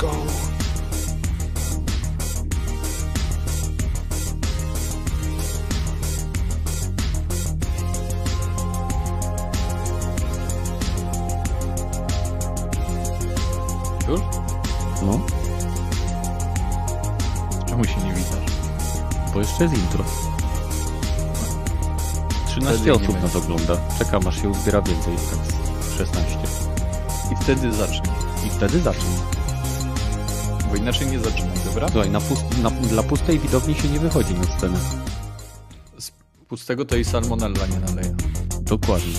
go. Już? No, Czemu się nie witasz? bo jeszcze jest intro. 13 Wtedy osób nie nas ogląda. Czekam, aż się uzbiera więcej. Tak z 16. I wtedy zacznij. I wtedy zacznę. Bo inaczej nie zaczynaj, dobra? Słuchaj, dla pustej widowni się nie wychodzi na scenę. Z pustego to i salmonella nie naleje. Dokładnie.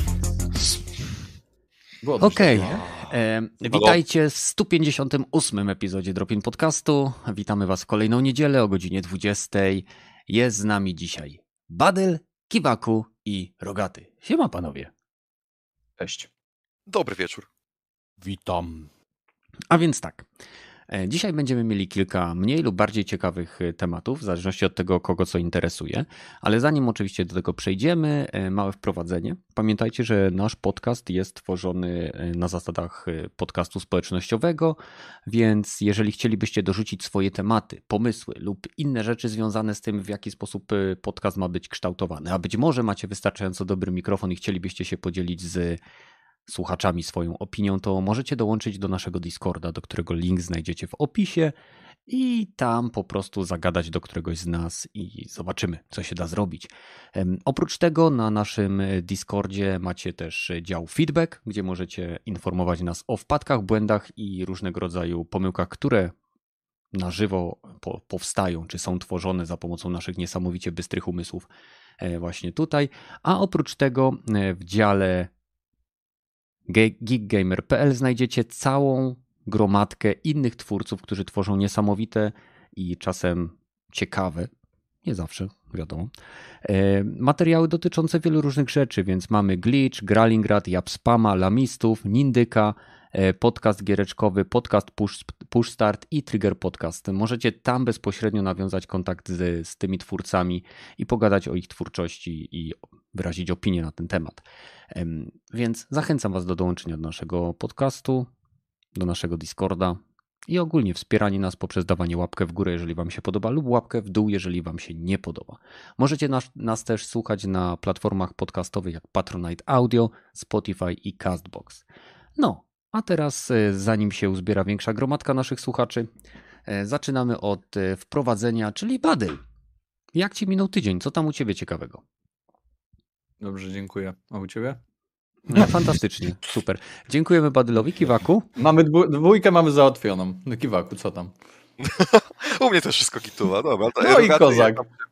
Było dobrze, Okej. nie? Witajcie w 158 epizodzie Drop-In Podcastu. Witamy Was w kolejną niedzielę o godzinie 20. Jest z nami dzisiaj Badyl, Kiwaku i Rogaty. Siema panowie. Cześć. Dobry wieczór. Witam. A więc tak. Dzisiaj będziemy mieli kilka mniej lub bardziej ciekawych tematów, w zależności od tego, kogo co interesuje. Ale zanim oczywiście do tego przejdziemy, małe wprowadzenie. Pamiętajcie, że nasz podcast jest tworzony na zasadach podcastu społecznościowego, więc jeżeli chcielibyście dorzucić swoje tematy, pomysły lub inne rzeczy związane z tym, w jaki sposób podcast ma być kształtowany, a być może macie wystarczająco dobry mikrofon i chcielibyście się podzielić z słuchaczami swoją opinią, to możecie dołączyć do naszego Discorda, do którego link znajdziecie w opisie i tam po prostu zagadać do któregoś z nas i zobaczymy, co się da zrobić. Oprócz tego na naszym Discordzie macie też dział feedback, gdzie możecie informować nas o wpadkach, błędach i różnego rodzaju pomyłkach, które na żywo powstają, czy są tworzone za pomocą naszych niesamowicie bystrych umysłów właśnie tutaj. A oprócz tego w dziale geekgamer.pl znajdziecie całą gromadkę innych twórców, którzy tworzą niesamowite i czasem ciekawe, nie zawsze, wiadomo, materiały dotyczące wielu różnych rzeczy, więc mamy Glitch, Gralingrad, Japspama, Lamistów, Nindyka, podcast giereczkowy, podcast Push Start i Trigger Podcast. Możecie tam bezpośrednio nawiązać kontakt z tymi twórcami i pogadać o ich twórczości i wyrazić opinię na ten temat. Więc zachęcam Was do dołączenia do naszego podcastu, do naszego Discorda i ogólnie wspieranie nas poprzez dawanie łapkę w górę, jeżeli Wam się podoba, lub łapkę w dół, jeżeli Wam się nie podoba. Możecie nas też słuchać na platformach podcastowych jak Patronite Audio, Spotify i Castbox. No, a teraz zanim się uzbiera większa gromadka naszych słuchaczy, zaczynamy od wprowadzenia, czyli Badyl. Jak Ci minął tydzień? Co tam u Ciebie ciekawego? Dobrze, dziękuję. A u ciebie? No, fantastycznie, super. Dziękujemy Badylowi. Kiwaku? Mamy dwójkę mamy załatwioną. No Kiwaku, co tam? U mnie też wszystko gituwa, dobra. To No i Rogaty, kozak.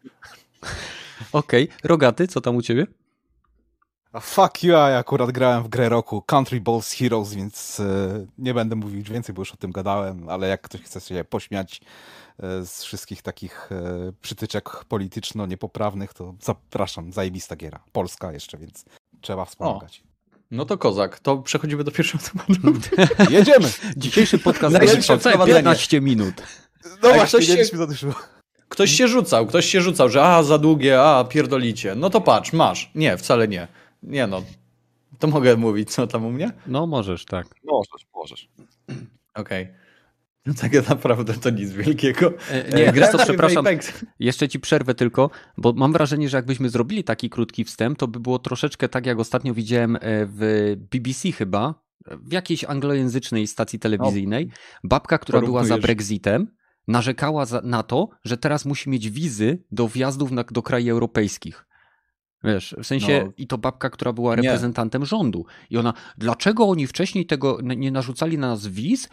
Okej. Rogaty, co tam u Ciebie? A fuck you, ja akurat grałem w grę roku Country Balls Heroes, więc nie będę mówił już więcej, bo już o tym gadałem, ale jak ktoś chce się pośmiać z wszystkich takich przytyczek polityczno-niepoprawnych, to zapraszam, zajebista giera. Polska jeszcze, więc trzeba wspomagać. No to kozak. To przechodzimy do pierwszego tematu. Jedziemy! Dzisiejszy podcast Najlepsze będzie trwał wprowadzenie. 15 minut. No A właśnie, ktoś się- mieliśmy to już. Ktoś się rzucał, że za długie, pierdolicie. No to patrz, masz. Nie, wcale nie. Nie no. To mogę mówić, co tam u mnie? No możesz, tak. Możesz. Okej. No tak naprawdę to nic wielkiego. Nie, wiesz co, Grałem przepraszam, w Apex. jeszcze Ci przerwę tylko, bo mam wrażenie, że jakbyśmy zrobili taki krótki wstęp, to by było troszeczkę tak, jak ostatnio widziałem w BBC chyba, w jakiejś anglojęzycznej stacji telewizyjnej, babka, która była za Porównujesz. Brexitem, narzekała na to, że teraz musi mieć wizy do wjazdów do krajów europejskich. Wiesz, w sensie, No. i to babka, która była Nie. reprezentantem rządu. I ona, dlaczego oni wcześniej tego nie narzucali na nas wiz,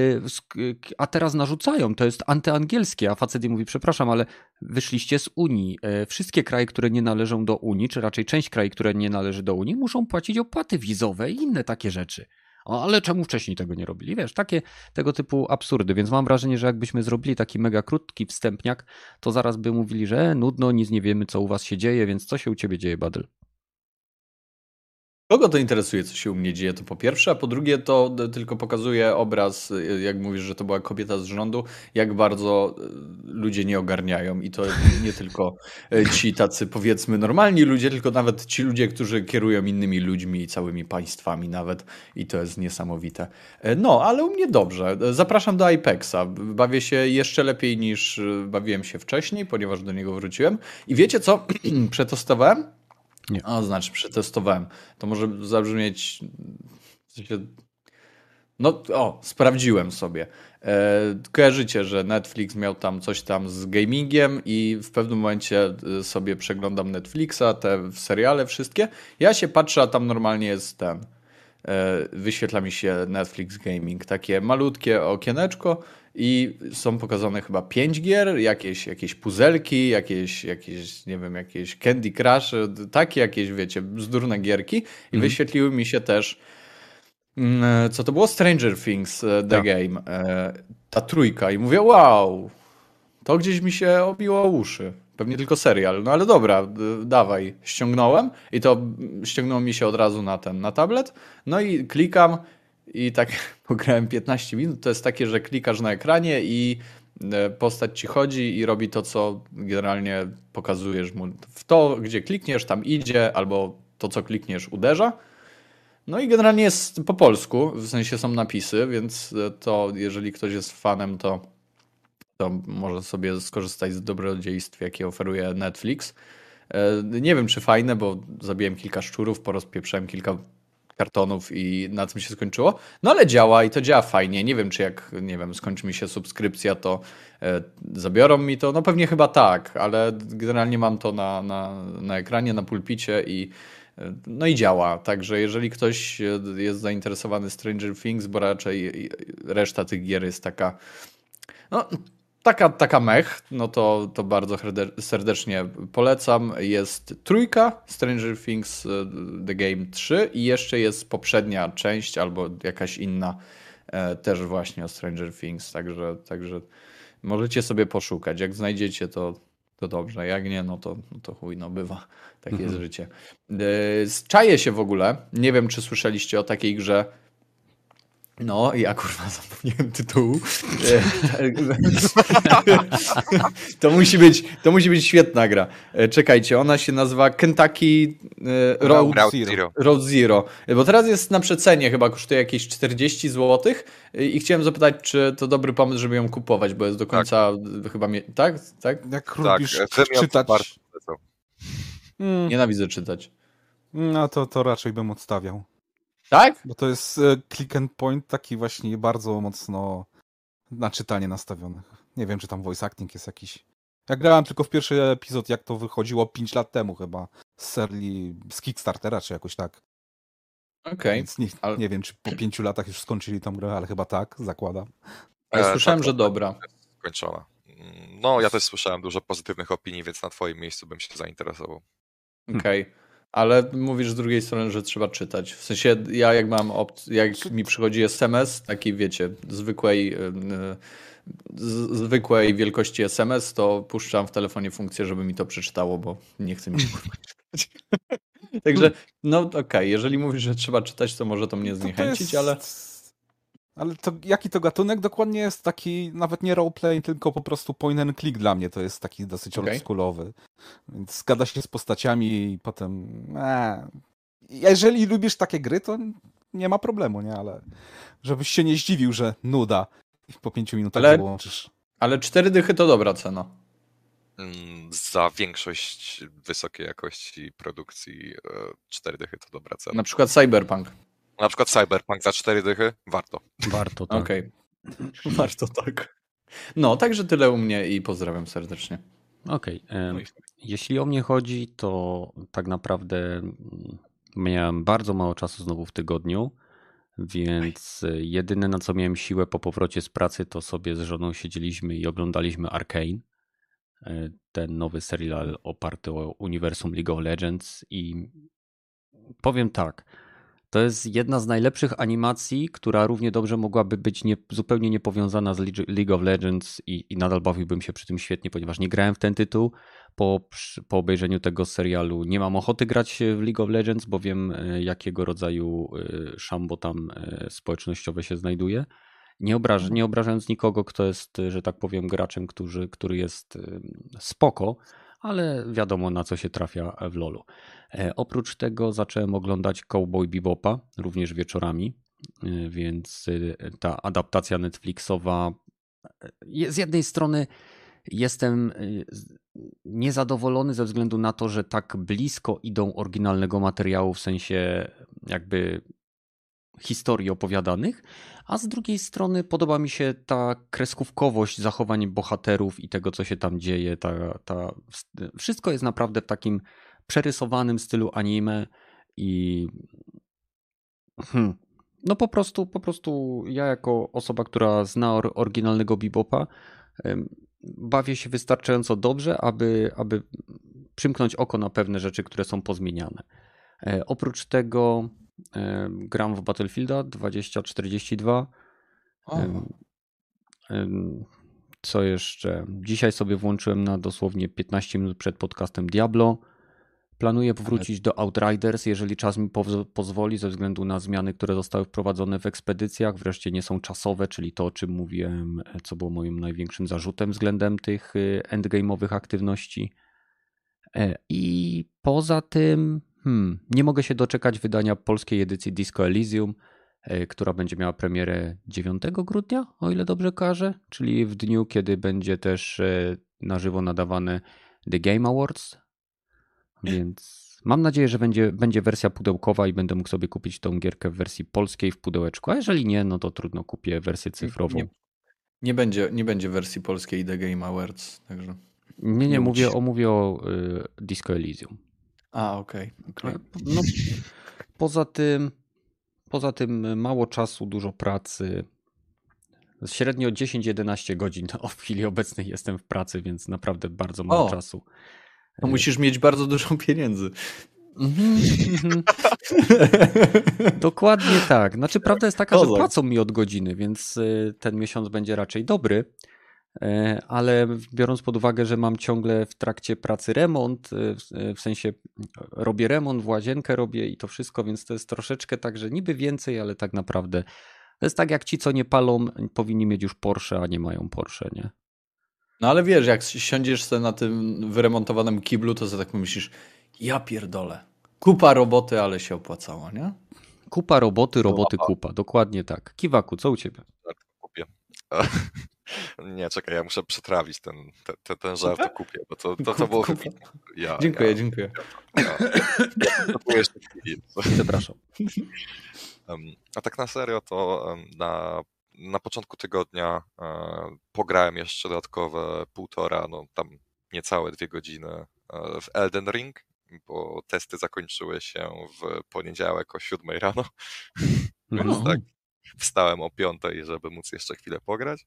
a teraz narzucają? To jest antyangielskie. A facet jej mówi, przepraszam, ale wyszliście z Unii. Wszystkie kraje, które nie należą do Unii, czy raczej część krajów, które nie należy do Unii, muszą płacić opłaty wizowe i inne takie rzeczy. Ale czemu wcześniej tego nie robili? Wiesz, takie tego typu absurdy, więc mam wrażenie, że jakbyśmy zrobili taki mega krótki wstępniak, to zaraz by mówili, że nudno, nic nie wiemy, co u was się dzieje, więc co się u ciebie dzieje, Badyl? Kogo to interesuje, co się u mnie dzieje, to po pierwsze, a po drugie to tylko pokazuje obraz, jak mówisz, że to była kobieta z rządu, jak bardzo ludzie nie ogarniają i to nie tylko ci tacy powiedzmy normalni ludzie, tylko nawet ci ludzie, którzy kierują innymi ludźmi i całymi państwami nawet i to jest niesamowite. No, ale u mnie dobrze. Zapraszam do Apexa. Bawię się jeszcze lepiej niż bawiłem się wcześniej, ponieważ do niego wróciłem i wiecie co? Przetestowałem? Nie. Znaczy przetestowałem. To może zabrzmieć... w sensie- No, sprawdziłem sobie. Kojarzycie, że Netflix miał tam coś tam z gamingiem i w pewnym momencie sobie przeglądam Netflixa, te seriale wszystkie. Ja się patrzę, a tam normalnie jest ten... Wyświetla mi się Netflix Gaming, takie malutkie okieneczko i są pokazane chyba 5 gier, jakieś puzelki, jakieś, nie wiem, jakieś Candy Crush, takie jakieś, wiecie, bzdurne gierki i wyświetliły mi się też co to było? Stranger Things The Game, ta trójka i mówię, wow, to gdzieś mi się obiło o uszy. Pewnie tylko serial, no ale dobra, dawaj. Ściągnąłem i to ściągnęło mi się od razu na tablet. No i klikam i tak pograłem 15 minut. To jest takie, że klikasz na ekranie i postać ci chodzi i robi to, co generalnie pokazujesz mu. W to, gdzie klikniesz, tam idzie, albo to, co klikniesz, uderza. No i generalnie jest po polsku, w sensie są napisy, więc to jeżeli ktoś jest fanem, to może sobie skorzystać z dobrodziejstw, jakie oferuje Netflix. Nie wiem, czy fajne, bo zabiłem kilka szczurów, porozpieprzałem kilka kartonów i na tym się skończyło. No ale działa i to działa fajnie. Nie wiem, czy jak, nie wiem, skończy mi się subskrypcja, to zabiorą mi to. No pewnie chyba tak, ale generalnie mam to na ekranie, na pulpicie i no i działa. Także jeżeli ktoś jest zainteresowany Stranger Things, bo raczej reszta tych gier jest taka... No, taka mech, no to bardzo serdecznie polecam. Jest trójka, Stranger Things The Game 3 i jeszcze jest poprzednia część albo jakaś inna też właśnie o Stranger Things, także możecie sobie poszukać. Jak znajdziecie to dobrze, jak nie, no to chuj, no bywa. Takie jest życie. Czaję się w ogóle, nie wiem czy słyszeliście o takiej grze. No, ja kurwa zapomniałem tytułu. To musi być świetna gra. Czekajcie, ona się nazywa Kentucky Road Zero. Bo teraz jest na przecenie, chyba kosztuje jakieś 40 zł i chciałem zapytać, czy to dobry pomysł, żeby ją kupować, bo jest do końca chyba... Tak? Jak lubisz czytać... Nienawidzę czytać. No to raczej bym odstawiał. Tak? Bo to jest click and point taki właśnie bardzo mocno na czytanie nastawiony. Nie wiem, czy tam voice acting jest jakiś... Ja grałem tylko w pierwszy epizod, jak to wychodziło 5 lat temu chyba. Z Kickstartera, czy jakoś tak. Okej. Więc nie wiem, czy po 5 latach już skończyli tą grę, ale chyba tak, zakładam. Ja słyszałem, tak, że dobra. Skończona. No, ja też słyszałem dużo pozytywnych opinii, więc na twoim miejscu bym się zainteresował. Okej. Ale mówisz z drugiej strony, że trzeba czytać. W sensie ja jak mam jak mi przychodzi SMS, taki wiecie, zwykłej wielkości SMS, to puszczam w telefonie funkcję, żeby mi to przeczytało, bo nie chce mi się czytać. Także no okej, jeżeli mówisz, że trzeba czytać, to może to mnie zniechęcić, ale... Ale to jaki to gatunek dokładnie jest? Taki nawet nie roleplay, tylko po prostu point and click dla mnie to jest taki dosyć oldschoolowy. Więc zgada się z postaciami i potem... Jeżeli lubisz takie gry, to nie ma problemu, nie? Ale żebyś się nie zdziwił, że nuda i po 5 minutach wyłączysz. Ale 4 dychy to dobra cena. Za większość wysokiej jakości produkcji 4 dychy to dobra cena. Na przykład Cyberpunk. Na przykład Cyberpunk za 4 dychy? Warto. Warto, tak. Okej. Warto, tak. No, także tyle u mnie i pozdrawiam serdecznie. Okej. Jeśli o mnie chodzi, to tak naprawdę miałem bardzo mało czasu znowu w tygodniu, więc jedyne na co miałem siłę po powrocie z pracy, to sobie z żoną siedzieliśmy i oglądaliśmy Arcane, ten nowy serial oparty o uniwersum League of Legends i powiem tak, to jest jedna z najlepszych animacji, która równie dobrze mogłaby być zupełnie niepowiązana z League of Legends i nadal bawiłbym się przy tym świetnie, ponieważ nie grałem w ten tytuł. po obejrzeniu tego serialu nie mam ochoty grać w League of Legends, bo wiem jakiego rodzaju szambo tam społecznościowe się znajduje. Nie obrażając nikogo, kto jest, że tak powiem, graczem, który jest spoko, ale wiadomo na co się trafia w LoLu. Oprócz tego zacząłem oglądać Cowboy Bebopa, również wieczorami, więc ta adaptacja Netflixowa z jednej strony jestem niezadowolony ze względu na to, że tak blisko idą oryginalnego materiału, w sensie jakby historii opowiadanych, a z drugiej strony podoba mi się ta kreskówkowość zachowań bohaterów i tego, co się tam dzieje. Wszystko jest naprawdę w takim przerysowanym stylu anime i no po prostu ja jako osoba, która zna oryginalnego Bebopa, bawię się wystarczająco dobrze, aby przymknąć oko na pewne rzeczy, które są pozmieniane. Oprócz tego gram w Battlefielda 2042. Co jeszcze? Dzisiaj sobie włączyłem na dosłownie 15 minut przed podcastem Diablo. Planuję wrócić do Outriders, jeżeli czas mi pozwoli, ze względu na zmiany, które zostały wprowadzone w ekspedycjach. Wreszcie nie są czasowe, czyli to, o czym mówiłem, co było moim największym zarzutem względem tych endgame'owych aktywności. I poza tym nie mogę się doczekać wydania polskiej edycji Disco Elysium, która będzie miała premierę 9 grudnia, o ile dobrze kojarzę, czyli w dniu, kiedy będzie też na żywo nadawane The Game Awards. Więc mam nadzieję, że będzie wersja pudełkowa i będę mógł sobie kupić tą gierkę w wersji polskiej w pudełeczku, a jeżeli nie, no to trudno, kupię wersję cyfrową. Nie będzie wersji polskiej The Game Awards, także... Nie mówię o Disco Elysium. Okej. No, poza tym mało czasu, dużo pracy. Średnio 10-11 godzin w chwili obecnej jestem w pracy, więc naprawdę bardzo mało czasu. To musisz mieć bardzo dużo pieniędzy. Dokładnie tak. Znaczy prawda jest taka, że płacą mi od godziny, więc ten miesiąc będzie raczej dobry, ale biorąc pod uwagę, że mam ciągle w trakcie pracy remont, w sensie robię remont, w łazienkę robię i to wszystko, więc to jest troszeczkę tak, że niby więcej, ale tak naprawdę to jest tak jak ci, co nie palą, powinni mieć już Porsche, a nie mają Porsche, nie? No ale wiesz, jak siądziesz sobie na tym wyremontowanym kiblu, to sobie tak myślisz, ja pierdolę, kupa roboty, ale się opłacało, nie? Kupa roboty, kupa, dokładnie tak. Kiwaku, co u ciebie? Kupię. Nie, czekaj, ja muszę przetrawić ten żart o kupie, bo to było wybitne. Dziękuję. To było jeszcze chwili. Przepraszam. A tak na serio, to na początku tygodnia pograłem jeszcze dodatkowe 1,5, no tam niecałe 2 godziny w Elden Ring, bo testy zakończyły się w poniedziałek o 7 rano, więc tak wstałem o 5, żeby móc jeszcze chwilę pograć.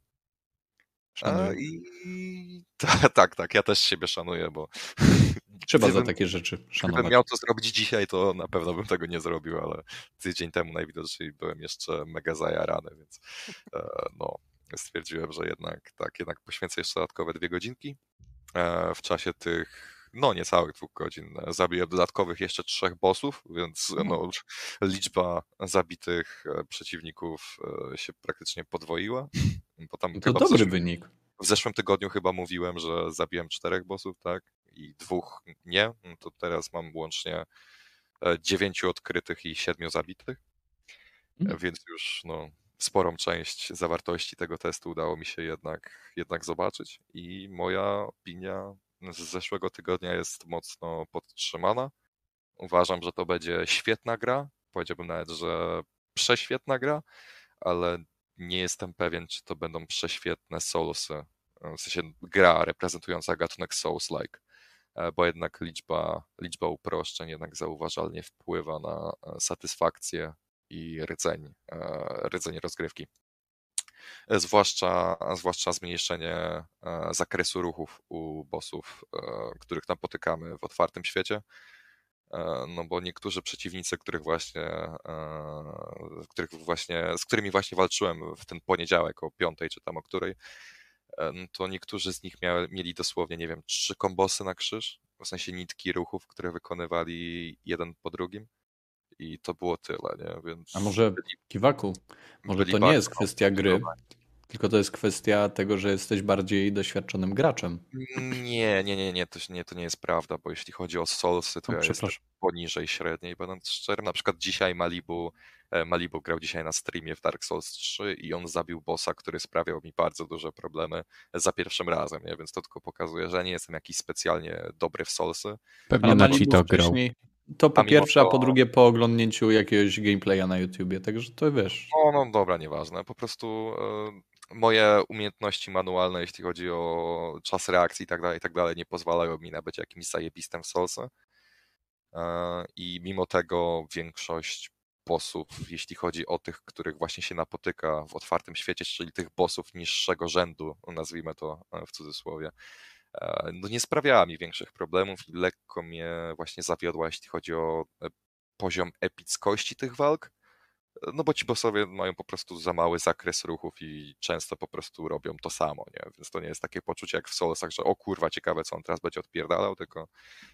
Tak, ja też siebie szanuję, bo trzeba za takie rzeczy szanować. Gdybym miał to zrobić dzisiaj, to na pewno bym tego nie zrobił, ale tydzień temu najwidoczniej byłem jeszcze mega zajarany, więc stwierdziłem, że jednak poświęcę jeszcze dodatkowe 2 godzinki. W czasie tych niecałych 2 godzin zabiję dodatkowych jeszcze 3 bossów, więc liczba zabitych przeciwników się praktycznie podwoiła. Bo tam to dobry wynik. W zeszłym tygodniu chyba mówiłem, że zabiłem 4 bossów, tak? I 2 nie. To teraz mam łącznie 9 odkrytych i 7 zabitych. Więc już sporą część zawartości tego testu udało mi się jednak zobaczyć. I moja opinia z zeszłego tygodnia jest mocno podtrzymana. Uważam, że to będzie świetna gra. Powiedziałbym nawet, że prześwietna gra, ale nie jestem pewien, czy to będą prześwietne Soulsy. W sensie gra reprezentująca gatunek Souls-like, bo jednak liczba uproszczeń jednak zauważalnie wpływa na satysfakcję i rdzeń rozgrywki. Zwłaszcza zmniejszenie zakresu ruchów u bossów, których napotykamy w otwartym świecie. No bo niektórzy przeciwnicy, z którymi właśnie walczyłem w ten poniedziałek o 5 czy tam o której, no to niektórzy z nich mieli dosłownie, nie wiem, 3 kombosy na krzyż, w sensie nitki ruchów, które wykonywali jeden po drugim i to było tyle, nie? Więc A może Kiwaku, może to nie bardzo jest kwestia gry, tylko to jest kwestia tego, że jesteś bardziej doświadczonym graczem. Nie, to nie jest prawda, bo jeśli chodzi o Soulsy, to No, ja jestem przepraszam. poniżej średniej, będąc szczerym. Na przykład dzisiaj Malibu grał dzisiaj na streamie w Dark Souls 3 i on zabił bossa, który sprawiał mi bardzo duże problemy za pierwszym razem, nie? Więc to tylko pokazuje, że nie jestem jakiś specjalnie dobry w Soulsy. Pewnie Ale na Malibu cheatach grał. wcześniej, to po A mimo pierwsze, a po to- drugie po oglądnięciu jakiegoś gameplaya na YouTubie, także to wiesz. No dobra, nieważne. Po prostu moje umiejętności manualne, jeśli chodzi o czas reakcji i tak dalej, nie pozwalają mi na być jakimś zajebistym w Soulsy. I mimo tego większość bossów, jeśli chodzi o tych, których właśnie się napotyka w otwartym świecie, czyli tych bossów niższego rzędu, nazwijmy to w cudzysłowie, no nie sprawiała mi większych problemów i lekko mnie właśnie zawiodła, jeśli chodzi o poziom epickości tych walk. No bo ci bossowie mają po prostu za mały zakres ruchów i często po prostu robią to samo, nie? Więc to nie jest takie poczucie jak w Soulsach, że o kurwa, ciekawe co on teraz będzie odpierdalał, tylko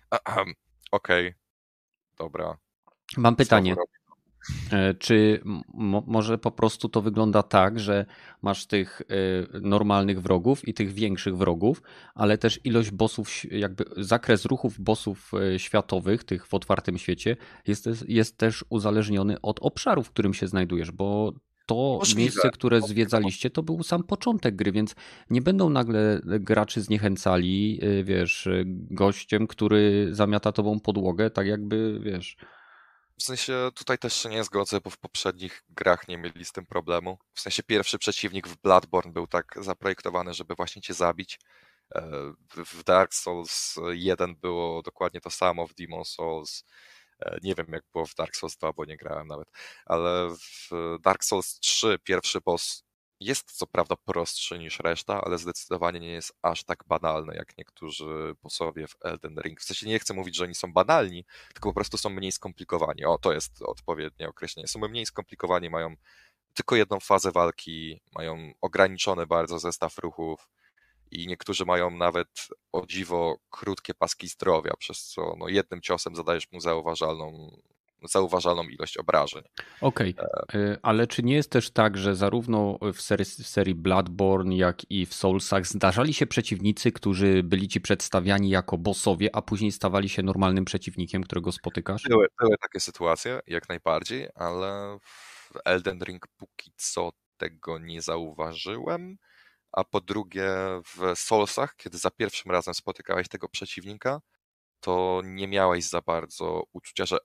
okej, dobra. Mam pytanie. Znowu Czy może po prostu to wygląda tak, że masz tych normalnych wrogów i tych większych wrogów, ale też ilość bossów, jakby zakres ruchów bossów światowych, tych w otwartym świecie, jest też uzależniony od obszaru, w którym się znajdujesz, bo to Możliwe. miejsce, które zwiedzaliście, to był sam początek gry, więc nie będą nagle graczy zniechęcali, wiesz, gościem, który zamiata tobą podłogę, tak jakby, wiesz... W sensie tutaj też się nie zgodzę, bo w poprzednich grach nie mieli z tym problemu. W sensie pierwszy przeciwnik w Bloodborne był tak zaprojektowany, żeby właśnie cię zabić. W Dark Souls 1 było dokładnie to samo, w Demon Souls. Nie wiem jak było w Dark Souls 2, bo nie grałem nawet, ale w Dark Souls 3 pierwszy boss jest co prawda prostszy niż reszta, ale zdecydowanie nie jest aż tak banalny jak niektórzy bossowie w Elden Ring. W sensie nie chcę mówić, że oni są banalni, tylko po prostu są mniej skomplikowani. O, to jest odpowiednie określenie. Są mniej skomplikowani, mają tylko jedną fazę walki, mają ograniczony bardzo zestaw ruchów i niektórzy mają nawet o dziwo krótkie paski zdrowia, przez co no, jednym ciosem zadajesz mu zauważalną ilość obrażeń. Okej, ale czy nie jest też tak, że zarówno w serii Bloodborne, jak i w Soulsach zdarzali się przeciwnicy, którzy byli ci przedstawiani jako bossowie, a później stawali się normalnym przeciwnikiem, którego spotykasz? Były takie sytuacje, jak najbardziej, ale w Elden Ring póki co tego nie zauważyłem. A po drugie, w Soulsach, kiedy za pierwszym razem spotykałeś tego przeciwnika, to nie miałeś za bardzo uczucia, że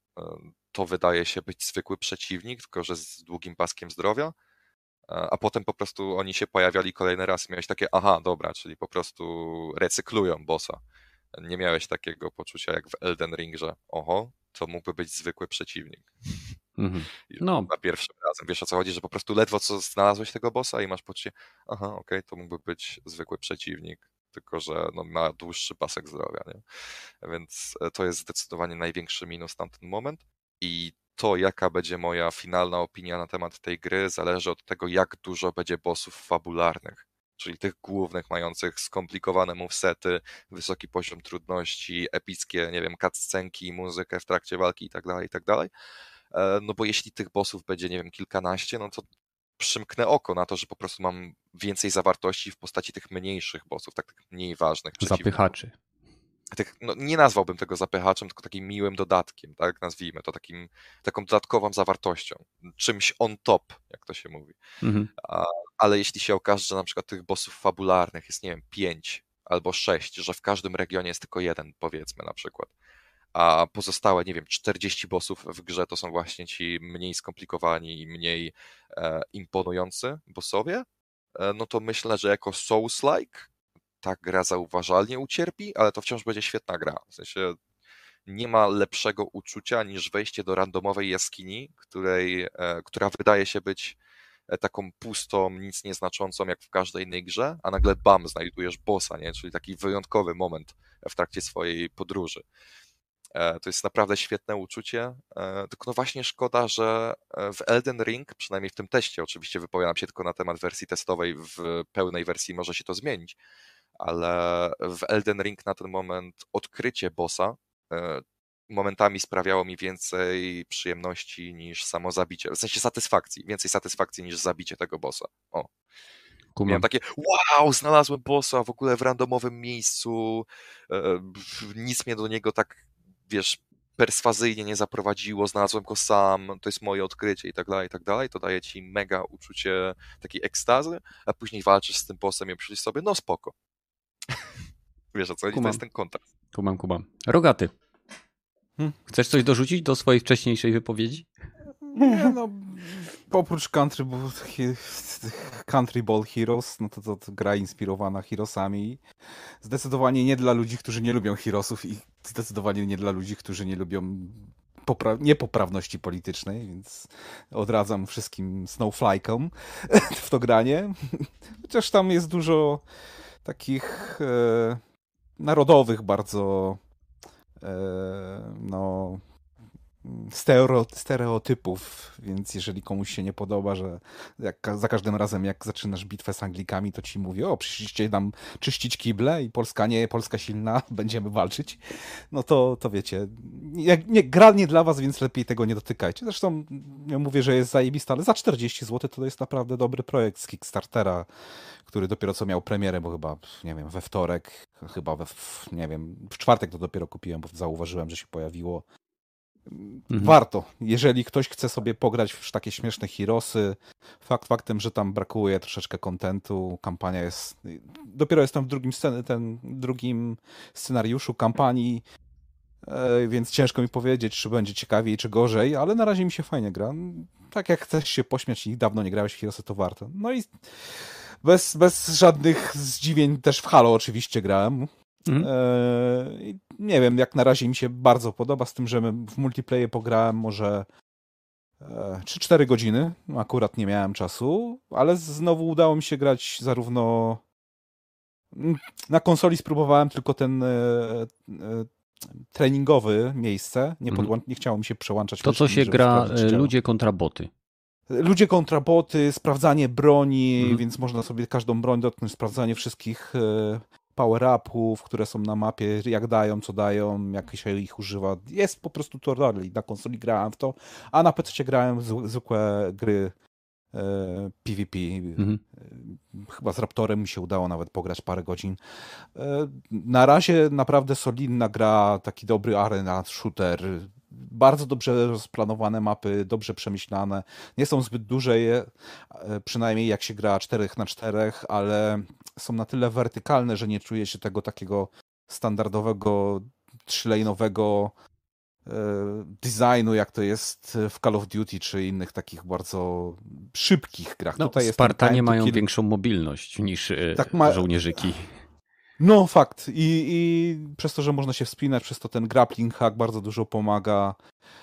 to wydaje się być zwykły przeciwnik, tylko że z długim paskiem zdrowia, a potem po prostu oni się pojawiali kolejny raz i miałeś takie, aha, dobra, czyli po prostu recyklują bossa. Nie miałeś takiego poczucia jak w Elden Ring, że oho, to mógłby być zwykły przeciwnik. Mhm. No, Na pierwszym razem. Wiesz o co chodzi, że po prostu ledwo co znalazłeś tego bossa i masz poczucie, aha, okej, to mógłby być zwykły przeciwnik, tylko że no, ma dłuższy pasek zdrowia, nie? Więc to jest zdecydowanie największy minus na ten moment i to, jaka będzie moja finalna opinia na temat tej gry, zależy od tego, jak dużo będzie bossów fabularnych, czyli tych głównych, mających skomplikowane movesety, wysoki poziom trudności, epickie, nie wiem, cutscenki, muzykę w trakcie walki itd., itd. No bo jeśli tych bossów będzie, nie wiem, kilkanaście, no to przymknę oko na to, że po prostu mam więcej zawartości w postaci tych mniejszych bossów, tak tych mniej ważnych przeciwników. zapychaczy. No, nie nazwałbym tego zapychaczem, tylko takim miłym dodatkiem, tak? Nazwijmy to taką dodatkową zawartością, czymś on top, jak to się mówi. Mhm. Ale jeśli się okaże, że na przykład tych bossów fabularnych jest, nie wiem, 5 albo 6, że w każdym regionie jest tylko jeden, powiedzmy na przykład, a pozostałe, nie wiem, 40 bossów w grze to są właśnie ci mniej skomplikowani i mniej imponujący bossowie, no to myślę, że jako Souls-like ta gra zauważalnie ucierpi, ale to wciąż będzie świetna gra. W sensie nie ma lepszego uczucia niż wejście do randomowej jaskini, która wydaje się być taką pustą, nic nieznaczącą jak w każdej innej grze, a nagle bam, znajdujesz bossa, nie? Czyli taki wyjątkowy moment w trakcie swojej podróży. To jest naprawdę świetne uczucie, tylko no właśnie szkoda, że w Elden Ring, przynajmniej w tym teście, oczywiście wypowiadam się tylko na temat wersji testowej, w pełnej wersji może się to zmienić, ale w Elden Ring na ten moment odkrycie bossa momentami sprawiało mi więcej przyjemności niż samo zabicie, w sensie satysfakcji, więcej satysfakcji niż zabicie tego bossa. O. Miałem takie, wow, znalazłem bossa w ogóle w randomowym miejscu, nic mnie do niego tak, wiesz, perswazyjnie nie zaprowadziło, znalazłem go sam, to jest moje odkrycie i tak dalej, to daje ci mega uczucie takiej ekstazy, a później walczysz z tym bossem i myślisz sobie, no spoko. Wiesz o co chodzi? To jest ten kontrast. Kumam. Rogaty. Chcesz coś dorzucić do swojej wcześniejszej wypowiedzi? Nie, no, oprócz Country Ball Heroes, no to gra inspirowana Heroesami. Zdecydowanie nie dla ludzi, którzy nie lubią Heroesów i zdecydowanie nie dla ludzi, którzy nie lubią niepoprawności politycznej, więc odradzam wszystkim Snowflake'om w to granie. Chociaż tam jest dużo takich narodowych bardzo no stereotypów, więc jeżeli komuś się nie podoba, że za każdym razem jak zaczynasz bitwę z Anglikami, to ci mówi, o, przyszliście nam czyścić kible i Polska nie, Polska silna, będziemy walczyć, no to wiecie, gra nie dla was, więc lepiej tego nie dotykajcie. Zresztą ja mówię, że jest zajebista, ale za 40 zł to jest naprawdę dobry projekt z Kickstartera, który dopiero co miał premierę, bo chyba, nie wiem, we wtorek, chyba nie wiem, w czwartek to dopiero kupiłem, bo zauważyłem, że się pojawiło. Warto. Jeżeli ktoś chce sobie pograć w takie śmieszne Heroesy, faktem, że tam brakuje troszeczkę kontentu, kampania jest... Dopiero jestem w drugim scenariuszu kampanii, więc ciężko mi powiedzieć, czy będzie ciekawiej, czy gorzej, ale na razie mi się fajnie gra. Tak jak chcesz się pośmiać i dawno nie grałeś w Heroesy, to warto. No i bez żadnych zdziwień też w Halo oczywiście grałem. Nie wiem, jak na razie mi się bardzo podoba, z tym, że w multiplayer pograłem może 3-4 godziny, akurat nie miałem czasu, ale znowu udało mi się grać zarówno na konsoli spróbowałem tylko ten treningowe miejsce, nie chciało mi się przełączać. To, co się gra ludzie kontra boty. Ludzie kontra boty, sprawdzanie broni, więc można sobie każdą broń dotknąć, sprawdzanie wszystkich power-upów, które są na mapie, jak dają, co dają, jak się ich używa. Jest po prostu tutorial. Na konsoli grałem w to, a na PC grałem w zwykłe gry PvP. Chyba z Raptorem mi się udało nawet pograć parę godzin. Na razie naprawdę solidna gra, taki dobry arena shooter. Bardzo dobrze rozplanowane mapy, dobrze przemyślane. Nie są zbyt duże, przynajmniej jak się gra 4x4, ale są na tyle wertykalne, że nie czuje się tego takiego standardowego, 3-lane'owego designu, jak to jest w Call of Duty, czy innych takich bardzo szybkich grach. No, tutaj Spartanie mają większą mobilność niż żołnierzyki. No fakt. I przez to, że można się wspinać, przez to ten grappling hack bardzo dużo pomaga.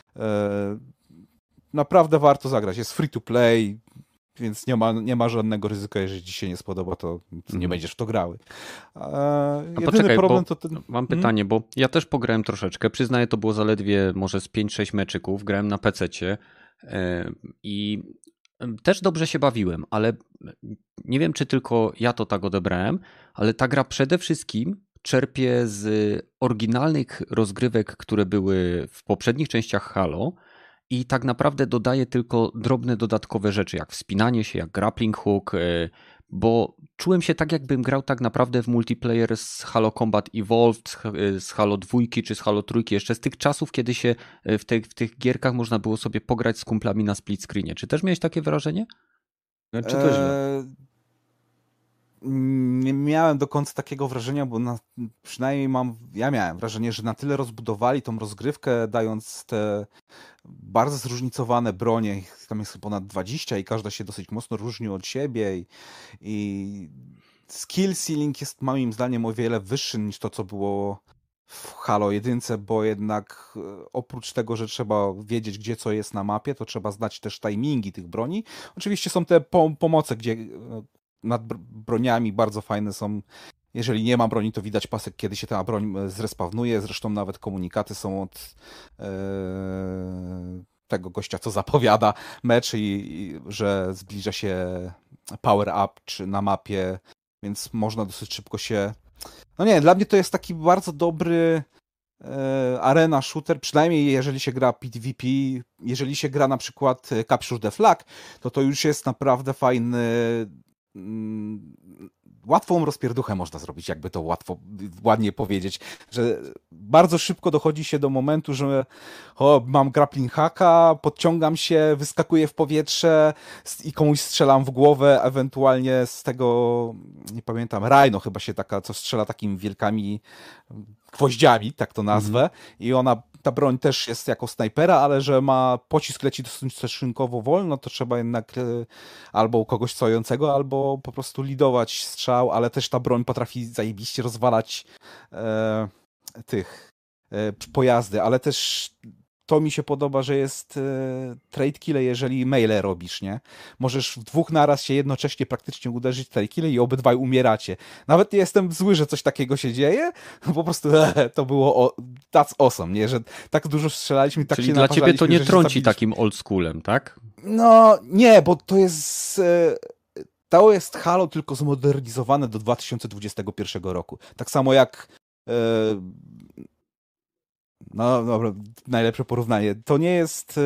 Naprawdę warto zagrać. Jest free to play, więc nie ma żadnego ryzyka, jeżeli ci się nie spodoba, to nie będziesz w to grały. Poczekaj, problem to ten... Mam pytanie, bo ja też pograłem troszeczkę. Przyznaję, to było zaledwie może z 5-6 meczyków. Grałem na PC-cie i też dobrze się bawiłem, ale nie wiem, czy tylko ja to tak odebrałem, ale ta gra przede wszystkim czerpie z oryginalnych rozgrywek, które były w poprzednich częściach Halo i tak naprawdę dodaje tylko drobne dodatkowe rzeczy, jak wspinanie się, jak grappling hook, bo czułem się tak, jakbym grał tak naprawdę w multiplayer z Halo Combat Evolved, z Halo 2 czy z Halo 3, jeszcze z tych czasów, kiedy się w tych gierkach można było sobie pograć z kumplami na split screenie. Czy też miałeś takie wrażenie? Czy to źle? Nie miałem do końca takiego wrażenia, bo przynajmniej ja miałem wrażenie, że na tyle rozbudowali tą rozgrywkę, dając te bardzo zróżnicowane bronie, tam jest ponad 20 i każda się dosyć mocno różni od siebie i skill ceiling jest moim zdaniem o wiele wyższy niż to, co było w Halo 1, bo jednak oprócz tego, że trzeba wiedzieć, gdzie co jest na mapie, to trzeba znać też timingi tych broni. Oczywiście są te pomoce, gdzie nad broniami bardzo fajne są Jeżeli nie ma broni, to widać pasek, kiedy się ta broń zrespawnuje. Zresztą nawet komunikaty są od tego gościa, co zapowiada mecz i że zbliża się power up czy na mapie, więc można dosyć szybko się... No nie, dla mnie to jest taki bardzo dobry arena shooter, przynajmniej jeżeli się gra PvP. Jeżeli się gra na przykład Capture the Flag, to już jest naprawdę fajny, łatwą rozpierduchę można zrobić, jakby to ładnie powiedzieć, że bardzo szybko dochodzi się do momentu, że mam grappling hacka, podciągam się, wyskakuję w powietrze i komuś strzelam w głowę, ewentualnie z tego, nie pamiętam, Rhino chyba się taka, co strzela takimi wielkami gwoździami, tak to nazwę, i ta broń też jest jako snajpera, ale że pocisk leci dosyć stosunkowo wolno, to trzeba jednak albo u kogoś stojącego, albo po prostu lidować strzał, ale też ta broń potrafi zajebiście rozwalać pojazdy, ale też to mi się podoba, że jest trade kille, jeżeli maile robisz, nie? Możesz w dwóch naraz się jednocześnie praktycznie uderzyć w trade kille i obydwaj umieracie. Nawet nie jestem zły, że coś takiego się dzieje, po prostu to było that's awesome, nie? Że tak dużo strzelaliśmy, tak Czyli się dla ciebie to nie trąci zabiliśmy. takim oldschoolem, tak? No nie, bo to jest Halo tylko zmodernizowane do 2021 roku. Tak samo jak no dobra, najlepsze porównanie. To nie jest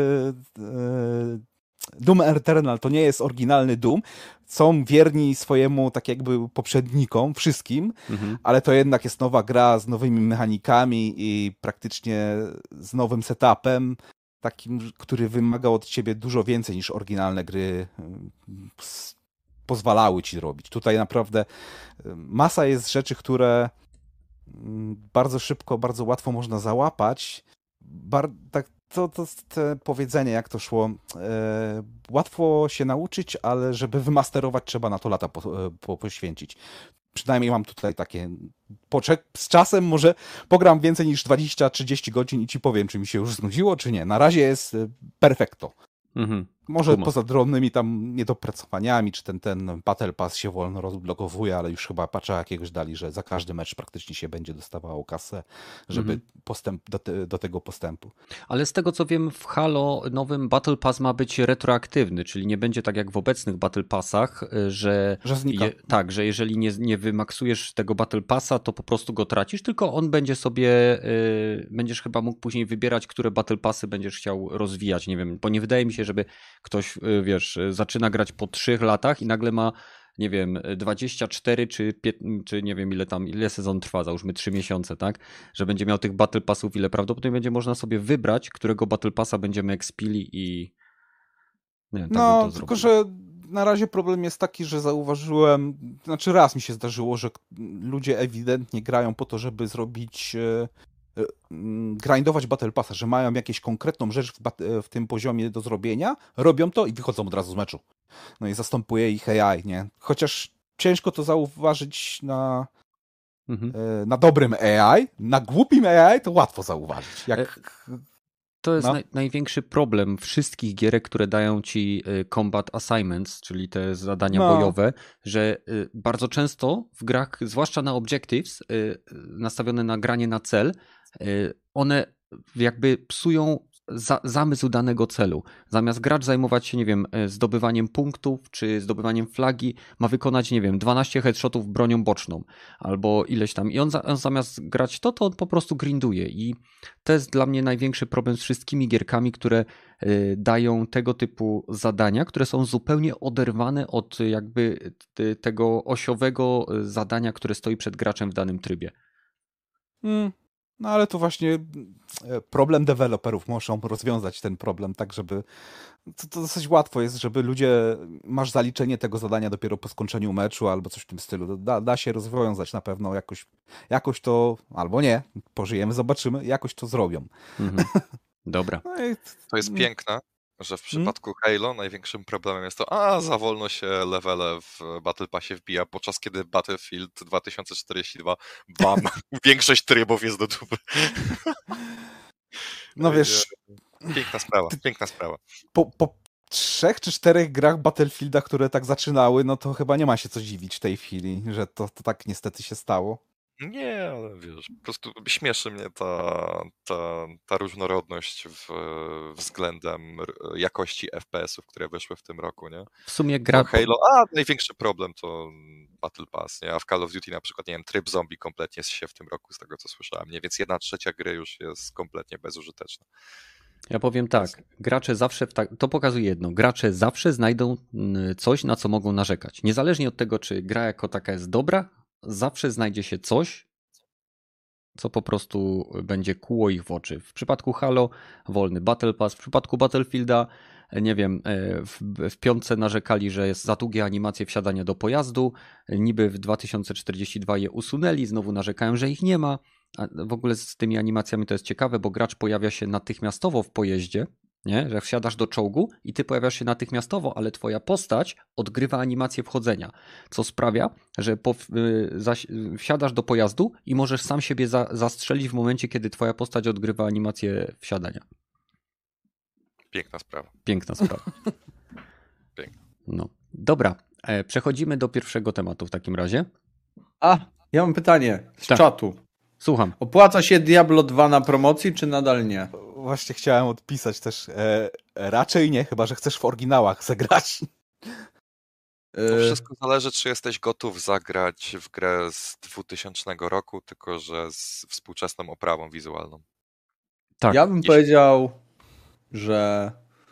Doom Eternal, to nie jest oryginalny Doom. Są wierni swojemu tak jakby poprzednikom, wszystkim, ale to jednak jest nowa gra z nowymi mechanikami i praktycznie z nowym setupem, takim, który wymagał od ciebie dużo więcej niż oryginalne gry pozwalały ci robić. Tutaj naprawdę masa jest rzeczy, które bardzo szybko, bardzo łatwo można załapać. To te powiedzenie, jak to szło, łatwo się nauczyć, ale żeby wymasterować, trzeba na to lata poświęcić. Przynajmniej mam tutaj takie... Z czasem może pogram więcej niż 20-30 godzin i ci powiem, czy mi się już znudziło, czy nie. Na razie jest perfekto. Może poza drobnymi tam niedopracowaniami, czy ten Battle Pass się wolno rozblokowuje, ale już chyba patcha jakiegoś dali, że za każdy mecz praktycznie się będzie dostawało kasę, żeby postęp do tego postępu. Ale z tego co wiem, w Halo nowym Battle Pass ma być retroaktywny, czyli nie będzie tak jak w obecnych Battle Passach, że znika. że jeżeli nie wymaksujesz tego Battle Passa, to po prostu go tracisz, tylko on będzie sobie, będziesz chyba mógł później wybierać, które Battle Passy będziesz chciał rozwijać, nie wiem, bo nie wydaje mi się, żeby ktoś, wiesz, zaczyna grać po 3 latach i nagle ma, nie wiem, 24 czy nie wiem ile sezon trwa, załóżmy 3 miesiące, tak? Że będzie miał tych Battle Passów ile prawdopodobnie będzie można sobie wybrać, którego Battle Passa będziemy expili i nie wiem, tak no, tylko że na razie problem jest taki, że zauważyłem, znaczy raz mi się zdarzyło, że ludzie ewidentnie grają po to, żeby zrobić grindować Battle Passa, że mają jakąś konkretną rzecz w tym poziomie do zrobienia, robią to i wychodzą od razu z meczu. No i zastępuje ich AI, nie? Chociaż ciężko to zauważyć na dobrym AI, na głupim AI to łatwo zauważyć. To jest największy problem wszystkich gierek, które dają ci combat assignments, czyli te zadania bojowe, że bardzo często w grach, zwłaszcza na objectives, nastawione na granie na cel, one jakby psują zamysł danego celu. Zamiast gracz zajmować się, nie wiem, zdobywaniem punktów czy zdobywaniem flagi, ma wykonać, nie wiem, 12 headshotów bronią boczną albo ileś tam. I on zamiast grać to on po prostu grinduje. I to jest dla mnie największy problem z wszystkimi gierkami, które dają tego typu zadania, które są zupełnie oderwane od jakby tego osiowego zadania, które stoi przed graczem w danym trybie. No ale to właśnie problem deweloperów, muszą rozwiązać ten problem tak, żeby to dosyć łatwo jest, żeby masz zaliczenie tego zadania dopiero po skończeniu meczu albo coś w tym stylu. Da się rozwiązać na pewno jakoś to, albo nie, pożyjemy, zobaczymy, jakoś to zrobią. Dobra. No to jest piękne, że w przypadku Halo największym problemem jest to, za wolno się levele w Battle Passie wbija, podczas kiedy Battlefield 2042 większość trybów jest do dupy. No wiesz... Piękna sprawa. 3 czy 4 grach Battlefielda, które tak zaczynały, no to chyba nie ma się co dziwić w tej chwili, że to tak niestety się stało. Nie, ale wiesz, po prostu śmieszy mnie ta różnorodność względem jakości FPS-ów, które wyszły w tym roku, nie? W sumie Bo Halo, największy problem to Battle Pass, nie? A w Call of Duty na przykład, nie wiem, tryb zombie kompletnie się w tym roku, z tego co słyszałem, nie? Więc 1/3 gry już jest kompletnie bezużyteczna. Ja powiem tak, gracze zawsze, to pokazuje jedno, gracze zawsze znajdą coś, na co mogą narzekać. Niezależnie od tego, czy gra jako taka jest dobra, zawsze znajdzie się coś, co po prostu będzie kłuło ich w oczy. W przypadku Halo wolny Battle Pass, w przypadku Battlefielda, nie wiem, w 5 narzekali, że jest za długie animacje wsiadania do pojazdu, niby w 2042 je usunęli, znowu narzekałem, że ich nie ma. A w ogóle z tymi animacjami to jest ciekawe, bo gracz pojawia się natychmiastowo w pojeździe, nie? Że wsiadasz do czołgu i ty pojawiasz się natychmiastowo, ale twoja postać odgrywa animację wchodzenia, co sprawia, że wsiadasz do pojazdu i możesz sam siebie zastrzelić w momencie, kiedy twoja postać odgrywa animację wsiadania. Piękna sprawa. Piękna sprawa. Piękna. No. Dobra, przechodzimy do pierwszego tematu w takim razie. Ja mam pytanie z Tak. czatu. Słucham. Opłaca się Diablo 2 na promocji, czy nadal nie? Właśnie chciałem odpisać też, raczej nie, chyba że chcesz w oryginałach zagrać. To wszystko zależy, czy jesteś gotów zagrać w grę z 2000 roku, tylko że z współczesną oprawą wizualną. Tak. Ja bym powiedział, że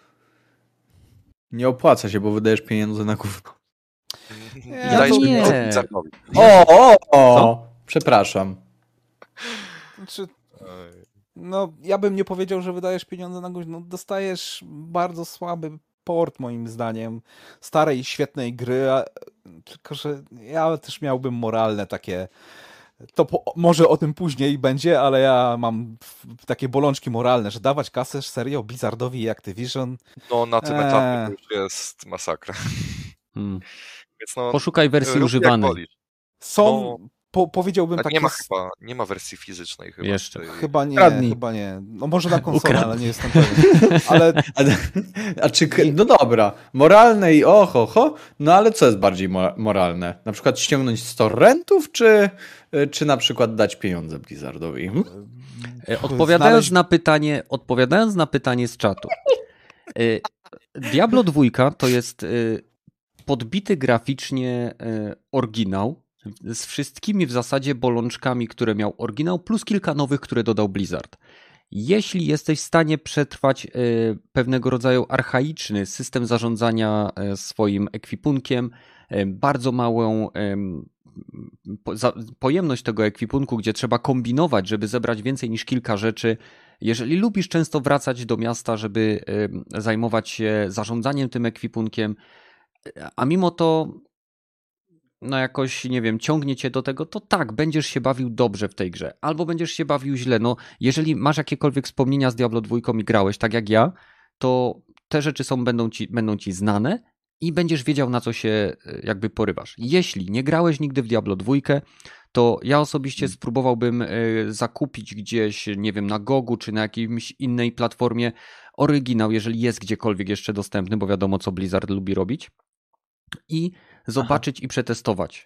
nie opłaca się, bo wydajesz pieniądze na gówno. Ja Dajesz to nie. pieniądze Blizzardowi. O! Przepraszam. Znaczy, no, ja bym nie powiedział, że wydajesz pieniądze na gówno. No, dostajesz bardzo słaby port, moim zdaniem, starej, świetnej gry, tylko że ja też miałbym moralne takie... To może o tym później będzie, ale ja mam takie bolączki moralne, że dawać kasę serio Blizzardowi i Activision. No na tym etapie to już jest masakra. Więc no, Poszukaj wersji używanej. Są, powiedziałbym tak. takie... Nie ma wersji fizycznej chyba. Jeszcze. Chyba nie, Kradnij. chyba nie. No może na konsolę, ale nie jestem pewien. Ale... A czy, no dobra, moralne i oho, no ale co jest bardziej moralne? Na przykład ściągnąć z torrentów, czy na przykład dać pieniądze Blizzardowi? Odpowiadając na pytanie z czatu. Diablo 2 to jest podbity graficznie oryginał z wszystkimi w zasadzie bolączkami, które miał oryginał, plus kilka nowych, które dodał Blizzard. Jeśli jesteś w stanie przetrwać pewnego rodzaju archaiczny system zarządzania swoim ekwipunkiem, bardzo małą pojemność tego ekwipunku, gdzie trzeba kombinować, żeby zebrać więcej niż kilka rzeczy. Jeżeli lubisz często wracać do miasta, żeby zajmować się zarządzaniem tym ekwipunkiem, a mimo to no jakoś, nie wiem, ciągnie cię do tego, to tak, będziesz się bawił dobrze w tej grze. Albo będziesz się bawił źle. No, jeżeli masz jakiekolwiek wspomnienia z Diablo 2 i grałeś, tak jak ja, to te rzeczy będą ci znane i będziesz wiedział, na co się jakby porywasz. Jeśli nie grałeś nigdy w Diablo 2, to ja osobiście spróbowałbym zakupić gdzieś, nie wiem, na Gogu czy na jakiejś innej platformie oryginał, jeżeli jest gdziekolwiek jeszcze dostępny, bo wiadomo, co Blizzard lubi robić. I zobaczyć i przetestować.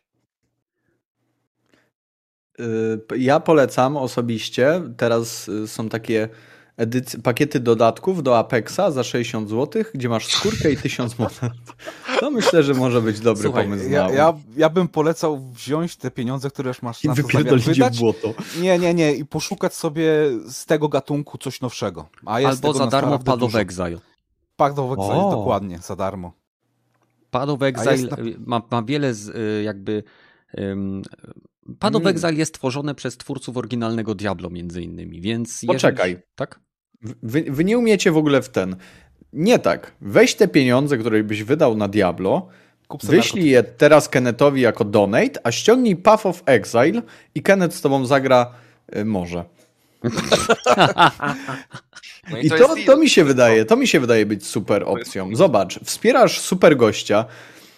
Ja polecam osobiście, teraz są takie pakiety dodatków do Apexa za 60 zł, gdzie masz skórkę i 1000 monet. To myślę, że może być dobry pomysł. Ja bym polecał wziąć te pieniądze, które już masz i na to wypierdolić w błoto. Nie, i poszukać sobie z tego gatunku coś nowszego. Albo za darmo Path of Exile. Path of Exile, dokładnie, za darmo. Path of Exile ma wiele jakby... Path of Exile jest tworzone przez twórców oryginalnego Diablo między innymi, więc... Poczekaj. Tak? Wy nie umiecie w ogóle w ten... Nie tak. Weź te pieniądze, które byś wydał na Diablo, wyślij je teraz Kennethowi jako donate, a ściągnij Path of Exile i Kenneth z tobą zagra może. No i to mi się wydaje być super opcją. Zobacz, wspierasz super gościa,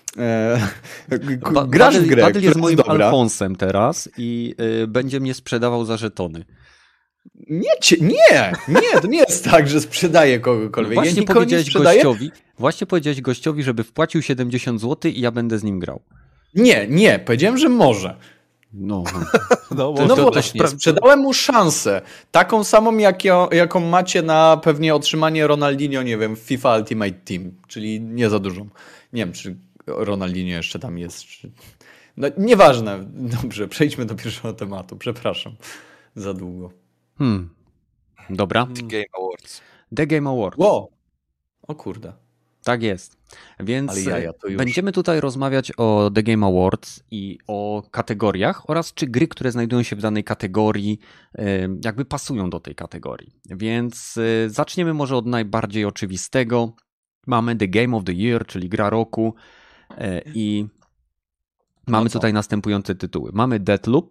grasz w grę, Badl jest moim Alfonsem teraz i będzie mnie sprzedawał za żetony. Nie, to nie jest tak, że sprzedaję kogokolwiek. Właśnie, ja nikogo nie sprzedaję. powiedziałeś gościowi, żeby wpłacił 70 zł i ja będę z nim grał. Nie, powiedziałem, że może. No Właśnie, sprzedałem mu szansę. Taką samą, jaką macie na pewnie otrzymanie Ronaldinho, nie wiem, w FIFA Ultimate Team. Czyli nie za dużą. Nie wiem, czy Ronaldinho jeszcze tam jest. No, nieważne. Dobrze, przejdźmy do pierwszego tematu. Przepraszam za długo. Dobra. The Game Awards. Wow. O kurde. Tak jest. Więc to już. będziemy tutaj rozmawiać o The Game Awards i o kategoriach oraz czy gry, które znajdują się w danej kategorii jakby pasują do tej kategorii. Więc zaczniemy może od najbardziej oczywistego. Mamy The Game of the Year, czyli gra roku i mamy tutaj następujące tytuły. Mamy Deathloop,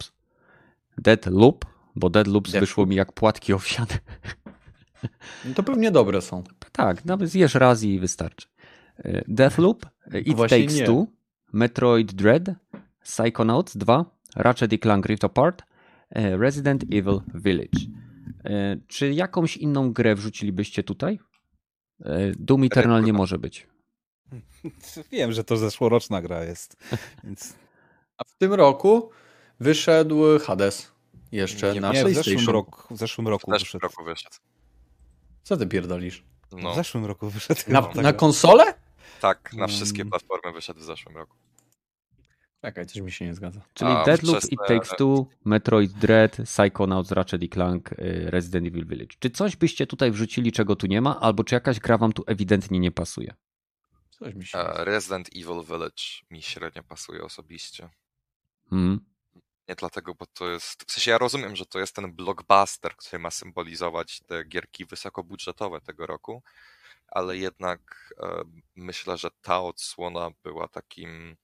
bo Deadloops wyszło mi jak płatki owsiane. No to pewnie dobre są. Tak, nawet zjesz raz i wystarczy. Deathloop, It Takes Two, Metroid Dread, Psychonauts 2, Ratchet & Clank Rift Apart, Resident Evil Village. Czy jakąś inną grę wrzucilibyście tutaj? Doom Eternal nie może być. Wiem, że to zeszłoroczna gra jest. Więc... A w tym roku wyszedł Hades. Jeszcze na PlayStation. W zeszłym roku wyszedł. Co ty pierdolisz? No. W zeszłym roku wyszedł. Na konsolę? Tak, na wszystkie platformy wyszedł w zeszłym roku. Czekaj, coś mi się nie zgadza. Czyli Deathloop, It Takes Two, Metroid Dread, Psychonauts, Ratchet & Clank, Resident Evil Village. Czy coś byście tutaj wrzucili, czego tu nie ma, albo czy jakaś gra wam tu ewidentnie nie pasuje? Coś mi się Resident Evil Village mi średnio pasuje osobiście. Nie dlatego, bo to jest... W sensie ja rozumiem, że to jest ten blockbuster, który ma symbolizować te gierki wysokobudżetowe tego roku, ale jednak myślę, że ta odsłona była takim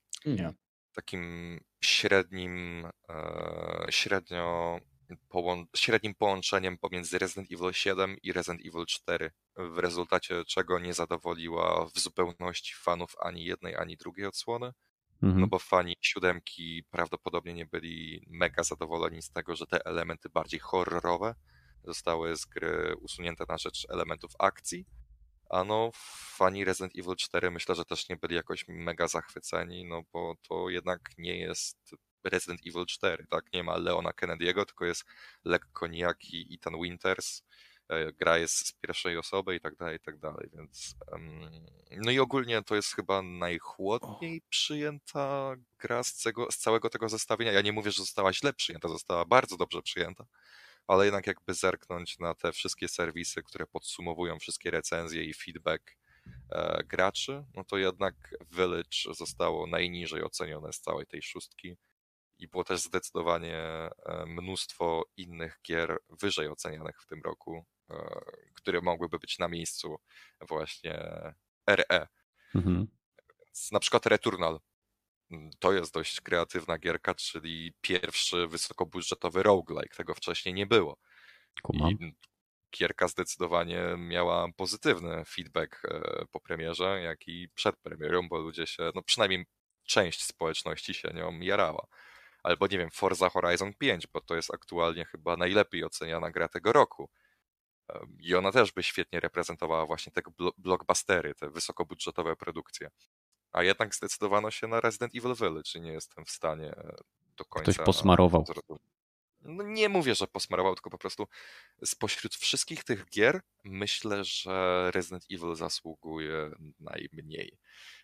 średnim połączeniem pomiędzy Resident Evil 7 i Resident Evil 4, w rezultacie czego nie zadowoliła w zupełności fanów ani jednej, ani drugiej odsłony. No bo fani 7 prawdopodobnie nie byli mega zadowoleni z tego, że te elementy bardziej horrorowe zostały z gry usunięte na rzecz elementów akcji, a no fani Resident Evil 4 myślę, że też nie byli jakoś mega zachwyceni, no bo to jednak nie jest Resident Evil 4, tak? Nie ma Leona Kennedy'ego, tylko jest lekko nijaki Ethan Winters, gra jest z pierwszej osoby i tak dalej, więc no i ogólnie to jest chyba najchłodniej przyjęta gra z całego tego zestawienia. Ja nie mówię, że została źle przyjęta, została bardzo dobrze przyjęta, ale jednak jakby zerknąć na te wszystkie serwisy, które podsumowują wszystkie recenzje i feedback graczy, no to jednak Village zostało najniżej ocenione z całej tej szóstki. I było też zdecydowanie mnóstwo innych gier wyżej ocenianych w tym roku, które mogłyby być na miejscu właśnie RE. Więc na przykład Returnal. To jest dość kreatywna gierka, czyli pierwszy wysokobudżetowy roguelike. Tego wcześniej nie było. I gierka zdecydowanie miała pozytywny feedback po premierze, jak i przed premierą, bo ludzie się, no przynajmniej część społeczności się nią jarała. Albo nie wiem, Forza Horizon 5, bo to jest aktualnie chyba najlepiej oceniana gra tego roku. I ona też by świetnie reprezentowała właśnie te blockbustery, te wysokobudżetowe produkcje. A jednak zdecydowano się na Resident Evil Village i nie jestem w stanie do końca... Ktoś posmarował. No nie mówię, że posmarował, tylko po prostu spośród wszystkich tych gier myślę, że Resident Evil zasługuje najmniej.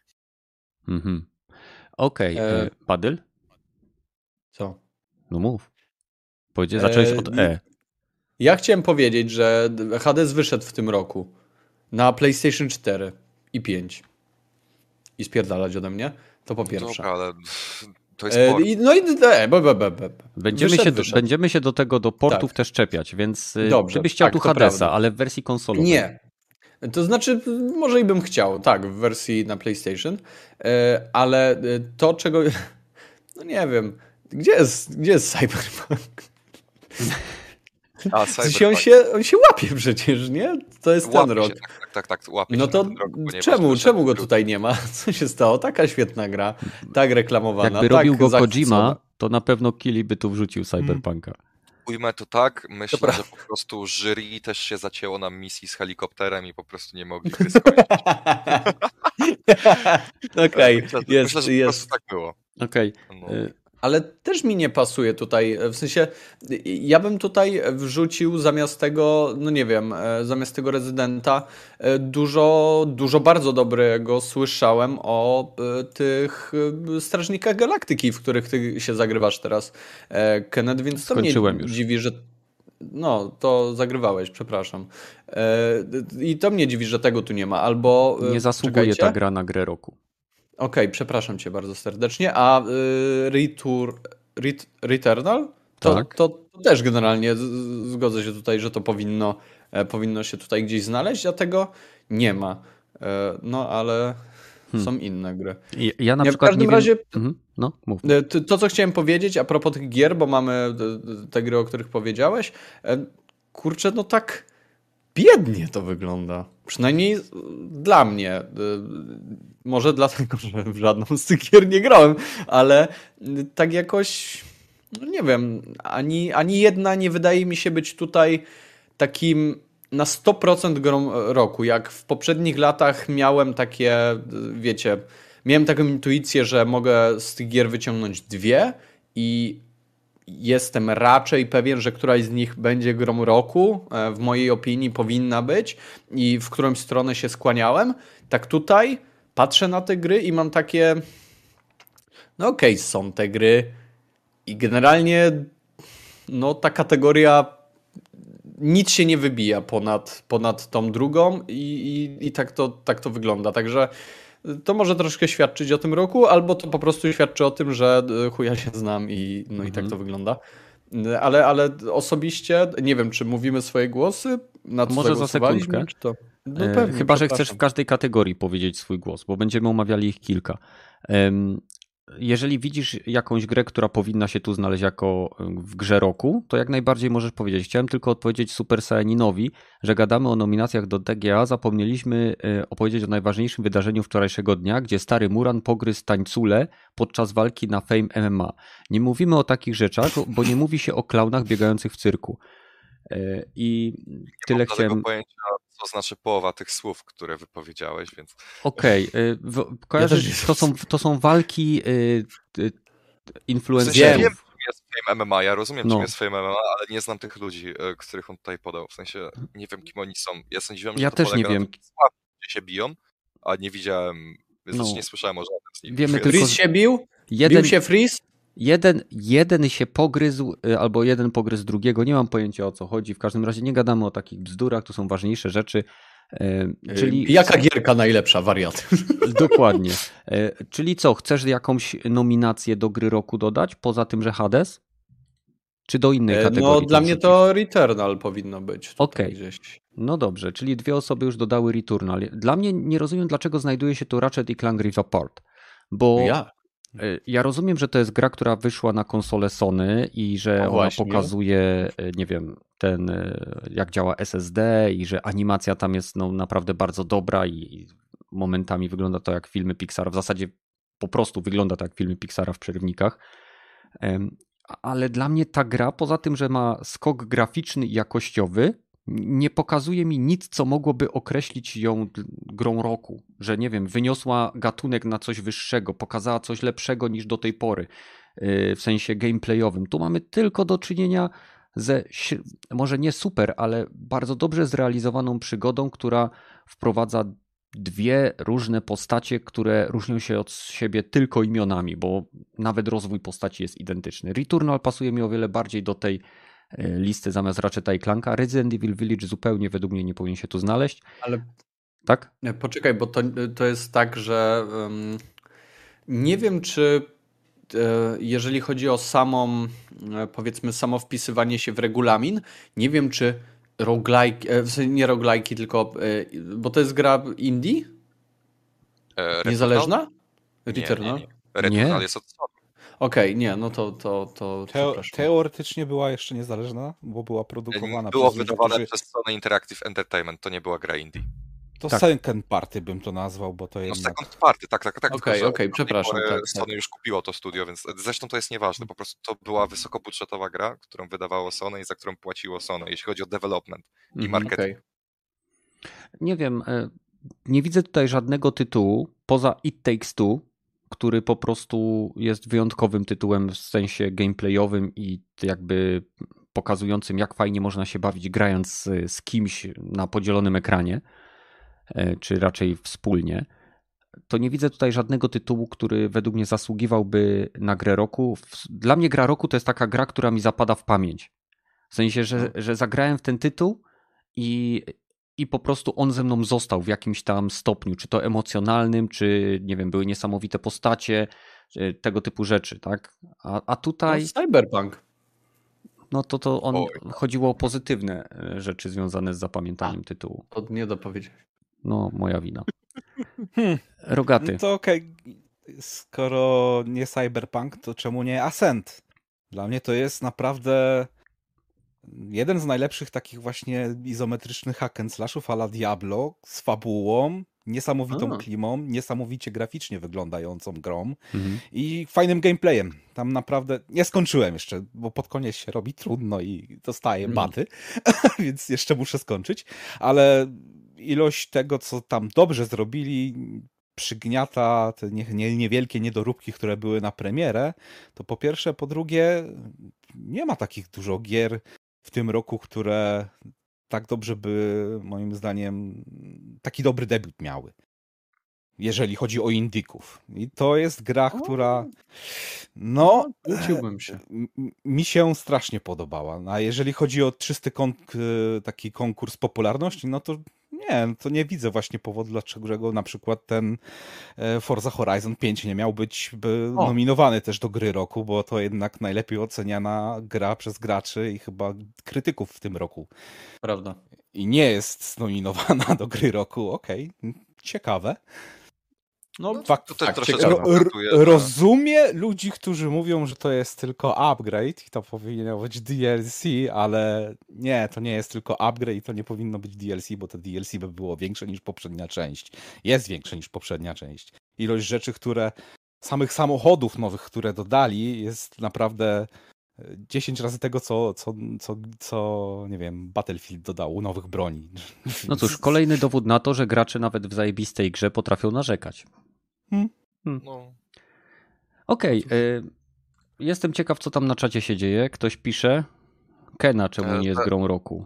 Okej. Padyl? Co? No mów. Zacząłeś od Ja chciałem powiedzieć, że Hades wyszedł w tym roku na PlayStation 4 i 5. I spierdalać ode mnie. To po pierwsze. Dobra, ale to jest Będziemy się do tego, do portów też czepiać, więc gdybyś chciał tu Hadesa, ale w wersji konsolowej. Nie. To znaczy, może i bym chciał, tak, w wersji na PlayStation, ale to, czego... No nie wiem, gdzie jest Cyberpunk? On się łapie przecież, nie? To jest ten rok. Tak, łapie no się to ten rok, czemu go tutaj nie ma? Co się stało? Taka świetna gra, tak reklamowana. Jakby robił go Kojima, to na pewno Kili by tu wrzucił Cyberpunka. ujmę to tak, myślę, że po prostu jury też się zacięło na misji z helikopterem i po prostu nie mogli gry skończyć. Okej, Myślę, że po prostu tak było. Okej. No. Ale też mi nie pasuje tutaj, w sensie ja bym tutaj wrzucił zamiast tego, no nie wiem, zamiast tego Rezydenta dużo bardzo dobrego słyszałem o tych Strażnikach Galaktyki, w których ty się zagrywasz teraz, Kenneth, więc to mnie Skończyłem już. dziwi, że no, to zagrywałeś, przepraszam. I to mnie dziwi, że tego tu nie ma, albo Nie zasługuje czekajcie. ta gra na grę roku. Okej, przepraszam cię bardzo serdecznie. A Returnal? Tak. To też generalnie zgodzę się tutaj, że to powinno się tutaj gdzieś znaleźć, a tego nie ma. No, ale są inne gry. Ja na W przykład każdym nie razie wiem... No, mów. to, co chciałem powiedzieć a propos tych gier, bo mamy te gry, o których powiedziałeś, kurczę, no tak biednie to wygląda. Przynajmniej dla mnie. Może dlatego, że w żadną z tych gier nie grałem, ale tak jakoś, no nie wiem, ani jedna nie wydaje mi się być tutaj takim na 100% grą roku. Jak w poprzednich latach miałem takie, wiecie, miałem taką intuicję, że mogę z tych gier wyciągnąć dwie i jestem raczej pewien, że któraś z nich będzie grą roku, w mojej opinii powinna być i w którąś stronę się skłaniałem. Tak tutaj patrzę na te gry i mam takie, no okej, są te gry i generalnie no ta kategoria nic się nie wybija ponad tą drugą i tak to wygląda. Także to może troszkę świadczyć o tym roku, albo to po prostu świadczy o tym, że chuja się znam i tak to wygląda. Ale osobiście nie wiem, czy mówimy swoje głosy, na co Może za zagłosowaliśmy, sekundkę. czy to... No pewnie, Chyba, że chcesz przepraszam. w każdej kategorii powiedzieć swój głos, bo będziemy omawiali ich kilka. Jeżeli widzisz jakąś grę, która powinna się tu znaleźć jako w grze roku, to jak najbardziej możesz powiedzieć. Chciałem tylko odpowiedzieć Super Saiyanowi, że gadamy o nominacjach do DGA, zapomnieliśmy opowiedzieć o najważniejszym wydarzeniu wczorajszego dnia, gdzie stary Muran pogryzł tańcule podczas walki na Fame MMA. Nie mówimy o takich rzeczach, bo nie mówi się o klaunach biegających w cyrku. I tyle chciałem... Nie mam pojęcia, co znaczy połowa tych słów, które wypowiedziałeś, więc... Okej, kojarzysz, to są walki influencerów. Wiem, czym jest Fame MMA, ja rozumiem, czym jest Fame MMA, ale nie znam tych ludzi, których on tutaj podał. W sensie nie wiem, kim oni są. Ja sądziłem, że Ja to też polega nie wiem. na tym, gdzie się biją, a nie widziałem, znaczy nie słyszałem o żadnym z nich. Wiemy Więc... tylko, Freeze się bił? Bił się Freeze? Jeden się pogryzł, albo jeden pogryzł drugiego, nie mam pojęcia o co chodzi. W każdym razie nie gadamy o takich bzdurach, tu są ważniejsze rzeczy. Czyli... Jaka gierka najlepsza, wariat? Dokładnie. Czyli co, chcesz jakąś nominację do gry roku dodać, poza tym, że Hades? Czy do innej kategorii? No dla mnie to Returnal powinno być Okej. gdzieś. No dobrze, czyli dwie osoby już dodały Returnal. Dla mnie nie rozumiem, dlaczego znajduje się tu Ratchet i Clank Rift Apart. Bo ja rozumiem, że to jest gra, która wyszła na konsolę Sony i że ona pokazuje, nie wiem, jak działa SSD i że animacja tam jest no, naprawdę bardzo dobra i momentami wygląda to jak filmy Pixara. W zasadzie po prostu wygląda to jak filmy Pixara w przerywnikach. Ale dla mnie ta gra, poza tym, że ma skok graficzny i jakościowy, nie pokazuje mi nic, co mogłoby określić ją grą roku. Że nie wiem, wyniosła gatunek na coś wyższego, pokazała coś lepszego niż do tej pory, w sensie gameplayowym. Tu mamy tylko do czynienia ze, może nie super, ale bardzo dobrze zrealizowaną przygodą, która wprowadza dwie różne postacie, które różnią się od siebie tylko imionami, bo nawet rozwój postaci jest identyczny. Returnal pasuje mi o wiele bardziej do tej listy zamiast Ratcheta i Clanka. Resident Evil Village zupełnie według mnie nie powinien się tu znaleźć. Ale tak? Nie, poczekaj, bo to jest tak, że nie wiem, czy jeżeli chodzi o powiedzmy samo wpisywanie się w regulamin, nie wiem, czy roguelike, w sensie nie roguelike'i, tylko bo to jest gra indie? Niezależna? Returnal? Nie. Returnal jest od Sony. Okej, nie, no to teoretycznie była jeszcze niezależna, bo była produkowana było przez ludzi, wydawane przez Sony Interactive Entertainment, to nie była gra indie. To Tak. second party bym to nazwał, bo to No jednak... second party, tak. Okej, tylko, że przepraszam, do tej pory tak. Sony już kupiło to studio, więc zresztą to jest nieważne, po prostu to była wysokobudżetowa gra, którą wydawało Sony i za którą płaciło Sony, jeśli chodzi o development i marketing. Nie wiem, nie widzę tutaj żadnego tytułu poza It Takes Two, który po prostu jest wyjątkowym tytułem w sensie gameplayowym i jakby pokazującym, jak fajnie można się bawić grając z kimś na podzielonym ekranie, czy raczej wspólnie. To nie widzę tutaj żadnego tytułu, który według mnie zasługiwałby na grę roku. Dla mnie gra roku to jest taka gra, która mi zapada w pamięć. W sensie, że zagrałem w ten tytuł i po prostu on ze mną został w jakimś tam stopniu, czy to emocjonalnym, czy nie wiem, były niesamowite postacie, tego typu rzeczy, tak? A tutaj... No, Cyberpunk. No to on chodziło o pozytywne rzeczy związane z zapamiętaniem tytułu. To nie dopowiedzieć. No, moja wina. Rogaty. No to okej, skoro nie Cyberpunk, to czemu nie Ascent? Dla mnie to jest naprawdę jeden z najlepszych takich właśnie izometrycznych hack and slashów a la Diablo z fabułą, niesamowitą klimą, niesamowicie graficznie wyglądającą grą i fajnym gameplayem. Tam naprawdę nie skończyłem jeszcze, bo pod koniec się robi trudno i dostaję baty, więc jeszcze muszę skończyć, ale ilość tego, co tam dobrze zrobili, przygniata te niewielkie niedoróbki, które były na premierę, to po pierwsze, po drugie nie ma takich dużo gier w tym roku, które tak dobrze by, moim zdaniem, taki dobry debiut miały. Jeżeli chodzi o indyków. I to jest gra, która Wróciłbym się. mi się strasznie podobała. A jeżeli chodzi o czysty taki konkurs popularności, no to nie widzę właśnie powodu, dlaczego na przykład ten Forza Horizon 5 nie miał być nominowany też do gry roku, bo to jednak najlepiej oceniana gra przez graczy i chyba krytyków w tym roku. Prawda. I nie jest nominowana do gry roku. Okej, ciekawe. No, fakt, to też rozumiem ludzi, którzy mówią, że to jest tylko upgrade i to powinno być DLC, ale nie, to nie jest tylko upgrade i to nie powinno być DLC, bo to DLC by było większe niż poprzednia część. Jest większe niż poprzednia część. Ilość rzeczy, samych samochodów nowych, które dodali, jest naprawdę 10 razy tego, co nie wiem, Battlefield dodał nowych broni. No cóż, kolejny dowód na to, że gracze nawet w zajebistej grze potrafią narzekać. No. Okej, jestem ciekaw, co tam na czacie się dzieje. Ktoś pisze, Kena czemu nie jest grą roku?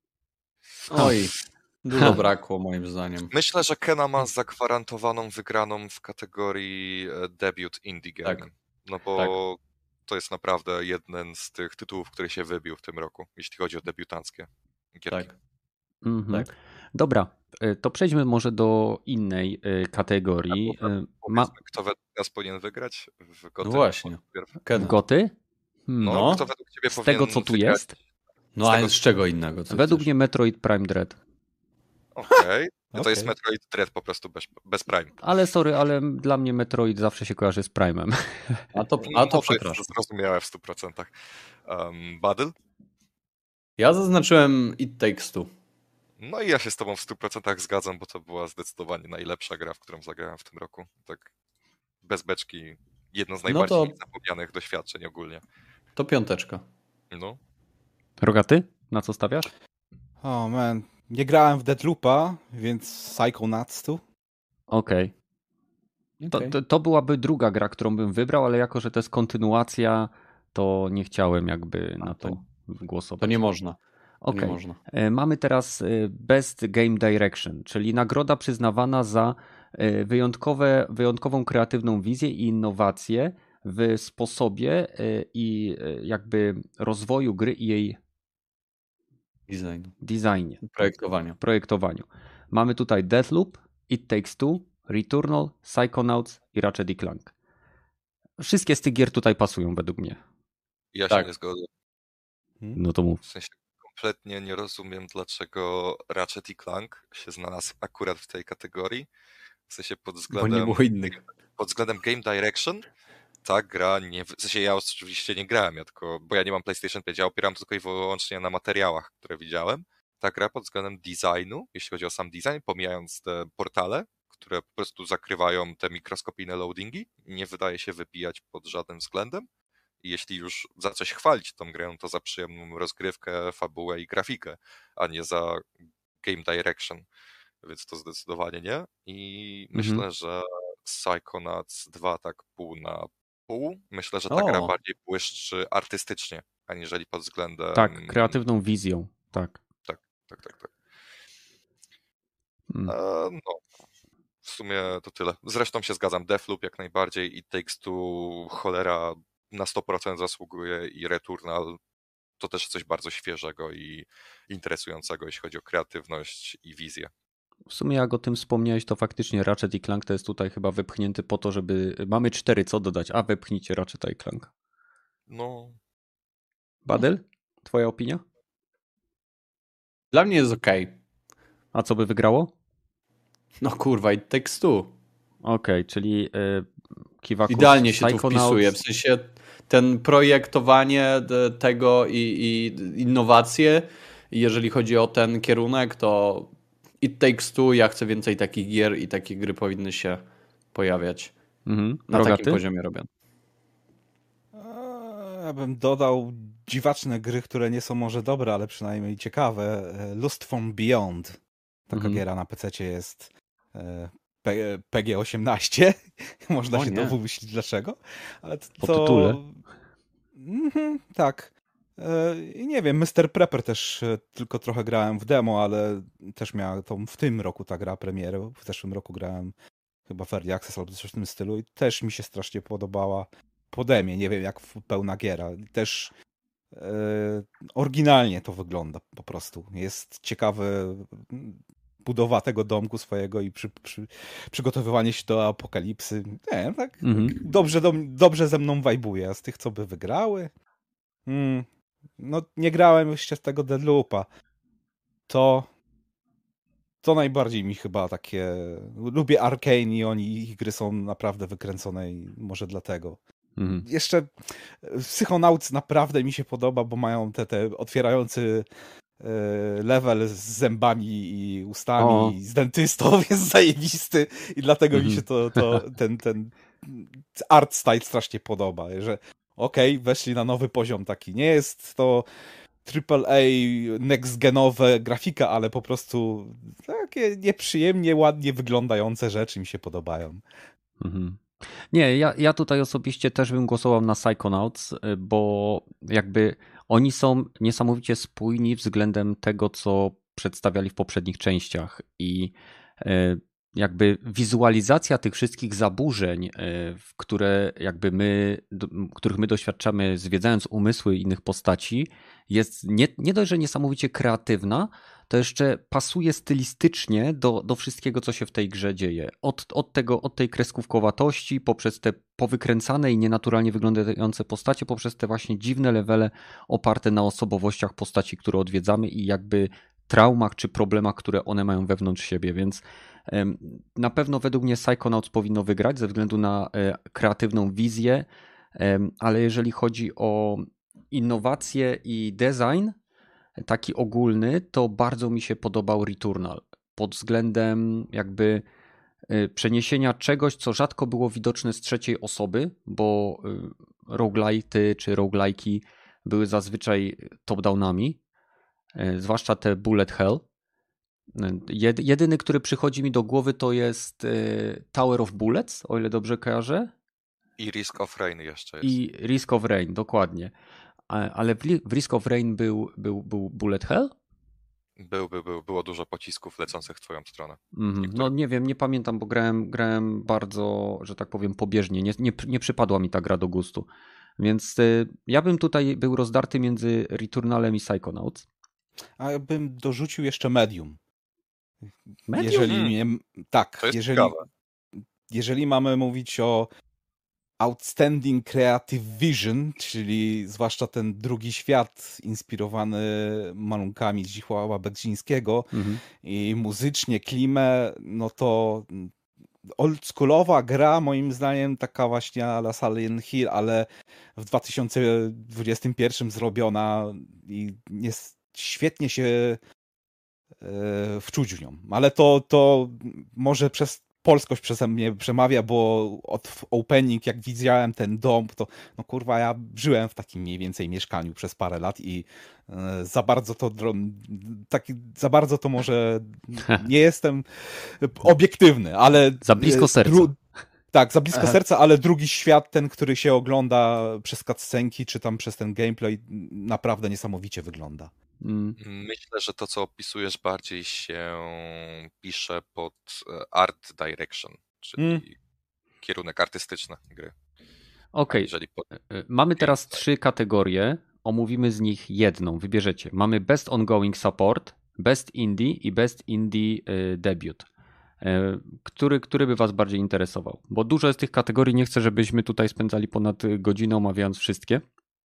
Oj, dużo brakło moim zdaniem. Myślę, że Kena ma zagwarantowaną wygraną w kategorii debiut indie game. Tak. No bo to jest naprawdę jeden z tych tytułów, który się wybił w tym roku, jeśli chodzi o debiutanckie gierki. Tak. Tak. Dobra, to przejdźmy może do innej kategorii. Kto według nas powinien wygrać w Goty? No właśnie. W Goty? No, kto według ciebie z powinien tego, co tu wygrać? jest? No a z czego innego? Według mnie Metroid Prime Dread. Okej. To jest Metroid Dread po prostu bez Prime. Ale sorry, ale dla mnie Metroid zawsze się kojarzy z Prime'em. A to przepraszam. Zrozumiałe w 100%. Badyl? Ja zaznaczyłem It Takes Two. No i ja się z tobą w 100% zgadzam, bo to była zdecydowanie najlepsza gra, w którą zagrałem w tym roku. Tak bez beczki, jedno z najbardziej zapomnianych doświadczeń ogólnie. To 5. No. Rogaty? Na co stawiasz? O man, nie grałem w Deadloopa, więc Psychonauts tu. Okej. To byłaby druga gra, którą bym wybrał, ale jako, że to jest kontynuacja, to nie chciałem jakby na to głosować. To nie można. Okej. Mamy teraz Best Game Direction, czyli nagroda przyznawana za wyjątkową kreatywną wizję i innowacje w sposobie i jakby rozwoju gry i jej designie. Projektowaniu. Mamy tutaj Deathloop, It Takes Two, Returnal, Psychonauts i Ratchet & Clank. Wszystkie z tych gier tutaj pasują według mnie. Ja się nie zgodzę. No to mów. W sensie kompletnie nie rozumiem, dlaczego Ratchet & Clank się znalazł akurat w tej kategorii. W sensie pod względem Game Direction ta gra nie... W sensie ja oczywiście nie grałem, bo ja nie mam PlayStation 5, ja opieram tylko i wyłącznie na materiałach, które widziałem. ta gra pod względem designu, jeśli chodzi o sam design, pomijając te portale, które po prostu zakrywają te mikroskopijne loadingi, nie wydaje się wypijać pod żadnym względem. I jeśli już za coś chwalić tą grę, to za przyjemną rozgrywkę, fabułę i grafikę, a nie za game direction. Więc to zdecydowanie nie. I myślę, że Psychonauts 2 tak pół na pół. Myślę, że ta gra bardziej błyszczy artystycznie, aniżeli pod względem... Tak, kreatywną wizją, tak. Tak. No, w sumie to tyle. Zresztą się zgadzam, Deathloop jak najbardziej, It Takes Two, cholera, na 100% zasługuje i Returnal to też coś bardzo świeżego i interesującego, jeśli chodzi o kreatywność i wizję. W sumie jak o tym wspomniałeś, to faktycznie Ratchet i Clank to jest tutaj chyba wypchnięty po to, żeby... Mamy 4, co dodać, a wepchnijcie Ratcheta i Clank. No. Badel, twoja opinia? Dla mnie jest okej. A co by wygrało? No kurwa, It Takes Two. Okej, czyli Kiwakus Idealnie się tu Psychonauts. wpisuje, w sensie ten projektowanie tego i innowacje, jeżeli chodzi o ten kierunek, to It Takes Two, ja chcę więcej takich gier i takie gry powinny się pojawiać na Rogaty? takim poziomie robione. Ja bym dodał dziwaczne gry, które nie są może dobre, ale przynajmniej ciekawe. Lust from Beyond. Taka giera na PC-cie jest PG-18. Można się domyślić dlaczego. Ale po tytule? Tak. Nie wiem, Mr. Prepper też tylko trochę grałem w demo, ale też miała w tym roku ta gra premierę. W zeszłym roku grałem chyba w Early Access albo coś w tym stylu i też mi się strasznie podobała po demie. Nie wiem, jak pełna giera. Też oryginalnie to wygląda po prostu. Jest ciekawe budowa tego domku swojego i przygotowywanie się do apokalipsy. Nie, tak dobrze ze mną wajbuje. A z tych, co by wygrały? No, nie grałem jeszcze z tego Deadloopa. To najbardziej mi chyba takie... Lubię Arkane i ich gry są naprawdę wykręcone i może dlatego. Jeszcze Psychonauts naprawdę mi się podoba, bo mają te otwierający level z zębami i ustami, z dentystą, jest zajebisty i dlatego mi się ten art style strasznie podoba, że weszli na nowy poziom taki. Nie jest to AAA next-genowe grafika, ale po prostu takie nieprzyjemnie, ładnie wyglądające rzeczy mi się podobają. Nie, ja tutaj osobiście też bym głosował na Psychonauts, bo jakby oni są niesamowicie spójni względem tego, co przedstawiali w poprzednich częściach i jakby wizualizacja tych wszystkich zaburzeń, których my doświadczamy zwiedzając umysły innych postaci, jest nie dość, że niesamowicie kreatywna, to jeszcze pasuje stylistycznie do wszystkiego, co się w tej grze dzieje. Od tej kreskówkowatości, poprzez te powykręcane i nienaturalnie wyglądające postacie, poprzez te właśnie dziwne levele oparte na osobowościach postaci, które odwiedzamy i jakby traumach czy problemach, które one mają wewnątrz siebie, więc na pewno według mnie Psychonauts powinno wygrać ze względu na kreatywną wizję, ale jeżeli chodzi o innowacje i design taki ogólny, to bardzo mi się podobał Returnal pod względem jakby przeniesienia czegoś, co rzadko było widoczne z trzeciej osoby, bo roguelite'y czy roguelike'i były zazwyczaj top-downami, zwłaszcza te Bullet Hell. Jedyny, który przychodzi mi do głowy, to jest Tower of Bullets, o ile dobrze kojarzę. I Risk of Rain jeszcze jest. I Risk of Rain, dokładnie. Ale w Risk of Rain był Bullet Hell? Było dużo pocisków lecących w twoją stronę. No nie wiem, nie pamiętam, bo grałem bardzo, że tak powiem, pobieżnie. Nie przypadła mi ta gra do gustu. Więc ja bym tutaj był rozdarty między Returnalem i Psychonauts. A ja bym dorzucił jeszcze Medium. Medium? Tak, jeżeli mamy mówić o Outstanding Creative Vision, czyli zwłaszcza ten drugi świat inspirowany malunkami Zdzisława Beksińskiego i muzycznie, klimę, no to oldschoolowa gra, moim zdaniem taka właśnie a la Silent Hill, ale w 2021 zrobiona i świetnie się wczuć w nią. Ale to może przez polskość przeze mnie przemawia, bo od opening, jak widziałem ten dom, to no kurwa, ja żyłem w takim mniej więcej mieszkaniu przez parę lat i za bardzo to może nie jestem obiektywny, ale Za blisko serca. Tak, za blisko serca, ale drugi świat, ten, który się ogląda przez cutscenki, czy tam przez ten gameplay, naprawdę niesamowicie wygląda. Myślę, że to, co opisujesz, bardziej się pisze pod art direction, czyli kierunek artystyczny gry. Okej, mamy teraz 3 kategorie, omówimy z nich jedną, wybierzecie. Mamy Best Ongoing Support, Best Indie i Best Indie Debut. Który by was bardziej interesował? Bo dużo jest tych kategorii, nie chcę, żebyśmy tutaj spędzali ponad godzinę omawiając wszystkie.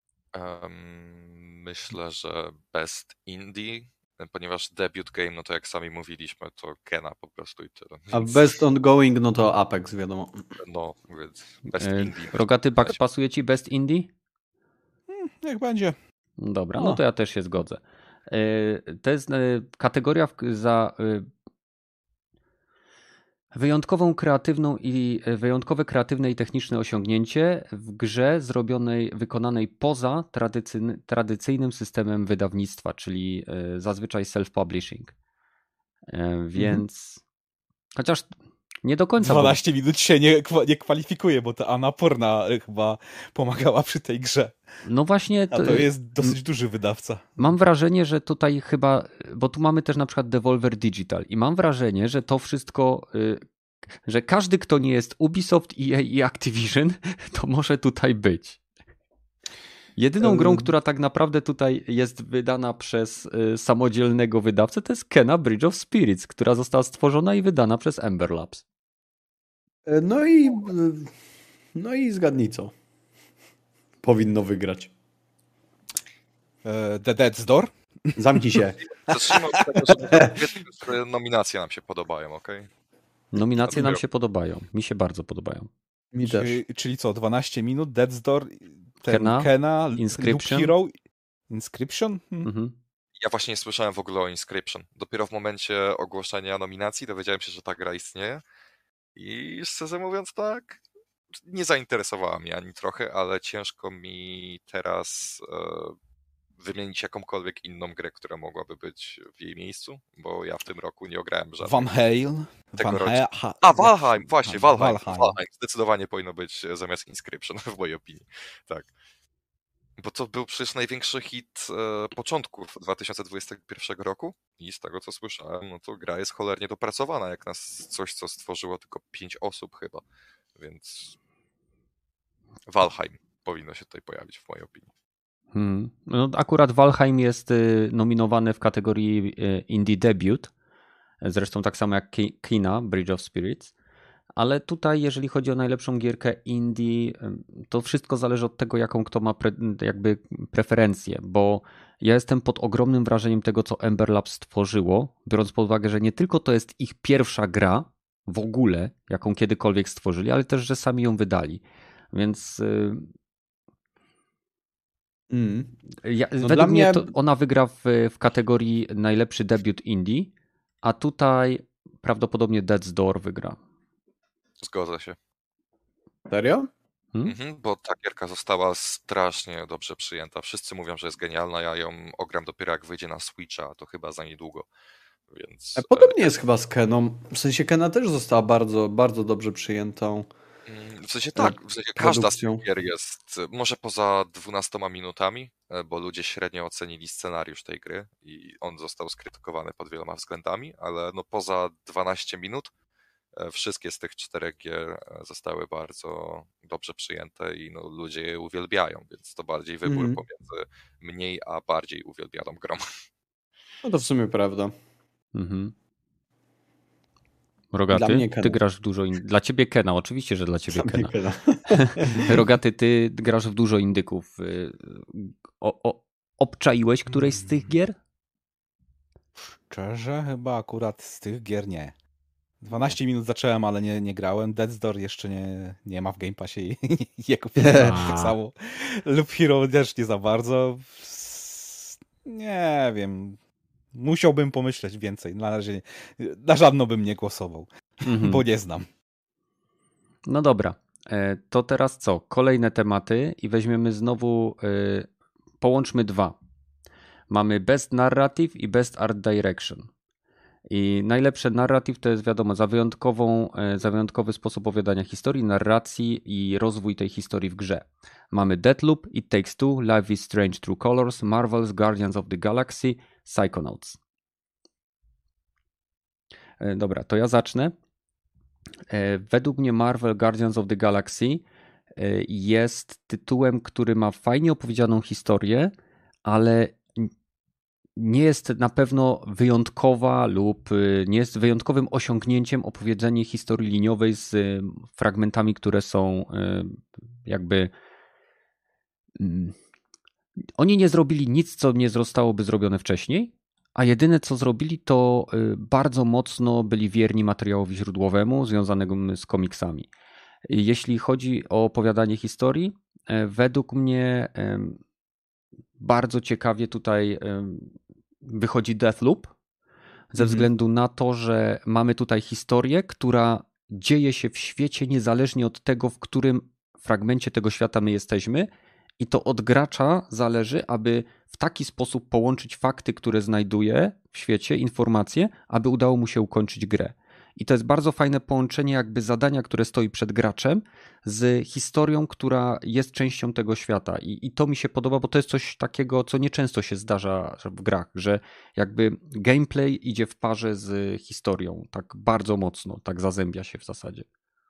Myślę, że Best Indie, ponieważ debut game, no to jak sami mówiliśmy, to Kena po prostu i tyle. A Best Ongoing, no to Apex, wiadomo. No, więc Best Indie. Rogaty, pasuje ci Best Indie? Niech będzie. Dobra, no to ja też się zgodzę. To jest kategoria za wyjątkowe kreatywne i techniczne osiągnięcie w grze wykonanej poza tradycyjnym systemem wydawnictwa, czyli zazwyczaj self-publishing. Więc chociaż nie do końca. 12 minut się nie kwalifikuje, bo ta Annapurna chyba pomagała przy tej grze. No właśnie. A to jest dosyć duży wydawca. Mam wrażenie, że tutaj chyba, bo tu mamy też na przykład Devolver Digital i mam wrażenie, że to wszystko, że każdy, kto nie jest Ubisoft, EA i Activision, to może tutaj być. Jedyną grą, która tak naprawdę tutaj jest wydana przez samodzielnego wydawcę, to jest Kena Bridge of Spirits, która została stworzona i wydana przez Ember Labs. No i zgadnij co. Powinno wygrać. The Dead's Door? Zamknij się. Zacznijmy od tego, że nominacje nam się podobają, okej? Nominacje nam się podobają. Mi się bardzo podobają. Mi też. Czyli co, 12 minut, Dead's Door, Kena, Inscription? Loop Hero, Inscription? Ja właśnie nie słyszałem w ogóle o Inscription. Dopiero w momencie ogłoszenia nominacji dowiedziałem się, że ta gra istnieje i szczerze mówiąc tak, nie zainteresowała mnie ani trochę, ale ciężko mi teraz wymienić jakąkolwiek inną grę, która mogłaby być w jej miejscu, bo ja w tym roku nie ograłem żadnej. Van Hale? Valheim, właśnie, Valheim. Zdecydowanie powinno być zamiast Inscription, w mojej opinii. Tak. Bo to był przecież największy hit początków 2021 roku i z tego, co słyszałem, no to gra jest cholernie dopracowana, jak na coś, co stworzyło tylko 5 osób chyba, więc Valheim powinno się tutaj pojawić w mojej opinii. No, akurat Valheim jest nominowany w kategorii Indie Debut, zresztą tak samo jak Kena, Bridge of Spirits, ale tutaj jeżeli chodzi o najlepszą gierkę indie, to wszystko zależy od tego, jaką kto ma jakby preferencję, bo ja jestem pod ogromnym wrażeniem tego, co Ember Labs stworzyło, biorąc pod uwagę, że nie tylko to jest ich pierwsza gra w ogóle, jaką kiedykolwiek stworzyli, ale też, że sami ją wydali, więc według mnie to ona wygra w kategorii najlepszy debiut indie, a tutaj prawdopodobnie Dead's Door wygra. Zgodzę się. Serio? Bo ta gierka została strasznie dobrze przyjęta. Wszyscy mówią, że jest genialna, ja ją ogram dopiero jak wyjdzie na Switcha, a to chyba za niedługo. Więc... Podobnie jest chyba z Keną. W sensie Kena też została bardzo, bardzo dobrze przyjętą. W sensie tak, w sensie każda z tych gier jest, może poza 12 minutami, bo ludzie średnio ocenili scenariusz tej gry i on został skrytykowany pod wieloma względami, ale no poza 12 minut wszystkie z tych 4 gier zostały bardzo dobrze przyjęte i no ludzie je uwielbiają, więc to bardziej wybór pomiędzy mniej a bardziej uwielbianą grą. No to w sumie prawda. Rogaty, ty grasz w dużo dla ciebie Kena, oczywiście, że dla ciebie Kena. Rogaty, ty grasz w dużo indyków. Obczaiłeś którejś z tych gier? Szczerze, chyba akurat z tych gier nie. 12 minut zacząłem, ale nie grałem. Dead's Door jeszcze nie ma w Game Passie i nie kupiłem tak samo. Loop Hero też nie za bardzo. Nie wiem. Musiałbym pomyśleć więcej. Na razie na żadną bym nie głosował, bo nie znam. No dobra, to teraz co? Kolejne tematy i weźmiemy znowu, połączmy dwa. Mamy Best Narrative i Best Art Direction. I najlepsze narrative to jest wiadomo za wyjątkowy sposób opowiadania historii, narracji i rozwój tej historii w grze. Mamy Deathloop, It Takes Two, Life is Strange True Colors, Marvel's Guardians of the Galaxy, Psychonauts. Dobra, to ja zacznę. Według mnie Marvel Guardians of the Galaxy jest tytułem, który ma fajnie opowiedzianą historię, ale nie jest na pewno wyjątkowa lub nie jest wyjątkowym osiągnięciem opowiedzenie historii liniowej z fragmentami, które są jakby... Oni nie zrobili nic, co nie zostałoby zrobione wcześniej, a jedyne co zrobili, to bardzo mocno byli wierni materiałowi źródłowemu związanego z komiksami. Jeśli chodzi o opowiadanie historii, według mnie bardzo ciekawie tutaj wychodzi Deathloop, ze względu na to, że mamy tutaj historię, która dzieje się w świecie niezależnie od tego, w którym fragmencie tego świata my jesteśmy, i to od gracza zależy, aby w taki sposób połączyć fakty, które znajduje w świecie, informacje, aby udało mu się ukończyć grę. I to jest bardzo fajne połączenie jakby zadania, które stoi przed graczem, z historią, która jest częścią tego świata. I to mi się podoba, bo to jest coś takiego, co nieczęsto się zdarza w grach, że jakby gameplay idzie w parze z historią, tak bardzo mocno, tak zazębia się w zasadzie.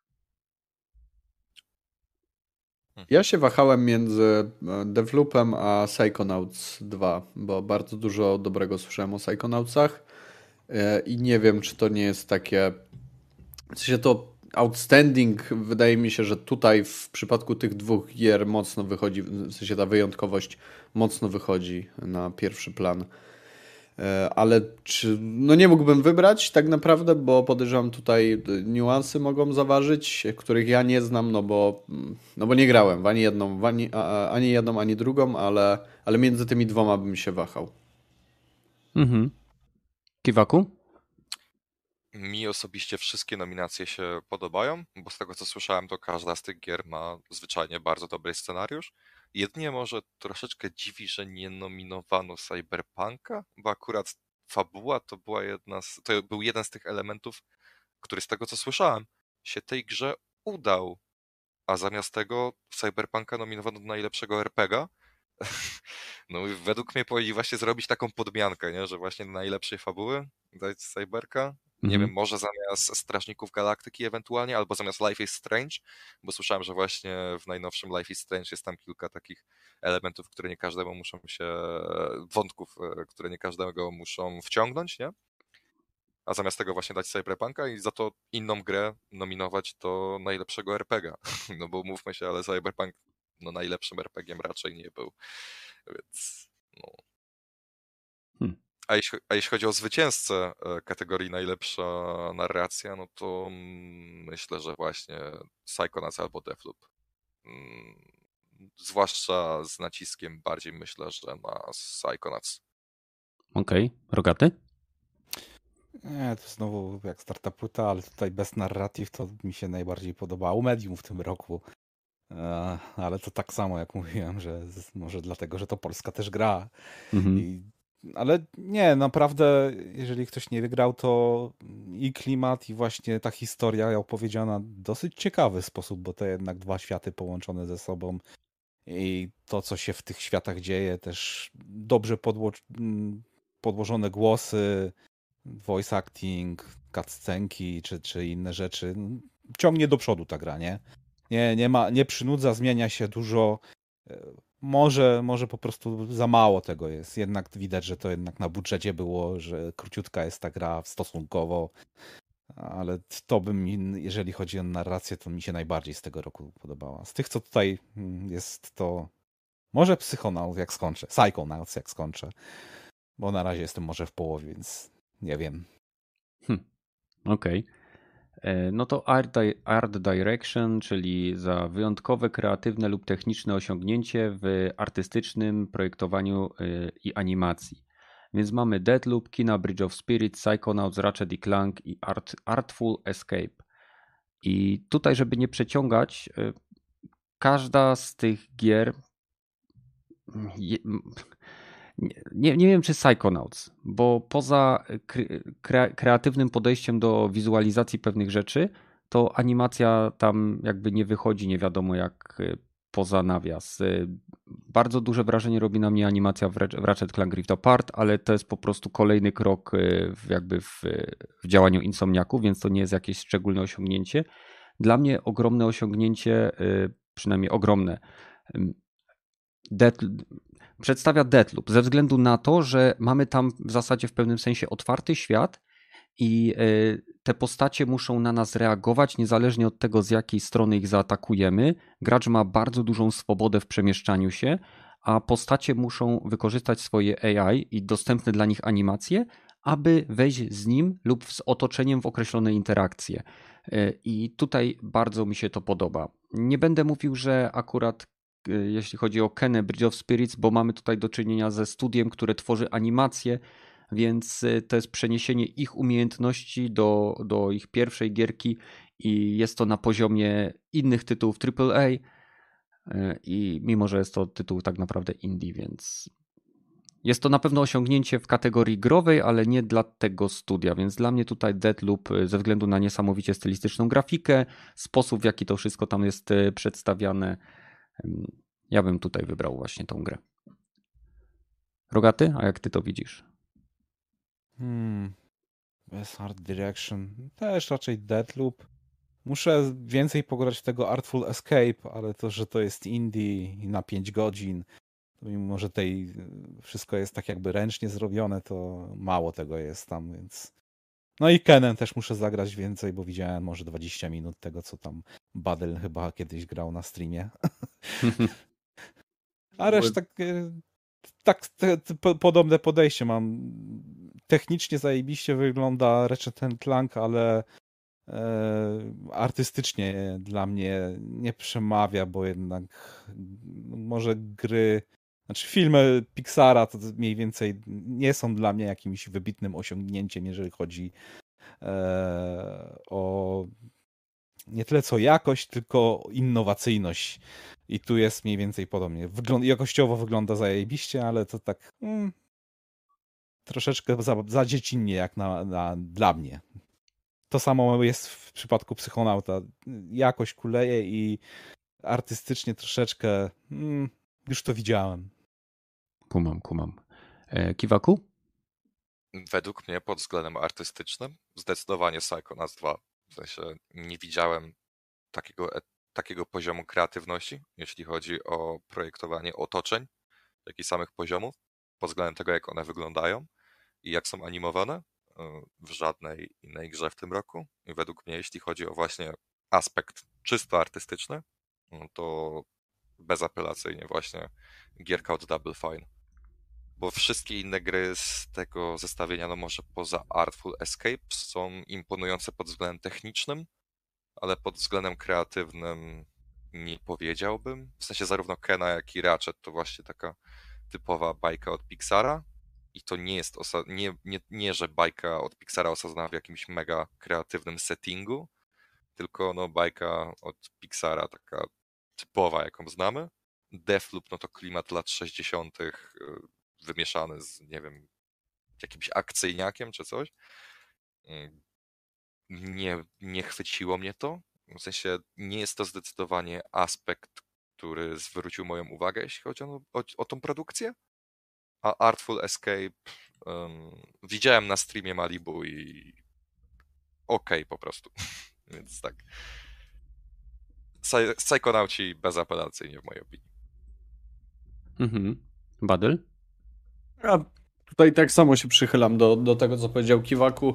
Ja się wahałem między Deathloopem a Psychonauts 2, bo bardzo dużo dobrego słyszałem o Psychonautsach i nie wiem, czy to nie jest takie... W sensie to outstanding, wydaje mi się, że tutaj w przypadku tych dwóch gier mocno wychodzi, w sensie ta wyjątkowość mocno wychodzi na pierwszy plan. Ale no nie mógłbym wybrać tak naprawdę, bo podejrzewam tutaj niuanse mogą zaważyć, których ja nie znam, no bo nie grałem w ani jedną, ani drugą, ale między tymi dwoma bym się wahał. Kiwaku? Mi osobiście wszystkie nominacje się podobają, bo z tego co słyszałem, to każda z tych gier ma zwyczajnie bardzo dobry scenariusz. Jedynie może troszeczkę dziwi, że nie nominowano Cyberpunka, bo akurat fabuła to był jeden z tych elementów, który z tego co słyszałem, się tej grze udał. A zamiast tego Cyberpunka nominowano do najlepszego RPG-a. No i według mnie powinni właśnie zrobić taką podmiankę, nie? Że właśnie do najlepszej fabuły dać Cyberka. Nie wiem, może zamiast Strażników Galaktyki ewentualnie, albo zamiast Life is Strange, bo słyszałem, że właśnie w najnowszym Life is Strange jest tam kilka takich elementów, które nie każdemu muszą wątków, które nie każdego muszą wciągnąć, nie? A zamiast tego właśnie dać Cyberpunka i za to inną grę nominować do najlepszego RPG-a. No bo mówmy się, ale Cyberpunk najlepszym RPG-iem raczej nie był. Więc no... A jeśli chodzi o zwycięzcę kategorii najlepsza narracja, no to myślę, że właśnie Psychonauts albo Deathloop. Zwłaszcza z naciskiem bardziej myślę, że na Psychonauts. Okej. Rogaty? Nie, to znowu jak startuputa, ale tutaj Best Narrative to mi się najbardziej podobało. Medium w tym roku. Ale to tak samo jak mówiłem, że może dlatego, że to Polska też gra. Ale nie, naprawdę, jeżeli ktoś nie wygrał, to i klimat, i właśnie ta historia opowiedziana w dosyć ciekawy sposób, bo to jednak dwa światy połączone ze sobą i to, co się w tych światach dzieje, też dobrze podłożone głosy, voice acting, cutscenki czy inne rzeczy. Ciągnie do przodu ta gra, nie? Nie przynudza, zmienia się dużo. Może po prostu za mało tego jest. Jednak widać, że to jednak na budżecie było, że króciutka jest ta gra stosunkowo. Ale to jeżeli chodzi o narrację, to mi się najbardziej z tego roku podobała. Z tych, co tutaj jest, to może Psychonauts jak skończę. Bo na razie jestem może w połowie, więc nie wiem. Okej. No to Art Direction, czyli za wyjątkowe, kreatywne lub techniczne osiągnięcie w artystycznym projektowaniu i animacji. Więc mamy Deathloop, Kena Bridge of Spirits, Psychonauts, Ratchet & Clank i Artful Escape. I tutaj, żeby nie przeciągać, każda z tych gier nie wiem, czy Psychonauts, bo poza kreatywnym podejściem do wizualizacji pewnych rzeczy, to animacja tam jakby nie wychodzi nie wiadomo jak poza nawias. Bardzo duże wrażenie robi na mnie animacja w Ratchet Clank Rift Apart, ale to jest po prostu kolejny krok w działaniu Insomniaków, więc to nie jest jakieś szczególne osiągnięcie. Dla mnie ogromne osiągnięcie, przynajmniej ogromne, przedstawia Deathloop ze względu na to, że mamy tam w zasadzie w pewnym sensie otwarty świat i te postacie muszą na nas reagować niezależnie od tego, z jakiej strony ich zaatakujemy. Gracz ma bardzo dużą swobodę w przemieszczaniu się, a postacie muszą wykorzystać swoje AI i dostępne dla nich animacje, aby wejść z nim lub z otoczeniem w określone interakcje. I tutaj bardzo mi się to podoba. Nie będę mówił, że akurat jeśli chodzi o Kenę Bridge of Spirits, bo mamy tutaj do czynienia ze studiem, które tworzy animacje, więc to jest przeniesienie ich umiejętności do ich pierwszej gierki i jest to na poziomie innych tytułów AAA i mimo, że jest to tytuł tak naprawdę indie, więc jest to na pewno osiągnięcie w kategorii growej, ale nie dla tego studia, więc dla mnie tutaj Deathloop ze względu na niesamowicie stylistyczną grafikę, sposób w jaki to wszystko tam jest przedstawiane, ja bym tutaj wybrał właśnie tą grę. Rogaty, a jak ty to widzisz? Best Art Direction. Też raczej Deathloop. Muszę więcej pograć w tego Artful Escape, ale to, że to jest indie i na 5 godzin, to mimo, że tej wszystko jest tak jakby ręcznie zrobione, to mało tego jest tam, więc... No i Kenem też muszę zagrać więcej, bo widziałem może 20 minut tego, co tam Badel chyba kiedyś grał na streamie. A reszta tak podobne podejście mam. Technicznie zajebiście wygląda Ratchet & Clank, ale artystycznie dla mnie nie przemawia, bo jednak może gry, znaczy filmy Pixara to mniej więcej nie są dla mnie jakimś wybitnym osiągnięciem, jeżeli chodzi o nie tyle co jakość, tylko innowacyjność. I tu jest mniej więcej podobnie. Jakościowo wygląda zajebiście, ale to tak troszeczkę za dziecinnie jak dla mnie. To samo jest w przypadku Psychonauta. Jakość kuleje i artystycznie troszeczkę już to widziałem. Kumam. Kiwaku? Według mnie pod względem artystycznym zdecydowanie Psychonauts 2. W sensie nie widziałem takiego poziomu kreatywności, jeśli chodzi o projektowanie otoczeń, jak i samych poziomów, pod względem tego, jak one wyglądają i jak są animowane w żadnej innej grze w tym roku. I według mnie, jeśli chodzi o właśnie aspekt czysto artystyczny, to bezapelacyjnie właśnie gierka od Double Fine. Bo wszystkie inne gry z tego zestawienia, no może poza Artful Escape, są imponujące pod względem technicznym, ale pod względem kreatywnym nie powiedziałbym. W sensie zarówno Kena, jak i Ratchet to właśnie taka typowa bajka od Pixara i to nie jest nie, że bajka od Pixara osadzona w jakimś mega kreatywnym settingu, tylko no bajka od Pixara taka typowa, jaką znamy. Deathloop, no to klimat lat 60. wymieszany z, nie wiem, jakimś akcyjniakiem czy coś. Nie chwyciło mnie to. W sensie nie jest to zdecydowanie aspekt, który zwrócił moją uwagę, jeśli chodzi o tą produkcję. A Artful Escape widziałem na streamie Malibu i okej, po prostu. Więc tak. Psychonauci bezapelacyjnie w mojej opinii. Badel? Ja tutaj tak samo się przychylam do tego, co powiedział Kiwaku.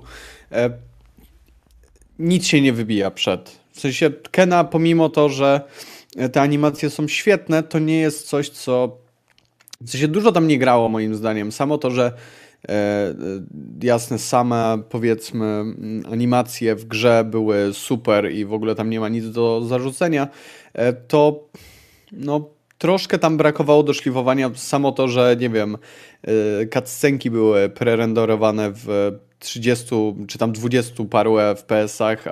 Nic się nie wybija przed. W sensie Kena, pomimo to, że te animacje są świetne, to nie jest coś, co... W sensie dużo tam nie grało moim zdaniem. Samo to, że jasne, same powiedzmy animacje w grze były super i w ogóle tam nie ma nic do zarzucenia, to no troszkę tam brakowało doszlifowania. Samo to, że nie wiem, cutscenki były prerenderowane w 30 czy tam 20 paru FPS-ach,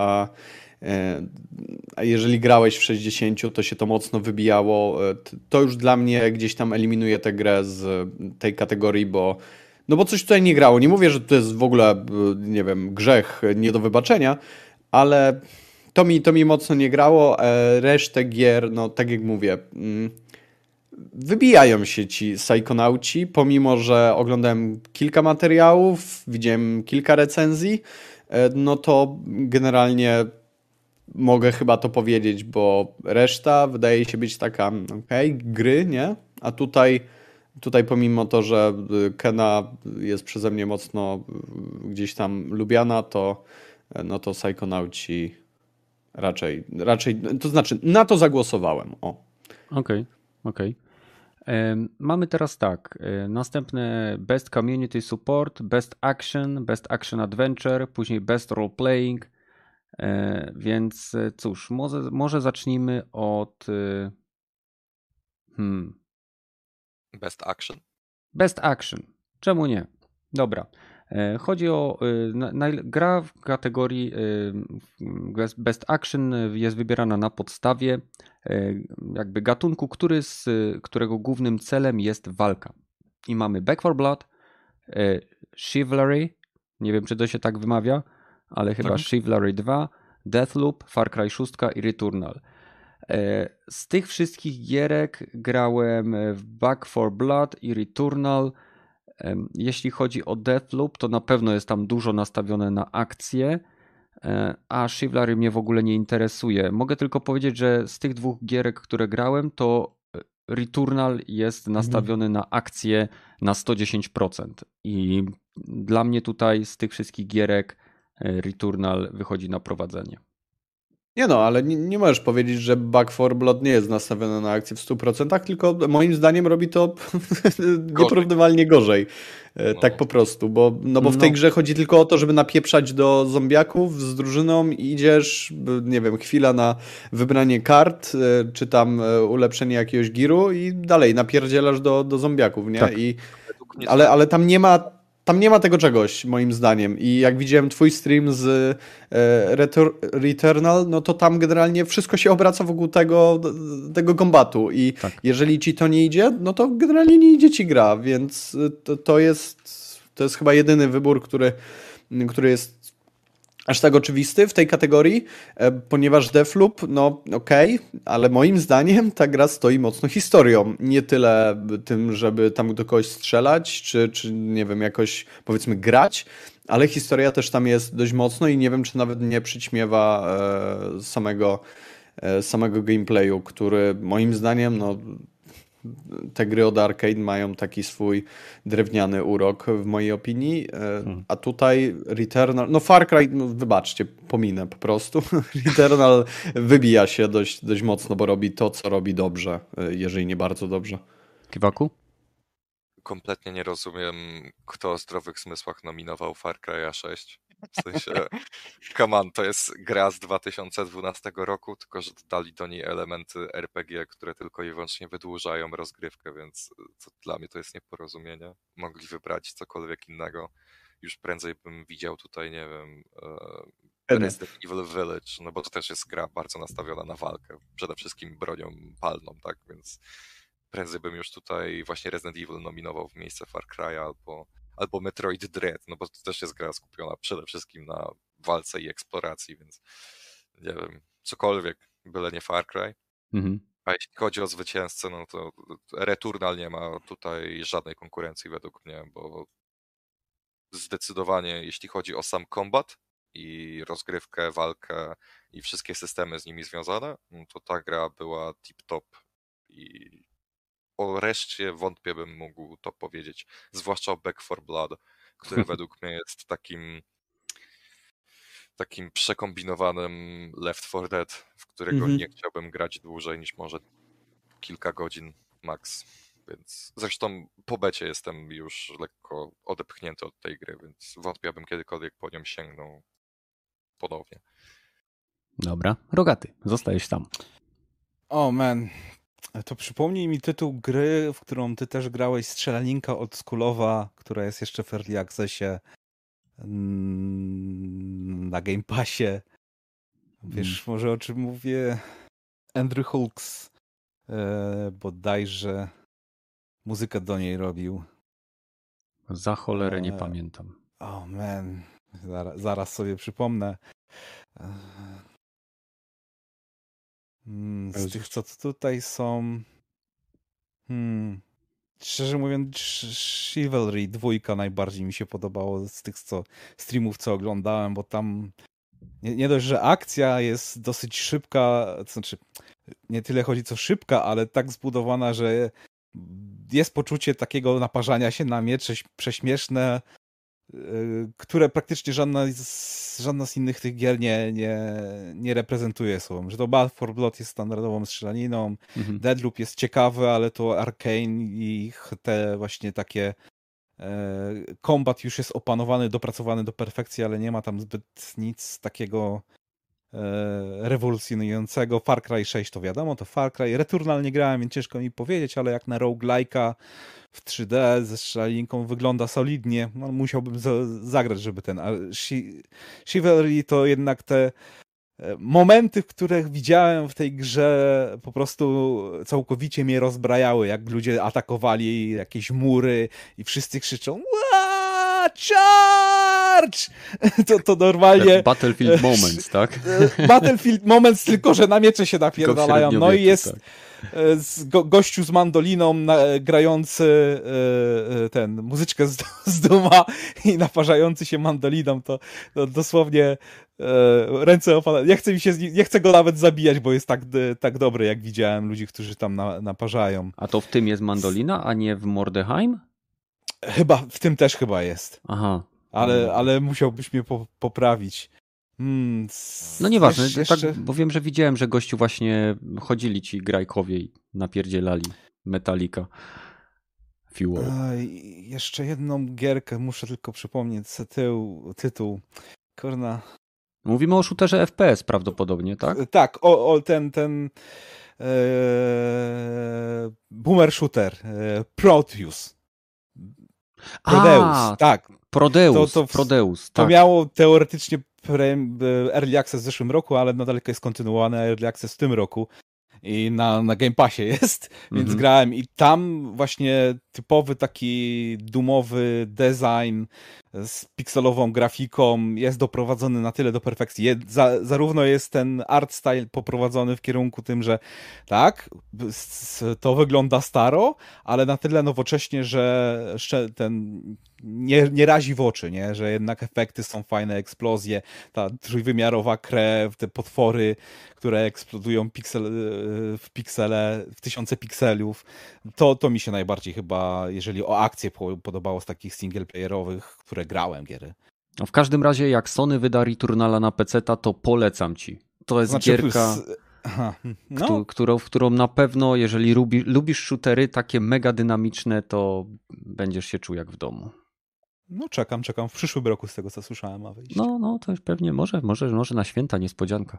a jeżeli grałeś w 60, to się to mocno wybijało. To już dla mnie gdzieś tam eliminuje tę grę z tej kategorii, bo coś tutaj nie grało. Nie mówię, że to jest w ogóle, nie wiem, grzech nie do wybaczenia, ale to mi mocno nie grało. Resztę gier, no tak jak mówię, wybijają się ci Psychonauci, pomimo że oglądałem kilka materiałów, widziałem kilka recenzji, no to generalnie mogę chyba to powiedzieć, bo reszta wydaje się być taka, gry, nie? A tutaj pomimo to, że Kena jest przeze mnie mocno gdzieś tam lubiana, to no to Psychonauci raczej, to znaczy na to zagłosowałem, o. Okej. Mamy teraz tak, następne Best Community Support, Best Action Adventure, później Best Role Playing, więc cóż, może zacznijmy od Best Action. Czemu nie? Dobra. Chodzi o gra w kategorii Best Action jest wybierana na podstawie jakby gatunku, którego głównym celem jest walka. I mamy Back 4 Blood, Chivalry, nie wiem czy to się tak wymawia, ale chyba Chivalry 2, Deathloop, Far Cry 6 i Returnal. Z tych wszystkich gierek grałem w Back 4 Blood i Returnal. Jeśli chodzi o Deathloop, to na pewno jest tam dużo nastawione na akcję, a Chivalry mnie w ogóle nie interesuje. Mogę tylko powiedzieć, że z tych dwóch gierek, które grałem, to Returnal jest nastawiony na akcję na 110%. I dla mnie tutaj z tych wszystkich gierek Returnal wychodzi na prowadzenie. Nie no, ale nie możesz powiedzieć, że Back 4 Blood nie jest nastawiony na akcję w 100%, tylko moim zdaniem robi to nieporównywalnie gorzej. Tak po prostu, bo w tej grze chodzi tylko o to, żeby napieprzać do zombiaków z drużyną i idziesz, nie wiem, chwila na wybranie kart, czy tam ulepszenie jakiegoś giru i dalej napierdzielasz do zombiaków, nie? Tak. Ale tam nie ma tego czegoś, moim zdaniem. I jak widziałem twój stream z Returnal, no to tam generalnie wszystko się obraca wokół tego kombatu. I jeżeli ci to nie idzie, no to generalnie nie idzie ci gra. Więc to jest chyba jedyny wybór, który jest aż tak oczywisty w tej kategorii, ponieważ Deathloop, no okej, ale moim zdaniem ta gra stoi mocno historią. Nie tyle tym, żeby tam do kogoś strzelać, czy nie wiem, jakoś powiedzmy grać, ale historia też tam jest dość mocno i nie wiem, czy nawet nie przyćmiewa samego gameplayu, który moim zdaniem, no te gry od Arcade mają taki swój drewniany urok w mojej opinii, a tutaj Returnal, no Far Cry, no wybaczcie, pominę po prostu. Returnal wybija się dość mocno, bo robi to, co robi dobrze, jeżeli nie bardzo dobrze. Kiwaku? Kompletnie nie rozumiem, kto o zdrowych zmysłach nominował Far Cry'a 6. W sensie, come on, to jest gra z 2012 roku, tylko że dodali do niej elementy RPG, które tylko i wyłącznie wydłużają rozgrywkę, więc dla mnie to jest nieporozumienie. Mogli wybrać cokolwiek innego. Już prędzej bym widział tutaj, nie wiem, Resident Evil Village, no bo to też jest gra bardzo nastawiona na walkę, przede wszystkim bronią palną, tak, więc prędzej bym już tutaj właśnie Resident Evil nominował w miejsce Far Cry'a albo Metroid Dread, no bo to też jest gra skupiona przede wszystkim na walce i eksploracji, więc nie wiem, cokolwiek, byle nie Far Cry. A jeśli chodzi o zwycięzcę, no to Returnal nie ma tutaj żadnej konkurencji według mnie, bo zdecydowanie jeśli chodzi o sam kombat i rozgrywkę, walkę i wszystkie systemy z nimi związane, no to ta gra była tip-top i o reszcie wątpię bym mógł to powiedzieć, zwłaszcza o Back 4 Blood, który według mnie jest takim przekombinowanym Left 4 Dead, w którego nie chciałbym grać dłużej niż może kilka godzin max. Więc zresztą po becie jestem już lekko odepchnięty od tej gry, więc wątpię, abym kiedykolwiek po nią sięgnął ponownie. Dobra, Rogaty, zostajesz tam. O man, To przypomnij mi tytuł gry, w którą ty też grałeś, strzelaninka oldschoolowa, która jest jeszcze w Early Accessie na Game Passie. Wiesz może o czym mówię? Andrew Hulks bodajże muzykę do niej robił. Za cholerę nie pamiętam. Oh man, zaraz sobie przypomnę. Z tych, co tutaj są... Szczerze mówiąc, Chivalry 2 najbardziej mi się podobało z tych streamów, co oglądałem, bo tam nie dość, że akcja jest dosyć szybka, to znaczy nie tyle chodzi co szybka, ale tak zbudowana, że jest poczucie takiego naparzania się na miecze prześmieszne, które praktycznie żadna z innych tych gier nie reprezentuje sobą. Że to Back 4 Blood jest standardową strzelaniną, Deadloop jest ciekawy, ale to Arcane i te właśnie takie kombat już jest opanowany, dopracowany do perfekcji, ale nie ma tam zbyt nic takiego rewolucjonującego. Far Cry 6 to wiadomo, to Far Cry. Returnal nie grałem, więc ciężko mi powiedzieć, ale jak na roguelike'a w 3D ze strzelaninką wygląda solidnie. No, musiałbym zagrać, żeby ten... Chivalry to jednak te momenty, w których widziałem w tej grze, po prostu całkowicie mnie rozbrajały, jak ludzie atakowali jakieś mury i wszyscy krzyczą charge! To normalnie... Battlefield Moments, tak? Battlefield Moments, tylko że na miecze się napierdalają. No i jest gościu z mandoliną grający ten muzyczkę z Duma i naparzający się mandoliną. To dosłownie ręce opadają. Nie chcę go nawet zabijać, bo jest tak dobry, jak widziałem ludzi, którzy tam naparzają. A to w tym jest mandolina, a nie w Mordheim? Chyba, w tym też chyba jest. Aha. Ale musiałbyś mnie poprawić. No nieważne, tak, bo wiem, że widziałem, że gościu właśnie chodzili ci grajkowie i napierdzielali Metallica. Fuel. Jeszcze jedną gierkę, muszę tylko przypomnieć tytuł. Kurna. Mówimy o shooterze FPS prawdopodobnie, tak? Tak, ten boomer shooter, Proteus. Tak. Prodeus. To miało teoretycznie Early Access w zeszłym roku, ale na daleko jest kontynuowany Early Access w tym roku i na Game Passie jest, więc grałem i tam właśnie typowy taki doomowy design z pikselową grafiką jest doprowadzony na tyle do perfekcji. Zarówno jest ten art style poprowadzony w kierunku tym, że tak, to wygląda staro, ale na tyle nowocześnie, że ten nie razi w oczy, nie? Że jednak efekty są fajne, eksplozje, ta trójwymiarowa krew, te potwory, które eksplodują w piksele, w 1000 pikselów. To mi się najbardziej chyba, jeżeli o akcję podobało z takich singleplayerowych, które grałem giery. No w każdym razie jak Sony wyda Returnala na PC-ta, to polecam ci. To jest gierka, w którą na pewno, jeżeli lubisz shootery takie mega dynamiczne, to będziesz się czuł jak w domu. No czekam. W przyszłym roku z tego, co słyszałem, ma wyjść. No to już pewnie może na święta niespodzianka.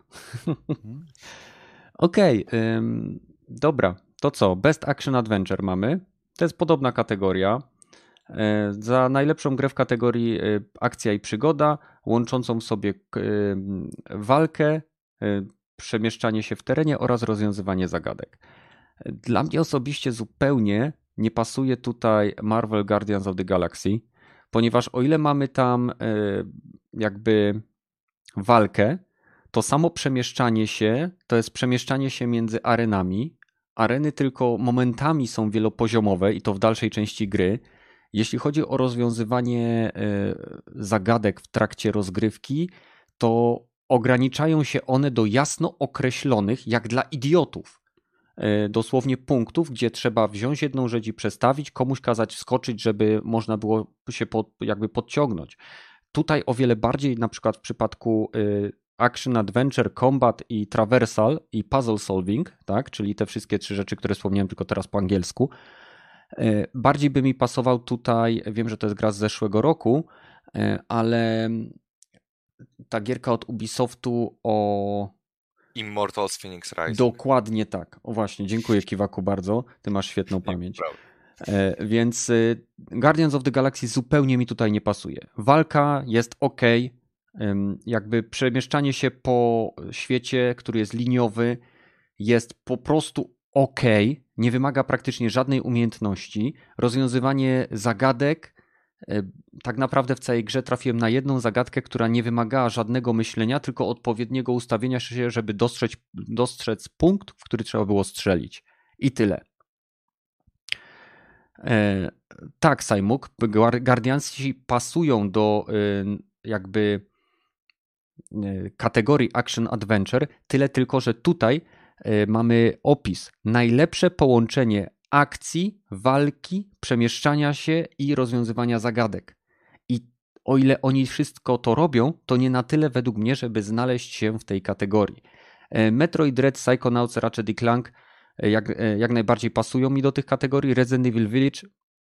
Okej, dobra. To co? Best Action Adventure mamy. To jest podobna kategoria. Za najlepszą grę w kategorii akcja i przygoda, łączącą w sobie walkę, przemieszczanie się w terenie oraz rozwiązywanie zagadek. Dla mnie osobiście zupełnie nie pasuje tutaj Marvel Guardians of the Galaxy, ponieważ o ile mamy tam jakby walkę, to samo przemieszczanie się to jest przemieszczanie się między arenami. Areny tylko momentami są wielopoziomowe i to w dalszej części gry. Jeśli chodzi o rozwiązywanie zagadek w trakcie rozgrywki, to ograniczają się one do jasno określonych, jak dla idiotów, dosłownie punktów, gdzie trzeba wziąć jedną rzecz i przestawić, komuś kazać wskoczyć, żeby można było się jakby podciągnąć. Tutaj o wiele bardziej, na przykład w przypadku Action, Adventure, Combat i Traversal i Puzzle Solving, tak, czyli te wszystkie 3 rzeczy, które wspomniałem tylko teraz po angielsku, bardziej by mi pasował tutaj, wiem, że to jest gra z zeszłego roku, ale ta gierka od Ubisoftu o Immortals Phoenix Rising. Dokładnie tak. O właśnie, dziękuję Kiwaku bardzo. Ty masz świetną pamięć. Więc Guardians of the Galaxy zupełnie mi tutaj nie pasuje. Walka jest ok, jakby przemieszczanie się po świecie, który jest liniowy, jest po prostu ok, nie wymaga praktycznie żadnej umiejętności. Rozwiązywanie zagadek, tak naprawdę w całej grze trafiłem na jedną zagadkę, która nie wymagała żadnego myślenia, tylko odpowiedniego ustawienia się, żeby dostrzec punkt, w który trzeba było strzelić. I tyle. Tak, Sajmuk, Guardiansi pasują do jakby kategorii Action Adventure, tyle tylko, że tutaj mamy opis. Najlepsze połączenie akcji, walki, przemieszczania się i rozwiązywania zagadek. I o ile oni wszystko to robią, to nie na tyle według mnie, żeby znaleźć się w tej kategorii. Metroid Dread, Psychonauts, Ratchet & Clank jak najbardziej pasują mi do tych kategorii. Resident Evil Village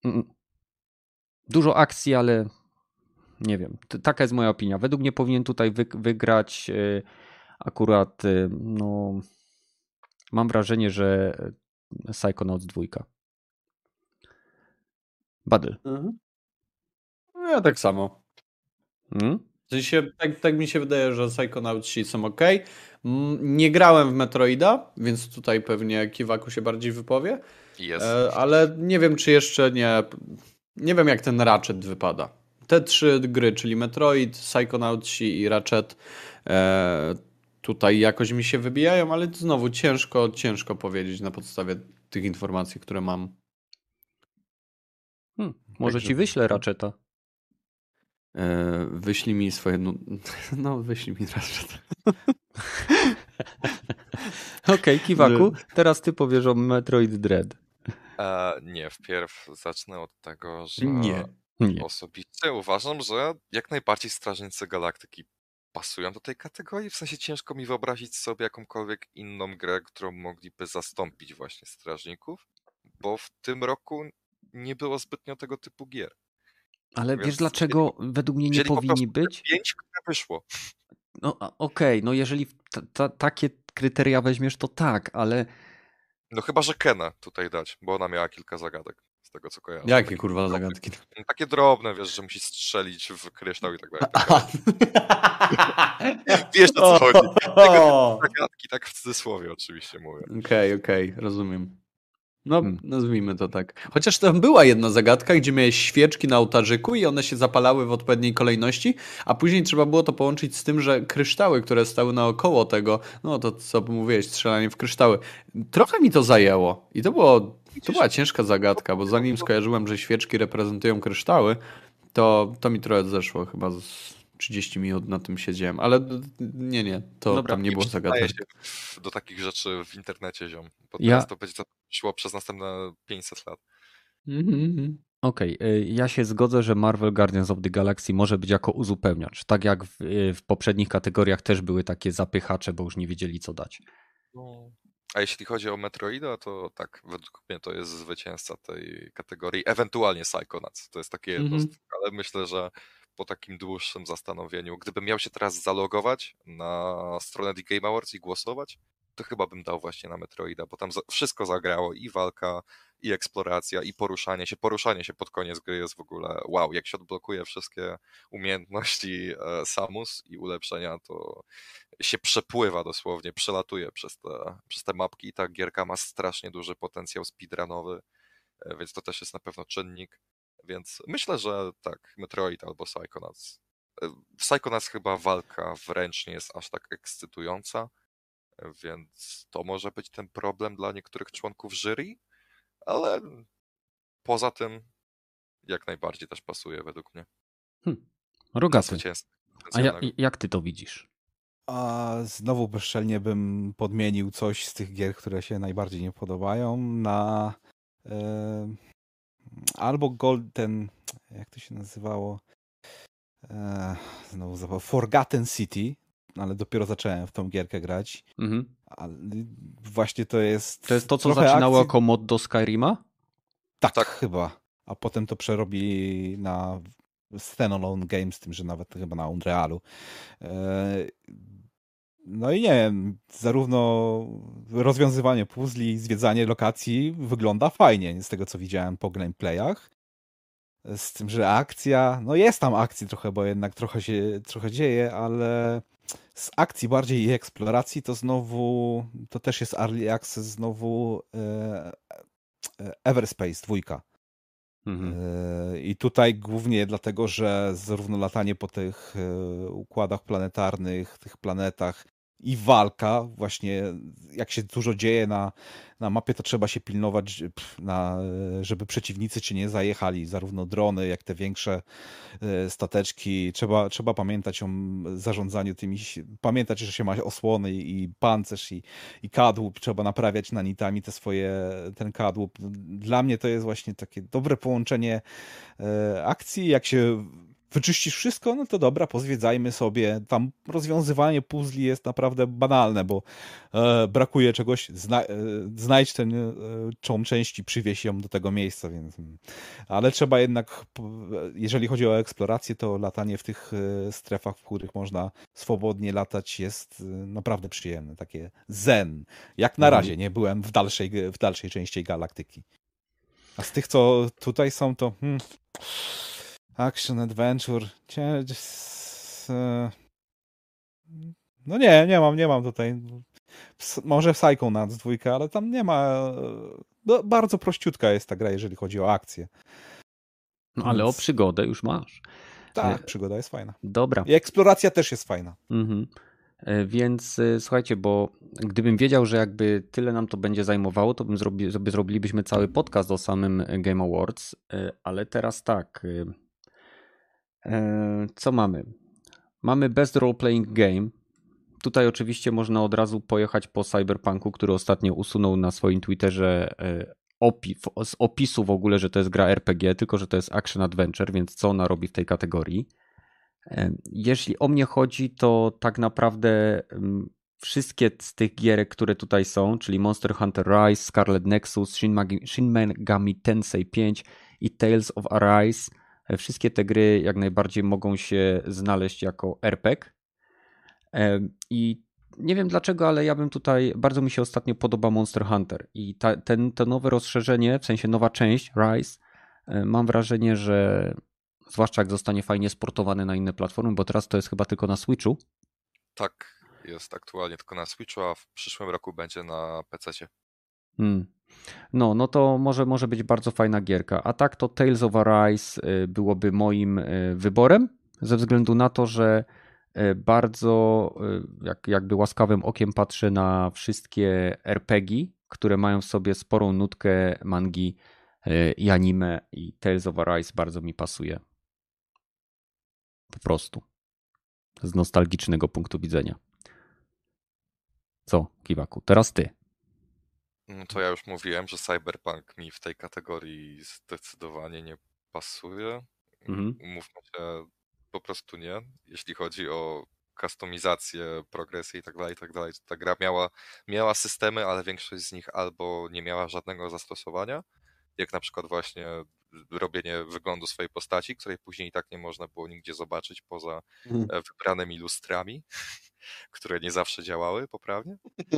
dużo akcji, ale nie wiem. Taka jest moja opinia. Według mnie powinien tutaj wygrać akurat no mam wrażenie, że Psychonauts 2. Badl. No ja tak samo. W sensie, tak mi się wydaje, że Psychonautsi są ok. Nie grałem w Metroida, więc tutaj pewnie Kiwaku się bardziej wypowie. Jest. Ale nie wiem, czy jeszcze nie... Nie wiem, jak ten Ratchet wypada. Te trzy gry, czyli Metroid, Psychonautsi i Ratchet, tutaj jakoś mi się wybijają, ale znowu ciężko powiedzieć na podstawie tych informacji, które mam. Może ci wyślę Ratcheta. Wyślij mi swoje... No, wyślij mi Ratchet. Okej, Kiwaku, teraz ty powiesz o Metroid Dread. Nie, wpierw zacznę od tego, że Nie. osobiście uważam, że jak najbardziej Strażnicy Galaktyki pasują do tej kategorii. W sensie ciężko mi wyobrazić sobie jakąkolwiek inną grę, którą mogliby zastąpić właśnie Strażników, bo w tym roku nie było zbytnio tego typu gier. Ale Więc wiesz dlaczego według mnie nie powinni być? 5, które wyszło. No okej, no jeżeli takie kryteria weźmiesz, to tak, ale... No chyba, że Kenę tutaj dać, bo ona miała kilka zagadek, z tego co kojarzę. Jakie kurwa zagadki? Takie drobne, wiesz, że musi strzelić w kryształ i tak dalej. Wiesz o co chodzi. Zagadki, tak w cudzysłowie oczywiście mówię. Okej, rozumiem. No, nazwijmy to tak. Chociaż tam była jedna zagadka, gdzie miałeś świeczki na ołtarzyku i one się zapalały w odpowiedniej kolejności, a później trzeba było to połączyć z tym, że kryształy, które stały naokoło tego, no to co mówiłeś, strzelanie w kryształy, trochę mi to zajęło. I to była ciężka zagadka, bo zanim skojarzyłem, że świeczki reprezentują kryształy, to mi trochę zeszło, chyba z 30 minut na tym siedziałem, ale nie, to dobra, tam nie było zagadek. Do takich rzeczy w internecie, ziom, bo teraz to będzie szło przez następne 500 lat. Okej, ja się zgodzę, że Marvel Guardians of the Galaxy może być jako uzupełniacz, tak jak w poprzednich kategoriach też były takie zapychacze, bo już nie wiedzieli co dać. A jeśli chodzi o Metroida, to tak, według mnie to jest zwycięzca tej kategorii, ewentualnie Psychonauts, to jest takie jedno, ale myślę, że po takim dłuższym zastanowieniu, gdybym miał się teraz zalogować na stronę The Game Awards i głosować, to chyba bym dał właśnie na Metroida, bo tam wszystko zagrało, i walka, i eksploracja, i poruszanie się. Poruszanie się pod koniec gry jest w ogóle wow, jak się odblokuje wszystkie umiejętności Samus i ulepszenia, to się przepływa dosłownie, przelatuje przez te mapki i ta gierka ma strasznie duży potencjał speedrunowy, więc to też jest na pewno czynnik. Więc myślę, że tak, Metroid albo Psychonauts. W Psychonauts chyba walka wręcz nie jest aż tak ekscytująca, więc to może być ten problem dla niektórych członków jury, ale poza tym jak najbardziej też pasuje według mnie. Rogaty. A jak ty to widzisz? A znowu bezczelnie bym podmienił coś z tych gier, które się najbardziej nie podobają na albo Golden, jak to się nazywało? Znowu zapomniałem. Forgotten City, ale dopiero zacząłem w tą gierkę grać. Ale właśnie to jest... To jest to, co zaczynało jako mod do Skyrima? Tak, chyba. A potem to przerobili na Standalone Games, z tym, że nawet chyba na Unrealu. No i nie wiem, zarówno rozwiązywanie puzli, zwiedzanie lokacji wygląda fajnie, z tego co widziałem po gameplayach. Z tym, że akcja, no jest tam akcji trochę, bo jednak trochę dzieje, ale z akcji bardziej i eksploracji to znowu, to też jest Early Access znowu Everspace 2. I tutaj głównie dlatego, że zarówno latanie po tych układach planetarnych, tych planetach i walka, właśnie jak się dużo dzieje na mapie, to trzeba się pilnować, żeby przeciwnicy cię nie zajechali, zarówno drony, jak te większe stateczki. Trzeba pamiętać o zarządzaniu tymi, pamiętać, że się ma osłony i pancerz i kadłub, trzeba naprawiać nanitami ten kadłub. Dla mnie to jest właśnie takie dobre połączenie akcji. Jak się wyczyścisz wszystko, no to dobra, pozwiedzajmy sobie. Tam rozwiązywanie puzli jest naprawdę banalne, bo brakuje czegoś, znajdź tą część i przywieź ją do tego miejsca, więc... Ale trzeba jednak, jeżeli chodzi o eksplorację, to latanie w tych strefach, w których można swobodnie latać, jest naprawdę przyjemne. Takie zen. Jak na razie nie byłem w dalszej części galaktyki. A z tych, co tutaj są, to action, adventure, no nie mam tutaj. Może Psychonauts 2, ale tam nie ma. No, bardzo prościutka jest ta gra, jeżeli chodzi o akcję. No ale o przygodę już masz. Tak, przygoda jest fajna. Dobra. I eksploracja też jest fajna. Więc słuchajcie, bo gdybym wiedział, że jakby tyle nam to będzie zajmowało, to zrobilibyśmy cały podcast o samym Game Awards, ale teraz tak. Co mamy? Mamy Best Role Playing Game. Tutaj oczywiście można od razu pojechać po Cyberpunku, który ostatnio usunął na swoim Twitterze z opisu w ogóle, że to jest gra RPG, tylko że to jest Action Adventure, więc co ona robi w tej kategorii? Jeśli o mnie chodzi, to tak naprawdę wszystkie z tych gierek, które tutaj są, czyli Monster Hunter Rise, Scarlet Nexus, Shin Megami Tensei 5 i Tales of Arise, wszystkie te gry jak najbardziej mogą się znaleźć jako RPG. I nie wiem dlaczego, ale ja bym tutaj, bardzo mi się ostatnio podoba Monster Hunter i to nowe rozszerzenie, w sensie nowa część, Rise, mam wrażenie, że zwłaszcza jak zostanie fajnie sportowany na inne platformy, bo teraz to jest chyba tylko na Switchu. Tak, jest aktualnie tylko na Switchu, a w przyszłym roku będzie na PC-cie. No to może być bardzo fajna gierka. A tak to Tales of Arise byłoby moim wyborem, ze względu na to, że bardzo jakby łaskawym okiem patrzę na wszystkie RPG, które mają w sobie sporą nutkę mangi i anime, i Tales of Arise bardzo mi pasuje. Po prostu. Z nostalgicznego punktu widzenia. Co, Kiwaku? Teraz ty. No to ja już mówiłem, że Cyberpunk mi w tej kategorii zdecydowanie nie pasuje. Umówmy się, po prostu nie. Jeśli chodzi o kustomizację, progresję i tak dalej, to ta gra miała systemy, ale większość z nich albo nie miała żadnego zastosowania, jak na przykład właśnie robienie wyglądu swojej postaci, której później i tak nie można było nigdzie zobaczyć poza wybranymi lustrami, które nie zawsze działały poprawnie.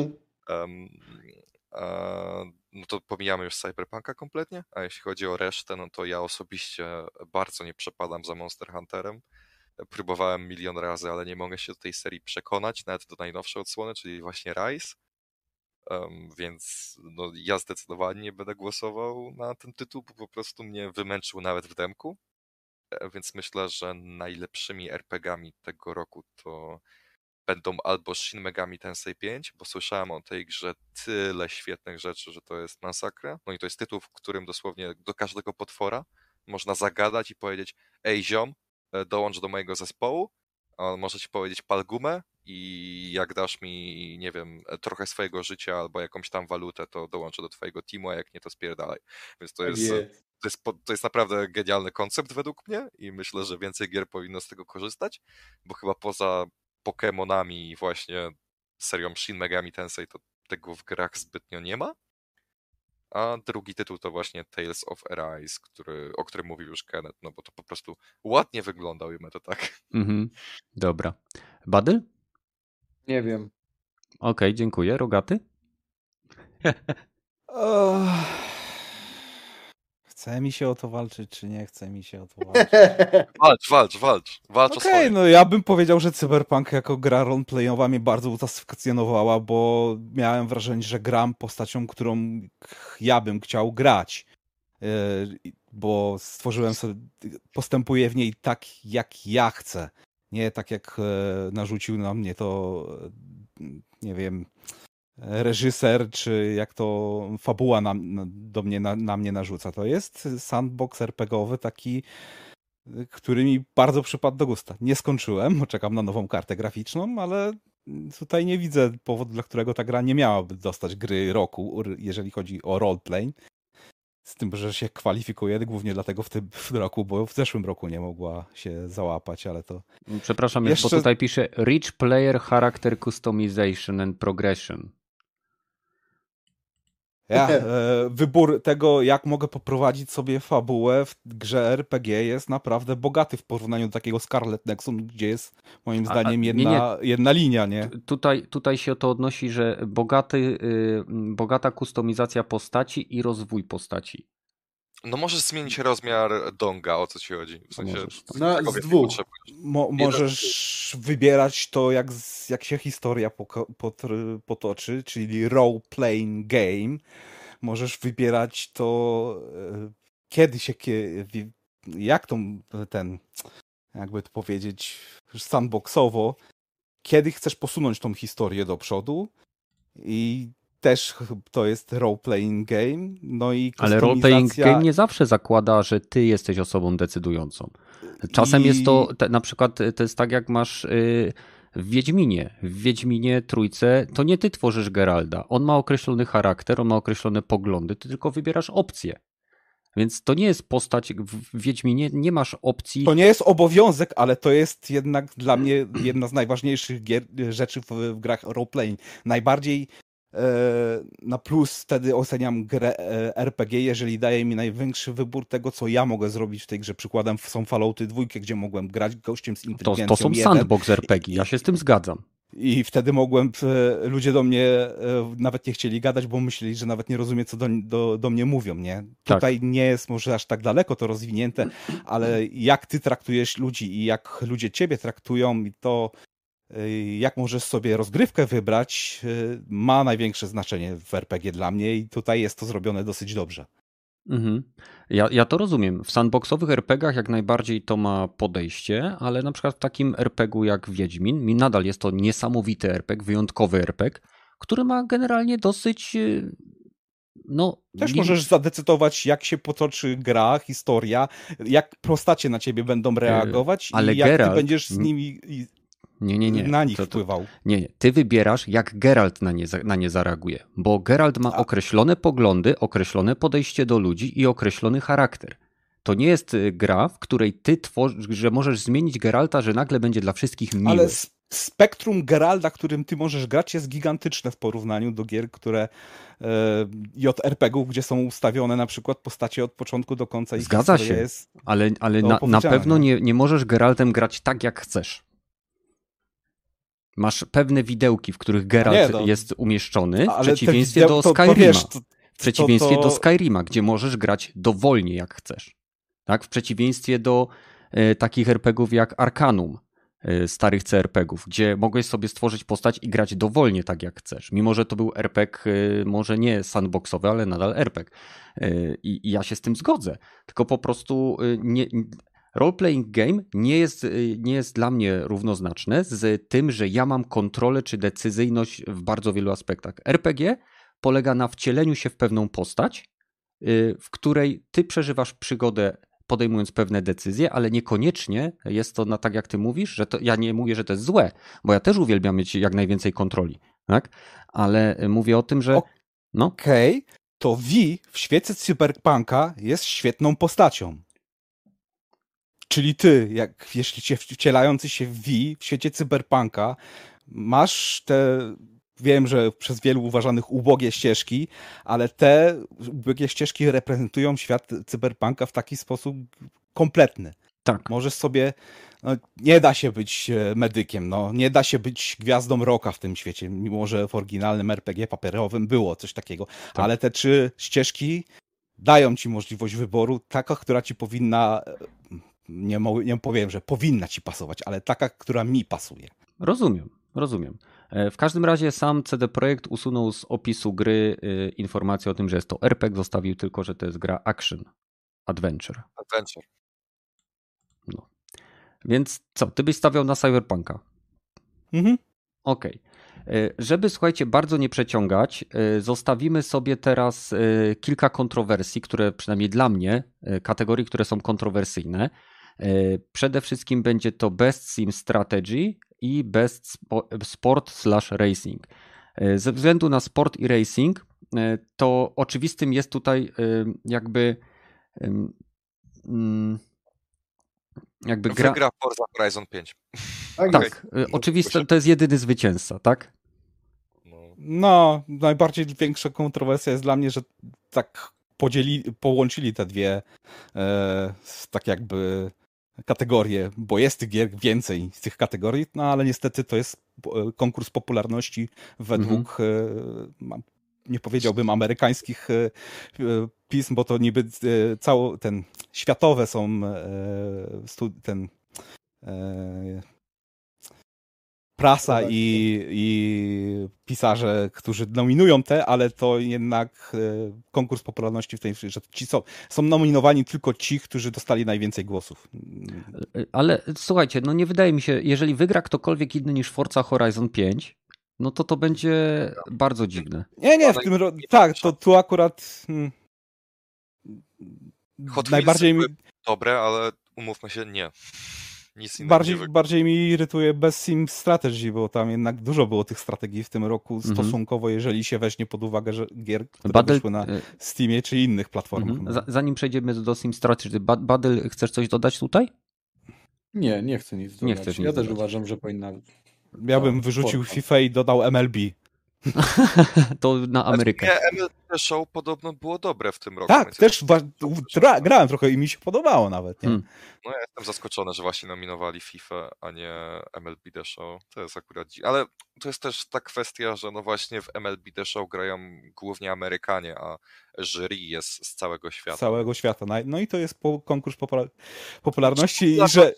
No to pomijamy już Cyberpunka kompletnie, a jeśli chodzi o resztę, no to ja osobiście bardzo nie przepadam za Monster Hunterem. Próbowałem milion razy, ale nie mogę się do tej serii przekonać, nawet do najnowszej odsłony, czyli właśnie Rise. Więc no, ja zdecydowanie nie będę głosował na ten tytuł, bo po prostu mnie wymęczył nawet w demku. Więc myślę, że najlepszymi RPGami tego roku to będą albo Shin Megami Tensei 5, bo słyszałem o tej grze tyle świetnych rzeczy, że to jest masakra. No i to jest tytuł, w którym dosłownie do każdego potwora można zagadać i powiedzieć: ej ziom, dołącz do mojego zespołu, a on może ci powiedzieć pal gumę i jak dasz mi, nie wiem, trochę swojego życia albo jakąś tam walutę, to dołączę do twojego teamu, a jak nie, to spierdalaj. Więc to jest naprawdę genialny koncept według mnie i myślę, że więcej gier powinno z tego korzystać, bo chyba poza Pokemonami i właśnie serią Shin Megami Tensei to tego w grach zbytnio nie ma. A drugi tytuł to właśnie Tales of Arise, o którym mówił już Kenneth, no bo to po prostu ładnie wygląda, ujmę to tak. Dobra. Badyl? Nie wiem. Okej, dziękuję. Rogaty? Chce mi się o to walczyć, czy nie chce mi się o to walczyć? Walcz o swoje. Okej, no ja bym powiedział, że Cyberpunk jako gra roleplayowa mnie bardzo usatysfakcjonowała, bo miałem wrażenie, że gram postacią, którą ja bym chciał grać. Bo stworzyłem sobie, postępuję w niej tak, jak ja chcę. Nie tak, jak narzucił na mnie to, nie wiem, reżyser, czy jak to fabuła na mnie narzuca. To jest sandbox RPG-owy taki, który mi bardzo przypadł do gusta. Nie skończyłem, bo czekam na nową kartę graficzną, ale tutaj nie widzę powodu, dla którego ta gra nie miałaby dostać gry roku, jeżeli chodzi o roleplay. Z tym, że się kwalifikuje głównie dlatego w tym roku, bo w zeszłym roku nie mogła się załapać, ale to... Przepraszam, bo tutaj pisze Rich Player Character Customization and Progression. Wybór tego, jak mogę poprowadzić sobie fabułę w grze RPG jest naprawdę bogaty w porównaniu do takiego Scarlet Nexus, gdzie jest moim zdaniem jedna linia, nie? Tutaj się to odnosi, że bogata kustomizacja postaci i rozwój postaci. No możesz zmienić rozmiar donga, o co ci chodzi? W sensie, z dwóch. Możesz wybierać to, jak się historia potoczy, czyli role-playing game. Możesz wybierać to, jak jakby to powiedzieć, sandboxowo, kiedy chcesz posunąć tą historię do przodu i też to jest role-playing game, no i ale role-playing game nie zawsze zakłada, że ty jesteś osobą decydującą. Czasem jest to, na przykład to jest tak, jak masz w Wiedźminie Trójce, to nie ty tworzysz Geralda. On ma określony charakter, on ma określone poglądy, ty tylko wybierasz opcję. Więc to nie jest postać, w Wiedźminie nie masz opcji... To nie jest obowiązek, ale to jest jednak dla mnie jedna z najważniejszych rzeczy w grach roleplaying. Najbardziej na plus wtedy oceniam grę RPG, jeżeli daje mi największy wybór tego, co ja mogę zrobić w tej grze. Przykładem są Fallouty 2, gdzie mogłem grać gościem z inteligencją. To są sandbox RPG, ja się z tym zgadzam. I wtedy ludzie do mnie nawet nie chcieli gadać, bo myśleli, że nawet nie rozumie, co do mnie mówią, nie? Tak. Tutaj nie jest może aż tak daleko to rozwinięte, ale jak ty traktujesz ludzi i jak ludzie ciebie traktują, i to jak możesz sobie rozgrywkę wybrać, ma największe znaczenie w RPG dla mnie i tutaj jest to zrobione dosyć dobrze. Mhm. Ja to rozumiem. W sandboxowych RPGach jak najbardziej to ma podejście, ale na przykład w takim RPG jak Wiedźmin, nadal jest to niesamowity RPG, wyjątkowy RPG, który ma generalnie dosyć... Też możesz zadecydować, jak się potoczy gra, historia, jak postacie na ciebie będą reagować ale i jak Geralt... ty będziesz z nimi... Nie. Na nich wpływał. Nie. Ty wybierasz, jak Geralt na nie zareaguje, bo Geralt ma określone poglądy, określone podejście do ludzi i określony charakter. To nie jest gra, w której ty tworzysz, że możesz zmienić Geralta, że nagle będzie dla wszystkich miły. Ale spektrum Geralda, którym ty możesz grać, jest gigantyczne w porównaniu do gier, które JRPG-ów, gdzie są ustawione na przykład postacie od początku do końca. Zgadza się, jest ale na pewno nie możesz Geraltem grać tak, jak chcesz. Masz pewne widełki, w których Geralt jest umieszczony, w przeciwieństwie do Skyrima. W przeciwieństwie do Skyrima, gdzie możesz grać dowolnie jak chcesz. Tak? W przeciwieństwie do takich RPGów jak Arcanum, starych CRPGów, gdzie mogłeś sobie stworzyć postać i grać dowolnie tak jak chcesz. Mimo że to był RPG, może nie sandboxowy, ale nadal RPG. I ja się z tym zgodzę. Tylko po prostu role-playing game nie jest dla mnie równoznaczne z tym, że ja mam kontrolę czy decyzyjność w bardzo wielu aspektach. RPG polega na wcieleniu się w pewną postać, w której ty przeżywasz przygodę podejmując pewne decyzje, ale niekoniecznie jest to tak jak ty mówisz, że ja nie mówię, że to jest złe, bo ja też uwielbiam mieć jak najwięcej kontroli, tak? Ale mówię o tym, że... Okej, to V w świecie cyberpunka jest świetną postacią. Czyli ty, jeśli wcielający się w V w świecie cyberpunka, masz te, wiem, że przez wielu uważanych ubogie ścieżki, ale te ubogie ścieżki reprezentują świat cyberpunka w taki sposób kompletny. Tak. Możesz sobie... No, nie da się być medykiem, no. Nie da się być gwiazdą rocka w tym świecie, mimo że w oryginalnym RPG papierowym było coś takiego. Tak. Ale te 3 ścieżki dają ci możliwość wyboru, taka, która ci powinna... Nie powiem, że powinna ci pasować, ale taka, która mi pasuje. Rozumiem. W każdym razie sam CD Projekt usunął z opisu gry informację o tym, że jest to RPG, zostawił tylko, że to jest gra Action Adventure. No. Więc co, ty byś stawiał na Cyberpunka? Mhm. Okej. Żeby, słuchajcie, bardzo nie przeciągać, zostawimy sobie teraz kilka kontrowersji, które przynajmniej dla mnie, kategorii, które są kontrowersyjne. Przede wszystkim będzie to Best Sim Strategy i Best Sport/Racing. Ze względu na sport i racing, to oczywistym jest tutaj jakby Wygra Forza Horizon 5. Tak, oczywiste, to jest jedyny zwycięzca, tak? No, najbardziej większa kontrowersja jest dla mnie, że tak połączyli te dwie tak jakby kategorie, bo jest tych gier więcej z tych kategorii, no ale niestety to jest konkurs popularności według nie powiedziałbym amerykańskich pism, bo to niby światowe są prasa i pisarze, którzy nominują ale to jednak konkurs popularności w tej, że są nominowani tylko ci, którzy dostali najwięcej głosów. Ale słuchajcie, no nie wydaje mi się, jeżeli wygra ktokolwiek inny niż Forza Horizon 5, no to będzie bardzo dziwne. Nie, w tym tak, to tu akurat najbardziej mi dobre, ale umówmy się, nie. Nic innego bardziej mi irytuje Best Sim Strategy, bo tam jednak dużo było tych strategii w tym roku stosunkowo, jeżeli się weźmie pod uwagę, że gier, które wyszły na Steamie czy innych platformach. Zanim przejdziemy do Sim Strategy, Badel, chcesz coś dodać tutaj? Nie chcę nic dodać. Nie chcesz nic ja też dodać. uważam, że powinna... Ja bym wyrzucił FIFA i dodał MLB. To na Amerykę. MLB Show podobno było dobre w tym roku. Tak, też grałem trochę i mi się podobało nawet. Nie? No ja jestem zaskoczony, że właśnie nominowali FIFA, a nie MLB The Show. To jest akurat ale to jest też ta kwestia, że no właśnie w MLB The Show grają głównie Amerykanie, a jury jest z całego świata. Z całego świata. No i to jest konkurs popularności i że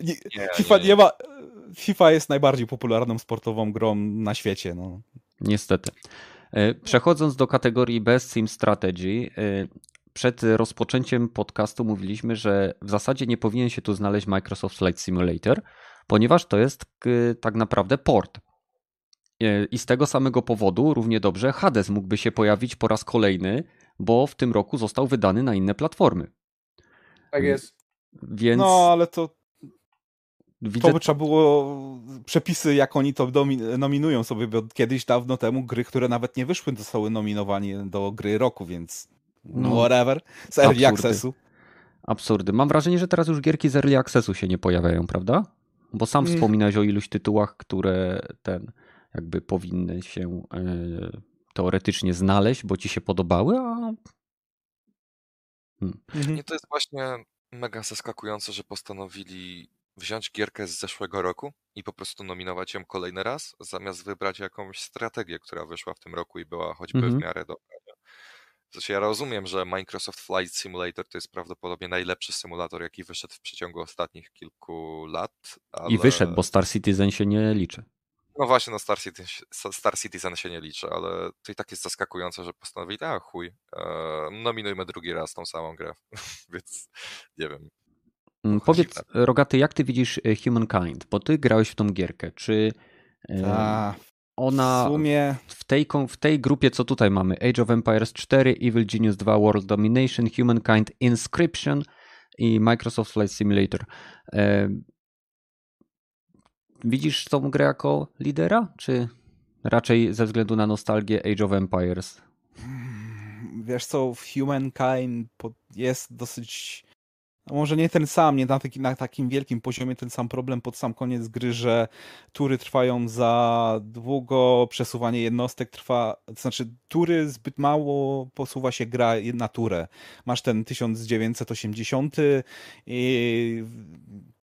FIFA jest najbardziej popularną sportową grą na świecie. No. Niestety. Przechodząc do kategorii Best Sim Strategy, przed rozpoczęciem podcastu mówiliśmy, że w zasadzie nie powinien się tu znaleźć Microsoft Flight Simulator, ponieważ to jest tak naprawdę port. I z tego samego powodu równie dobrze Hades mógłby się pojawić po raz kolejny, bo w tym roku został wydany na inne platformy. Tak jest. Więc... No, ale to by trzeba było przepisy, jak oni to nominują sobie, bo kiedyś dawno temu gry, które nawet nie wyszły, zostały nominowane do gry roku, więc whatever, z Early Accessu. Absurdy. Mam wrażenie, że teraz już gierki z Early Accessu się nie pojawiają, prawda? Bo sam wspominałeś o iluś tytułach, które jakby powinny się teoretycznie znaleźć, bo ci się podobały, a... Nie, to jest właśnie mega zaskakujące, że postanowili wziąć gierkę z zeszłego roku i po prostu nominować ją kolejny raz, zamiast wybrać jakąś strategię, która wyszła w tym roku i była choćby w miarę dobra. Znaczy ja rozumiem, że Microsoft Flight Simulator to jest prawdopodobnie najlepszy symulator, jaki wyszedł w przeciągu ostatnich kilku lat. Ale... I wyszedł, bo Star Citizen się nie liczy. No właśnie, no Star Citizen się nie liczy, ale to i tak jest zaskakujące, że postanowili, nominujmy drugi raz tą samą grę, więc nie wiem. Powiedz, Rogaty, jak ty widzisz Humankind? Bo ty grałeś w tą gierkę. Czy ona w sumie... w tej grupie, co tutaj mamy, Age of Empires 4, Evil Genius 2, World Domination, Humankind, Inscription i Microsoft Flight Simulator. Widzisz tą grę jako lidera, czy raczej ze względu na nostalgię Age of Empires? Wiesz co, w Humankind jest dosyć... Może nie ten sam, nie na takim wielkim poziomie ten sam problem pod sam koniec gry, że tury trwają za długo, przesuwanie jednostek trwa, to znaczy tury zbyt mało posuwa się gra na turę. Masz ten 1980 i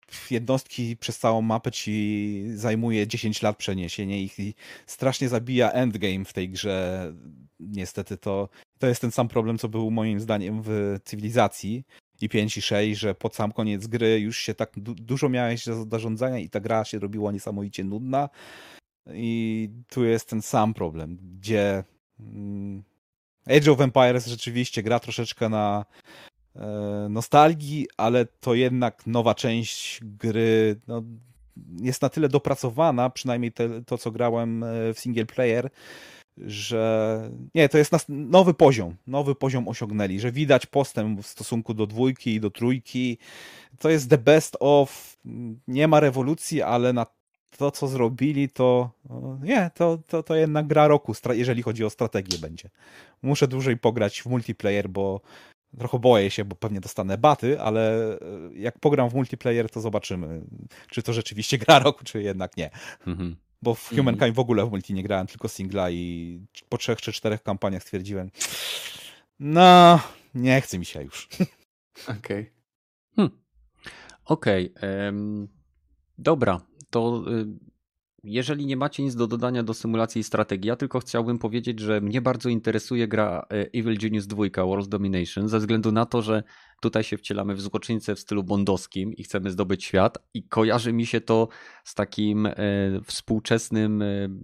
jednostki przez całą mapę ci zajmuje 10 lat przeniesienie ich i strasznie zabija endgame w tej grze. Niestety to jest ten sam problem, co był moim zdaniem w Cywilizacji i 5 i 6, że pod sam koniec gry już się tak dużo miałeś do zarządzania i ta gra się robiła niesamowicie nudna. I tu jest ten sam problem, gdzie Age of Empires rzeczywiście gra troszeczkę na nostalgii, ale to jednak nowa część gry jest na tyle dopracowana, przynajmniej to, co grałem w single player, że nie, to jest nowy poziom osiągnęli, że widać postęp w stosunku do 2 i do 3. To jest the best of, nie ma rewolucji, ale na to, co zrobili, to nie, to jednak gra roku, jeżeli chodzi o strategię będzie. Muszę dłużej pograć w multiplayer, bo trochę boję się, bo pewnie dostanę baty, ale jak pogram w multiplayer, to zobaczymy, czy to rzeczywiście gra roku, czy jednak nie. Mhm. Bo w Humankind w ogóle w multi nie grałem, tylko singla i po 3 czy 4 kampaniach stwierdziłem, no, nie chce mi się już. Okej. Okej. Dobra, to jeżeli nie macie nic do dodania do symulacji i strategii, ja tylko chciałbym powiedzieć, że mnie bardzo interesuje gra Evil Genius 2 World Domination, ze względu na to, że tutaj się wcielamy w złoczyńcę w stylu bondowskim i chcemy zdobyć świat i kojarzy mi się to z takim współczesnym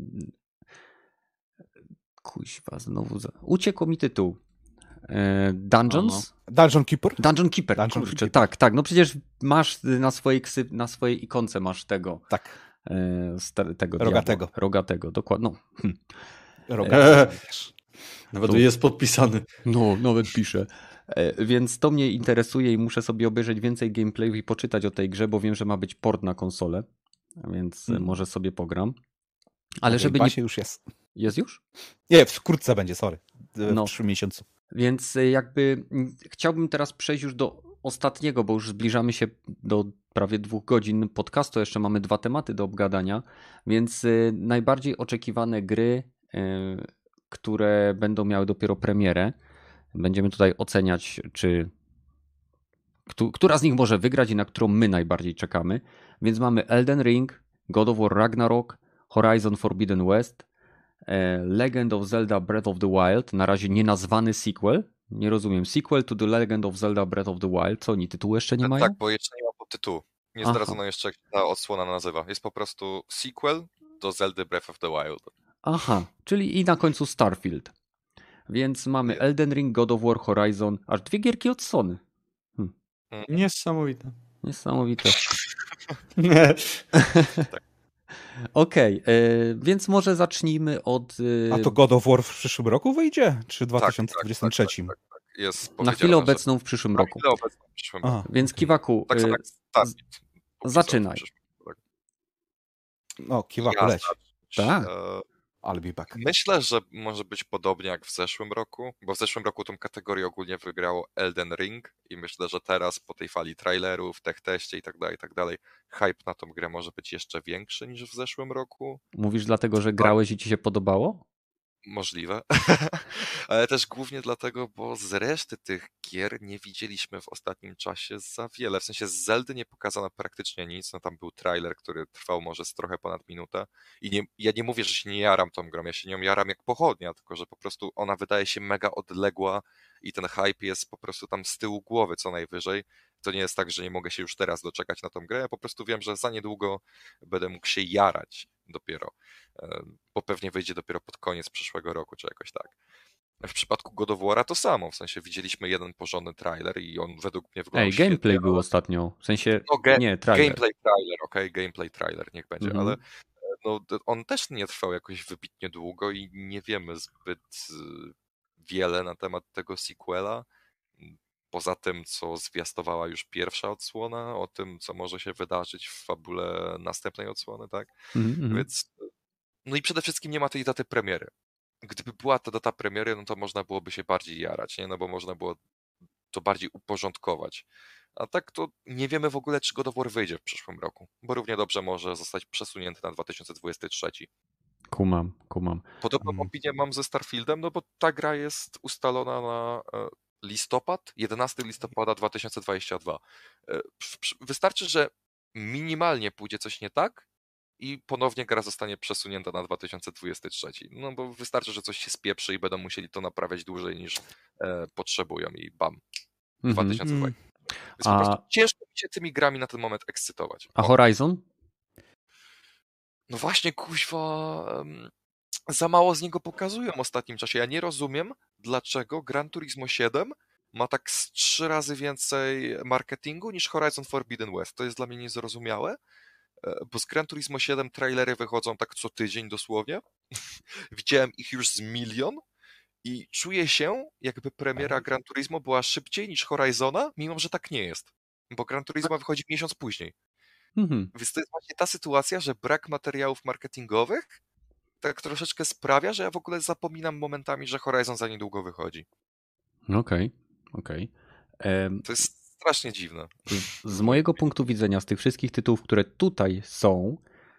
kuźwa, znowu uciekł mi tytuł. Dungeons? Dungeon Keeper? Dungeon Keeper, Dungeon kurczę, Keeper. tak. No przecież masz na swojej ikonce masz tego. Tak. Tego Rogatego. diabła. Rogatego, dokładnie. No. Rogatego. Nawet jest podpisany. No, nawet piszę. Więc to mnie interesuje i muszę sobie obejrzeć więcej gameplayów i poczytać o tej grze, bo wiem, że ma być port na konsolę, więc może sobie pogram. Ale żeby nie... już jest. Jest już? Nie, wkrótce będzie, sorry. W 3 miesiącu. Więc jakby chciałbym teraz przejść już do ostatniego, bo już zbliżamy się do prawie 2 godzin podcastu, jeszcze mamy 2 tematy do obgadania, więc najbardziej oczekiwane gry, które będą miały dopiero premierę. Będziemy tutaj oceniać, która z nich może wygrać i na którą my najbardziej czekamy. Więc mamy Elden Ring, God of War Ragnarok, Horizon Forbidden West, Legend of Zelda Breath of the Wild, na razie nienazwany sequel. Nie rozumiem. Sequel to The Legend of Zelda Breath of the Wild. Co oni tytułu jeszcze nie mają? Tak, bo jeszcze nie ma podtytułu. Nie zdradzono jeszcze, jak ta odsłona nazywa. Jest po prostu sequel do Zelda Breath of the Wild. Aha, czyli i na końcu Starfield. Więc mamy Elden Ring, God of War, Horizon, aż 2 gierki od Sony. Niesamowite. Niesamowite. Tak. Okej, więc może zacznijmy od... A to God of War w przyszłym roku wyjdzie? Czy w 2023? Tak. Jest na chwilę obecną w przyszłym roku. Na chwilę obecną w przyszłym roku. Więc Kiwaku, zaczynaj. No, Kiwaku, leć. Tak. I'll be back. Myślę, że może być podobnie jak w zeszłym roku, bo w zeszłym roku tą kategorię ogólnie wygrało Elden Ring i myślę, że teraz po tej fali trailerów, tech teście i tak dalej, hype na tą grę może być jeszcze większy niż w zeszłym roku. Mówisz dlatego, że grałeś i ci się podobało? Możliwe, ale też głównie dlatego, bo z reszty tych gier nie widzieliśmy w ostatnim czasie za wiele. W sensie z Zeldy nie pokazano praktycznie nic, no tam był trailer, który trwał może z trochę ponad minutę i ja nie mówię, że się nie jaram tą grą, ja się nią jaram jak pochodnia, tylko że po prostu ona wydaje się mega odległa i ten hype jest po prostu tam z tyłu głowy co najwyżej. To nie jest tak, że nie mogę się już teraz doczekać na tą grę, ja po prostu wiem, że za niedługo będę mógł się jarać dopiero, bo pewnie wyjdzie dopiero pod koniec przyszłego roku, czy jakoś tak. W przypadku God of War'a to samo, w sensie widzieliśmy jeden porządny trailer i on według mnie wyglądał świetnie. Gameplay był ostatnio, w sensie, nie, trailer. Gameplay trailer, niech będzie, ale no, on też nie trwał jakoś wybitnie długo i nie wiemy zbyt wiele na temat tego sequela, poza tym, co zwiastowała już pierwsza odsłona, o tym, co może się wydarzyć w fabule następnej odsłony, tak? Więc, no i przede wszystkim nie ma tej daty premiery. Gdyby była ta data premiery, no to można byłoby się bardziej jarać, nie? No bo można było to bardziej uporządkować. A tak to nie wiemy w ogóle, czy God of War wyjdzie w przyszłym roku, bo równie dobrze może zostać przesunięty na 2023. Kumam. Podobną opinię mam ze Starfieldem, no bo ta gra jest ustalona na listopad, 11 listopada 2022. Wystarczy, że minimalnie pójdzie coś nie tak i ponownie gra zostanie przesunięta na 2023. No bo wystarczy, że coś się spieprzy i będą musieli to naprawiać dłużej niż potrzebują i bam, 2020. Więc po prostu ciężko mi się tymi grami na ten moment ekscytować. A Horizon? No właśnie, kuźwa, za mało z niego pokazują w ostatnim czasie. Ja nie rozumiem, dlaczego Gran Turismo 7 ma tak z 3 razy więcej marketingu niż Horizon Forbidden West. To jest dla mnie niezrozumiałe, bo z Gran Turismo 7 trailery wychodzą tak co tydzień dosłownie. Widziałem ich już z 1 milion i czuję się, jakby premiera Gran Turismo była szybciej niż Horizona, mimo że tak nie jest. Bo Gran Turismo wychodzi miesiąc później. Więc to jest właśnie ta sytuacja, że brak materiałów marketingowych tak troszeczkę sprawia, że ja w ogóle zapominam momentami, że Horizon za niedługo wychodzi. Okej. To jest strasznie dziwne. Z mojego punktu widzenia, z tych wszystkich tytułów, które tutaj są,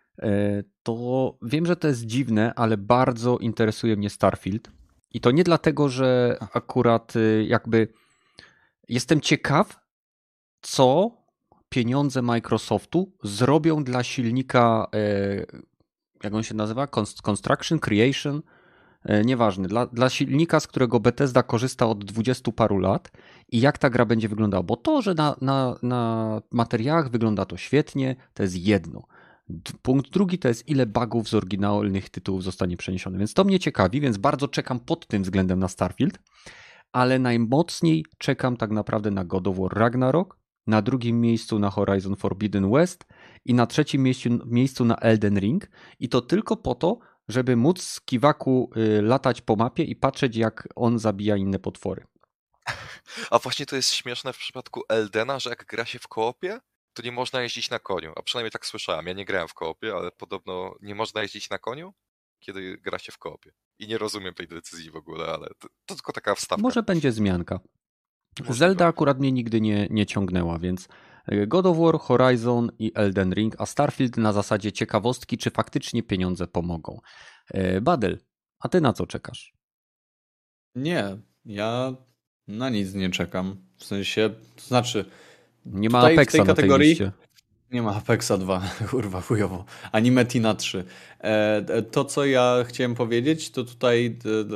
to wiem, że to jest dziwne, ale bardzo interesuje mnie Starfield. I to nie dlatego, że akurat jakby jestem ciekaw, co pieniądze Microsoftu zrobią dla silnika, jak on się nazywa? Construction, Creation? Nieważne. Dla silnika, z którego Bethesda korzysta od 20 paru lat i jak ta gra będzie wyglądała. Bo to, że na materiałach wygląda to świetnie, to jest jedno. Punkt drugi to jest, ile bugów z oryginalnych tytułów zostanie przeniesione. Więc to mnie ciekawi, więc bardzo czekam pod tym względem na Starfield, ale najmocniej czekam tak naprawdę na God of War Ragnarok, na drugim miejscu na Horizon Forbidden West i na trzecim miejscu na Elden Ring. I to tylko po to, żeby móc z Kiwaku latać po mapie i patrzeć, jak on zabija inne potwory. A właśnie to jest śmieszne w przypadku Eldena, że jak gra się w koopie, to nie można jeździć na koniu. A przynajmniej tak słyszałem. Ja nie grałem w koopie, ale podobno nie można jeździć na koniu, kiedy gra się w koopie. I nie rozumiem tej decyzji w ogóle, ale to tylko taka wstawka. Może będzie zmianka. Zelda akurat mnie nigdy nie ciągnęła, więc God of War, Horizon i Elden Ring, a Starfield na zasadzie ciekawostki, czy faktycznie pieniądze pomogą. Badel, a ty na co czekasz? Nie, ja na nic nie czekam. W sensie, to znaczy... Nie ma Apexa na tej liście. Nie ma Apexa 2, kurwa, chujowo. Ani Metina 3. To, co ja chciałem powiedzieć, to tutaj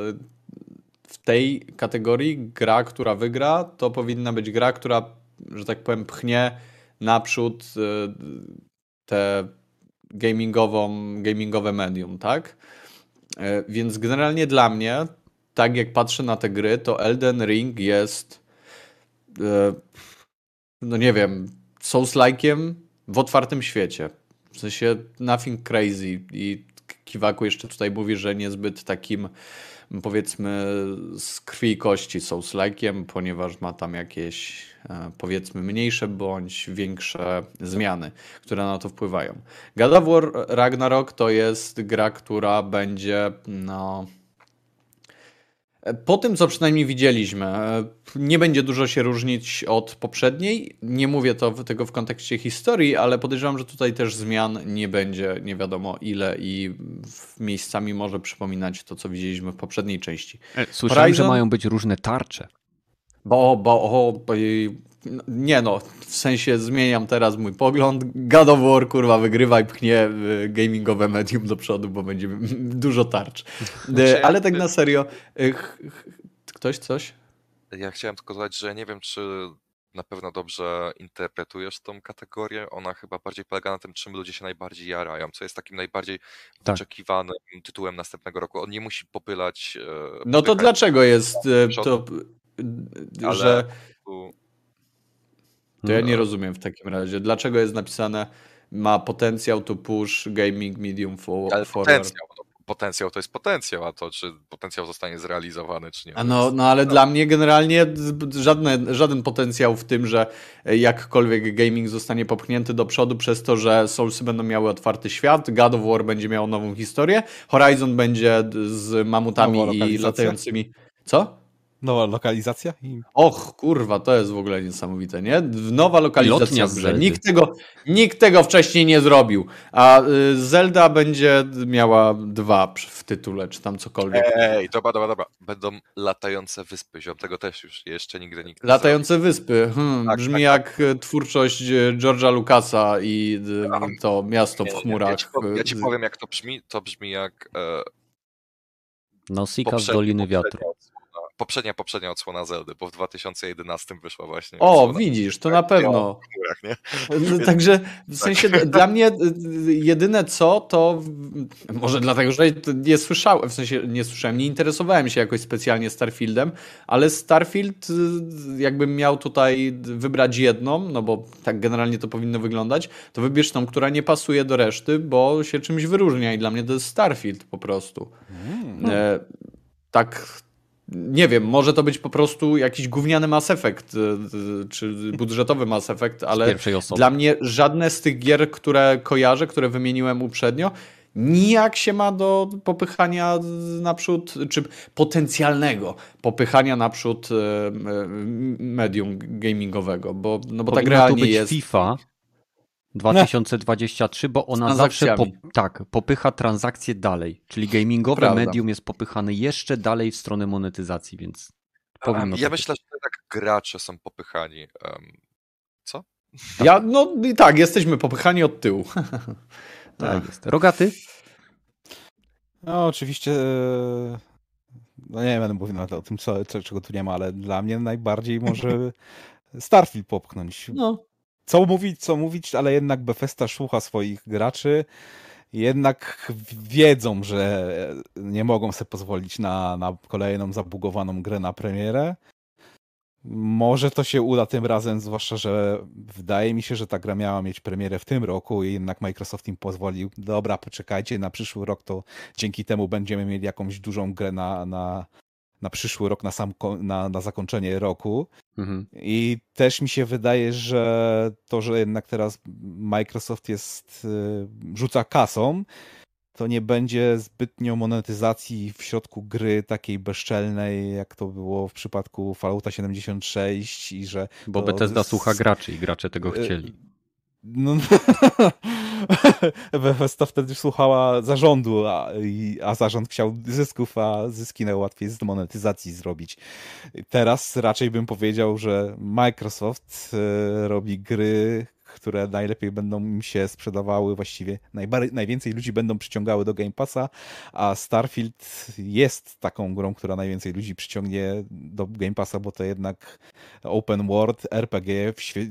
w tej kategorii gra, która wygra, to powinna być gra, która, że tak powiem, pchnie naprzód te gamingowe medium, tak? Więc generalnie dla mnie, tak jak patrzę na te gry, to Elden Ring jest no nie wiem, Souls-like'iem w otwartym świecie. W sensie nothing crazy i Kiwaku jeszcze tutaj mówi, że niezbyt takim, powiedzmy, z krwi i kości Souls-like'iem, ponieważ ma tam jakieś, powiedzmy, mniejsze bądź większe zmiany, które na to wpływają. God of War Ragnarok to jest gra, która będzie, no... Po tym, co przynajmniej widzieliśmy, nie będzie dużo się różnić od poprzedniej. Nie mówię tego w kontekście historii, ale podejrzewam, że tutaj też zmian nie będzie nie wiadomo ile i miejscami może przypominać to, co widzieliśmy w poprzedniej części. Słyszałem, Horizon, że mają być różne tarcze. Nie no, w sensie zmieniam teraz mój pogląd. God of War, kurwa, wygrywa i pchnie gamingowe medium do przodu, bo będzie dużo tarcz. Ale tak na serio, ktoś coś? Ja chciałem tylko dodać, że nie wiem, czy na pewno dobrze interpretujesz tą kategorię. Ona chyba bardziej polega na tym, czym ludzie się najbardziej jarają, co jest takim najbardziej wyczekiwanym tytułem następnego roku. On nie musi popylać... No to dlaczego jest to, że... To ja nie rozumiem w takim razie. Dlaczego jest napisane ma potencjał to push gaming medium forward? Potencjał to jest potencjał, a to czy potencjał zostanie zrealizowany, czy nie. No ale dla mnie generalnie żaden potencjał w tym, że jakkolwiek gaming zostanie popchnięty do przodu przez to, że Soulsy będą miały otwarty świat, God of War będzie miał nową historię, Horizon będzie z mamutami i latającymi... Co? Nowa lokalizacja? Och, kurwa, to jest w ogóle niesamowite, nie? Nowa lokalizacja Lotnia w z grze. Zeldy. Nikt tego wcześniej nie zrobił. A Zelda będzie miała 2 w tytule, czy tam cokolwiek. Ej, dobra. Będą latające wyspy, ziom. Tego też już jeszcze nigdy nikt nie Latające wyspy. Tak, Brzmi tak, jak twórczość George'a Lucasa i to miasto w zrobił. chmurach. Ja ci powiem, jak to brzmi. To brzmi jak Nausicaa z Doliny Wiatru. poprzednia odsłona Zeldy, bo w 2011 wyszła właśnie. O, odsłona. widzisz, to na pewno. W chmurach, nie? Także w sensie dla mnie jedyne co, to może dlatego, że nie słyszałem, w sensie nie słyszałem, nie interesowałem się jakoś specjalnie Starfieldem, ale Starfield jakbym miał tutaj wybrać jedną, no bo tak generalnie to powinno wyglądać, to wybierz tą, która nie pasuje do reszty, bo się czymś wyróżnia i dla mnie to jest Starfield po prostu. Tak, nie wiem, może to być po prostu jakiś gówniany Mass Effect, czy budżetowy Mass Effect, ale pierwszej osoby. dla mnie żadne z tych gier, które kojarzę, które wymieniłem uprzednio, nijak się ma do popychania naprzód, czy potencjalnego popychania naprzód medium gamingowego, bo ta Powinna gra to nie być jest... FIFA 2023, bo ona zawsze popycha transakcje dalej. Czyli gamingowe Prawda. medium jest popychane jeszcze dalej w stronę monetyzacji, więc powinno Ja to myślę, że tak gracze są popychani. Co? No i tak, jesteśmy popychani od tyłu. tak jest. Rogaty? No oczywiście, no nie będę mówił nawet o tym, czego tu nie ma, ale dla mnie najbardziej może Starfield popchnąć. No. Co mówić, ale jednak Bethesda słucha swoich graczy, jednak wiedzą, że nie mogą sobie pozwolić na kolejną zabugowaną grę na premierę. Może to się uda tym razem, zwłaszcza, że wydaje mi się, że ta gra miała mieć premierę w tym roku i jednak Microsoft im pozwolił, dobra, poczekajcie na przyszły rok, to dzięki temu będziemy mieli jakąś dużą grę na przyszły rok, na zakończenie roku. Mhm. I też mi się wydaje, że to, że jednak teraz Microsoft rzuca kasą, to nie będzie zbytnio monetyzacji w środku gry takiej bezczelnej, jak to było w przypadku Fallouta 76 i że... Bo Bethesda słucha graczy i gracze tego chcieli. No, Bethesda wtedy słuchała zarządu, a zarząd chciał zysków, a zyski najłatwiej z monetyzacji zrobić. Teraz raczej bym powiedział, że Microsoft robi gry, które najlepiej będą im się sprzedawały, właściwie najwięcej ludzi będą przyciągały do Game Passa, a Starfield jest taką grą, która najwięcej ludzi przyciągnie do Game Passa, bo to jednak open world, RPG,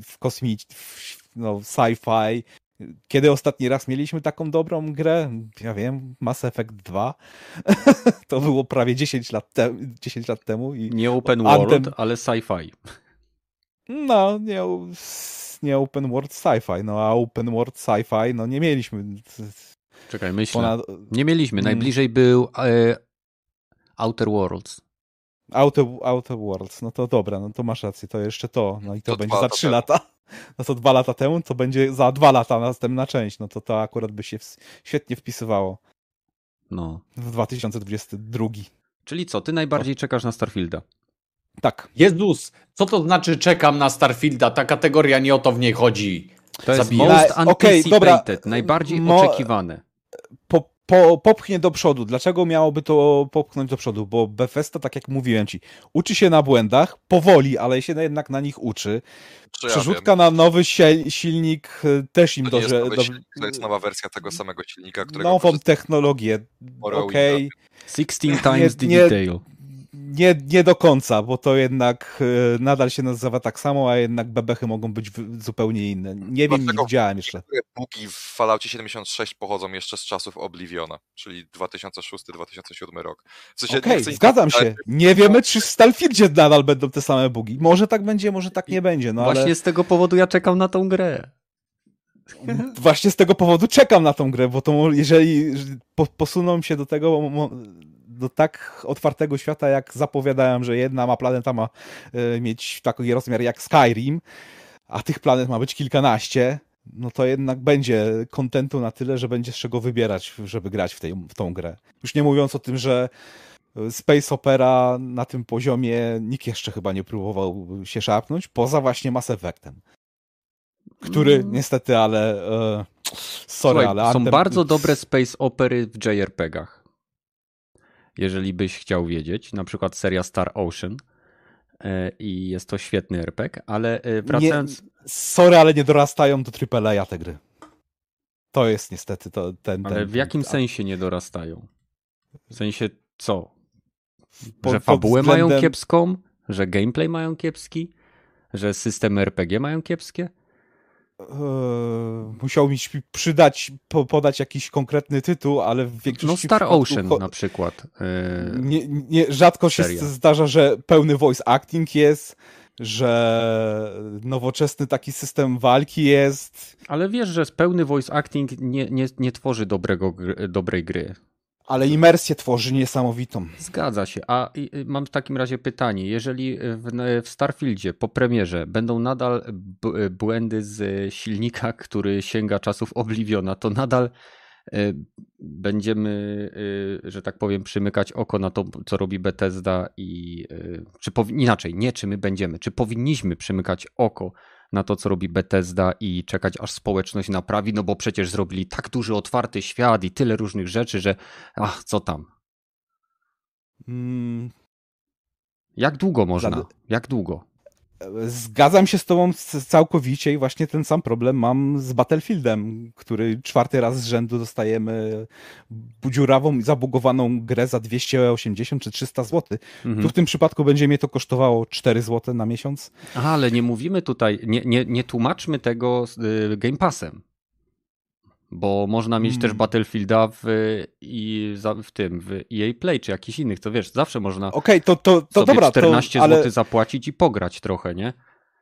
sci-fi. Kiedy ostatni raz mieliśmy taką dobrą grę? Ja wiem, Mass Effect 2. To było prawie 10 lat temu. I nie open world, ale sci-fi. No, nie open world sci-fi, no a open world sci-fi, no nie mieliśmy. Czekaj, myślę. Nie mieliśmy. Najbliżej był Outer Worlds. Outer Worlds, no to dobra, no to masz rację, to jeszcze to, no i to będzie za 3 temu. lata. No to 2 lata temu, to będzie za 2 lata następna część, no to akurat by się świetnie wpisywało. No. W 2022. Czyli co, ty najbardziej czekasz na Starfielda? Tak. Jezus, co to znaczy czekam na Starfielda? Ta kategoria nie o to w niej chodzi. To jest Zabijam. most anticipated, dobra. najbardziej oczekiwane. Popchnie do przodu. Dlaczego miałoby to popchnąć do przodu? Bo Bethesda, tak jak mówiłem ci, uczy się na błędach, powoli, ale się jednak na nich uczy. Przerzutka na nowy silnik też im to to jest nowa wersja tego samego silnika, którego nową technologię. Okej. 16 times the detail. Nie do końca, bo to jednak nadal się nazywa tak samo, a jednak bebechy mogą być zupełnie inne. Nie wiem, nie widziałem jeszcze. Bugi w Falloutie 76 pochodzą jeszcze z czasów Obliviona, czyli 2006-2007 rok. Okej, zgadzam się. Nie wiemy, czy w Starfieldzie nadal będą te same bugi. Może tak będzie, może tak nie będzie. No Właśnie ale... z tego powodu ja czekam na tą grę. Właśnie z tego powodu czekam na tą grę, bo to jeżeli posuną się do tak otwartego świata, jak zapowiadałem, że jedna planeta ma mieć taki rozmiar jak Skyrim, a tych planet ma być kilkanaście, no to jednak będzie kontentu na tyle, że będzie z czego wybierać, żeby grać w tą grę. Już nie mówiąc o tym, że space opera na tym poziomie nikt jeszcze chyba nie próbował się szarpnąć, poza właśnie Mass Effectem. Który niestety, ale Słuchaj, ale są Anthem... bardzo dobre space opery w JRPG-ach. Jeżeli byś chciał wiedzieć, na przykład seria Star Ocean i jest to świetny RPG, ale wracając... ale nie dorastają do AAA te gry. To jest niestety Ale w jakim sensie nie dorastają? W sensie co? Że Że fabułę mają kiepską? Że gameplay mają kiepski? Że systemy RPG mają kiepskie? Musiał mi podać jakiś konkretny tytuł, ale w większości... No Star Ocean na przykład. Rzadko się zdarza, że pełny voice acting jest, że nowoczesny taki system walki jest. Ale wiesz, że pełny voice acting nie tworzy dobrej gry. Ale imersję tworzy niesamowitą. Zgadza się. A mam w takim razie pytanie. Jeżeli w Starfieldzie po premierze będą nadal błędy z silnika, który sięga czasów Obliviona, to nadal będziemy, że tak powiem, przymykać oko na to, co robi Bethesda czy powinniśmy przymykać oko na to, co robi Bethesda i czekać, aż społeczność naprawi, no bo przecież zrobili tak duży, otwarty świat i tyle różnych rzeczy, że co tam? Jak długo można? Jak długo? Zgadzam się z tobą całkowicie i właśnie ten sam problem mam z Battlefieldem, który 4. raz z rzędu dostajemy dziurawą, zabugowaną grę za 280 czy 300 zł. Tu w tym przypadku będzie mnie to kosztowało 4 zł na miesiąc. Aha, ale nie mówimy tutaj, nie tłumaczmy tego z Game Passem. Bo można mieć też Battlefielda w EA Play czy jakichś innych, to wiesz, zawsze można to sobie dobra, 14 zł zapłacić i pograć trochę, nie?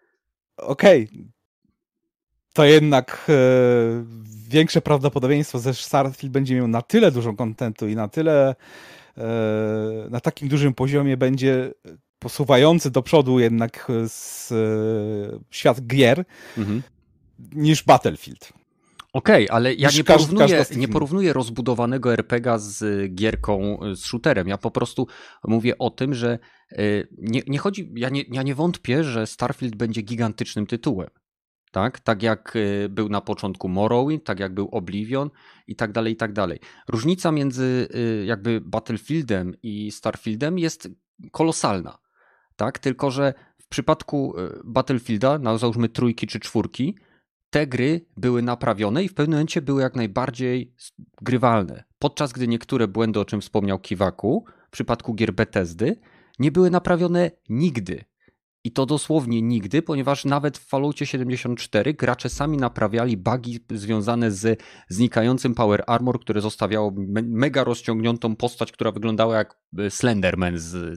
To jednak większe prawdopodobieństwo, że Starfield będzie miał na tyle dużo kontentu i na tyle na takim dużym poziomie będzie posuwający do przodu jednak świat gier niż Battlefield. Okej, ale ja nie porównuję rozbudowanego RPG z gierką, z shooterem. Ja po prostu mówię o tym, że nie chodzi, ja nie wątpię, że Starfield będzie gigantycznym tytułem. Tak jak był na początku Morrowind, tak jak był Oblivion i tak dalej, i tak dalej. Różnica między jakby Battlefieldem i Starfieldem jest kolosalna. Tak? Tylko że w przypadku Battlefielda, załóżmy 3 czy 4, te gry były naprawione i w pewnym momencie były jak najbardziej grywalne. Podczas gdy niektóre błędy, o czym wspomniał Kiwaku, w przypadku gier Bethesdy, nie były naprawione nigdy. I to dosłownie nigdy, ponieważ nawet w Falloutie 74 gracze sami naprawiali bugi związane z znikającym Power Armor, które zostawiało mega rozciągniętą postać, która wyglądała jak Slenderman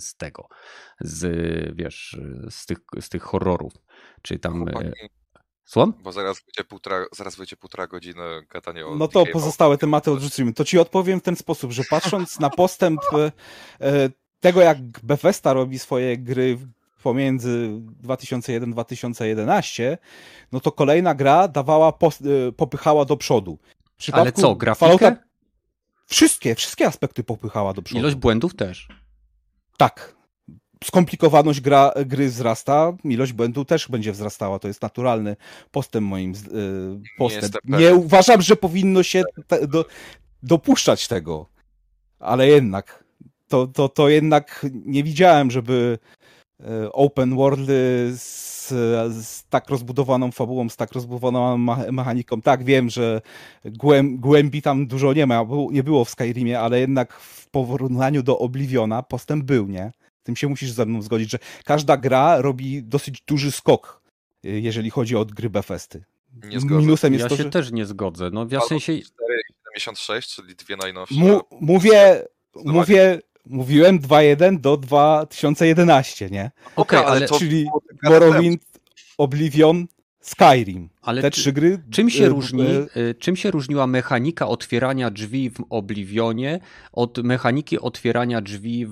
z tych horrorów. Czy tam... Słucham? Bo zaraz wyjdzie półtora godziny gadania o... No to pozostałe tematy odrzucimy. To ci odpowiem w ten sposób, że patrząc na postęp tego, jak Bethesda robi swoje gry pomiędzy 2001-2011, no to kolejna gra popychała do przodu. Ale co, grafikę? Wszystkie aspekty popychała do przodu. Ilość błędów też. Tak. Skomplikowaność gry wzrasta, ilość błędów też będzie wzrastała. To jest naturalny postęp moim postęp. Nie uważam, że powinno się dopuszczać tego. Ale jednak to jednak nie widziałem, żeby open worldy z tak rozbudowaną fabułą, z tak rozbudowaną mechaniką. Tak, wiem, że głębi tam dużo nie było w Skyrimie, ale jednak w porównaniu do Obliviona postęp był, nie? Tym się musisz ze mną zgodzić, że każda gra robi dosyć duży skok, jeżeli chodzi o gry Bethesdy. Nie zgodzę. Minusem jest ja się też nie zgodzę. No, w sensie... 4,76, czyli dwie najnowsze. Mówiłem 2.1 do 2011, nie? Okej, ale czyli Morrowind, Oblivion, Skyrim. Ale Te 3 gry... Czym się różniła mechanika otwierania drzwi w Oblivionie od mechaniki otwierania drzwi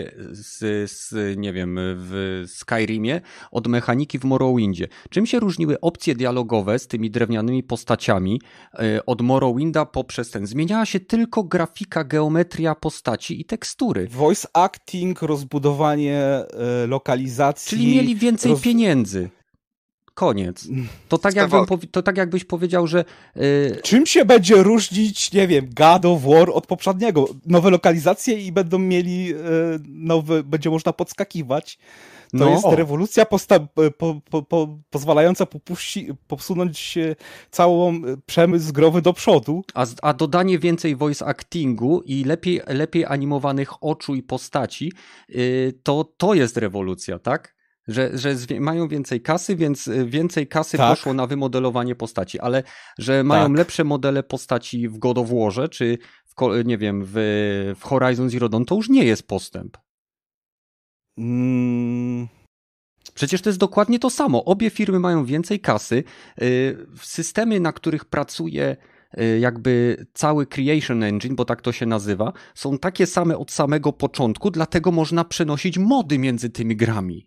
w Skyrimie od mechaniki w Morrowindzie? Czym się różniły opcje dialogowe z tymi drewnianymi postaciami od Morrowinda poprzez ten? Zmieniała się tylko grafika, geometria postaci i tekstury. Voice acting, rozbudowanie lokalizacji... Czyli mieli więcej pieniędzy. Koniec. To tak jakbyś powiedział, że... Czym się będzie różnić, nie wiem, God of War od poprzedniego? Nowe lokalizacje i będą mieli będzie można podskakiwać. To jest rewolucja pozwalająca posunąć całą przemysł growy do przodu. A dodanie więcej voice actingu i lepiej animowanych oczu i postaci, to jest rewolucja, tak? Że mają więcej kasy, więc więcej kasy poszło na wymodelowanie postaci, ale że mają lepsze modele postaci w God of Warze, czy w Horizon Zero Dawn, to już nie jest postęp. Przecież to jest dokładnie to samo. Obie firmy mają więcej kasy. Systemy, na których pracuje jakby cały Creation Engine, bo tak to się nazywa, są takie same od samego początku, dlatego można przenosić mody między tymi grami.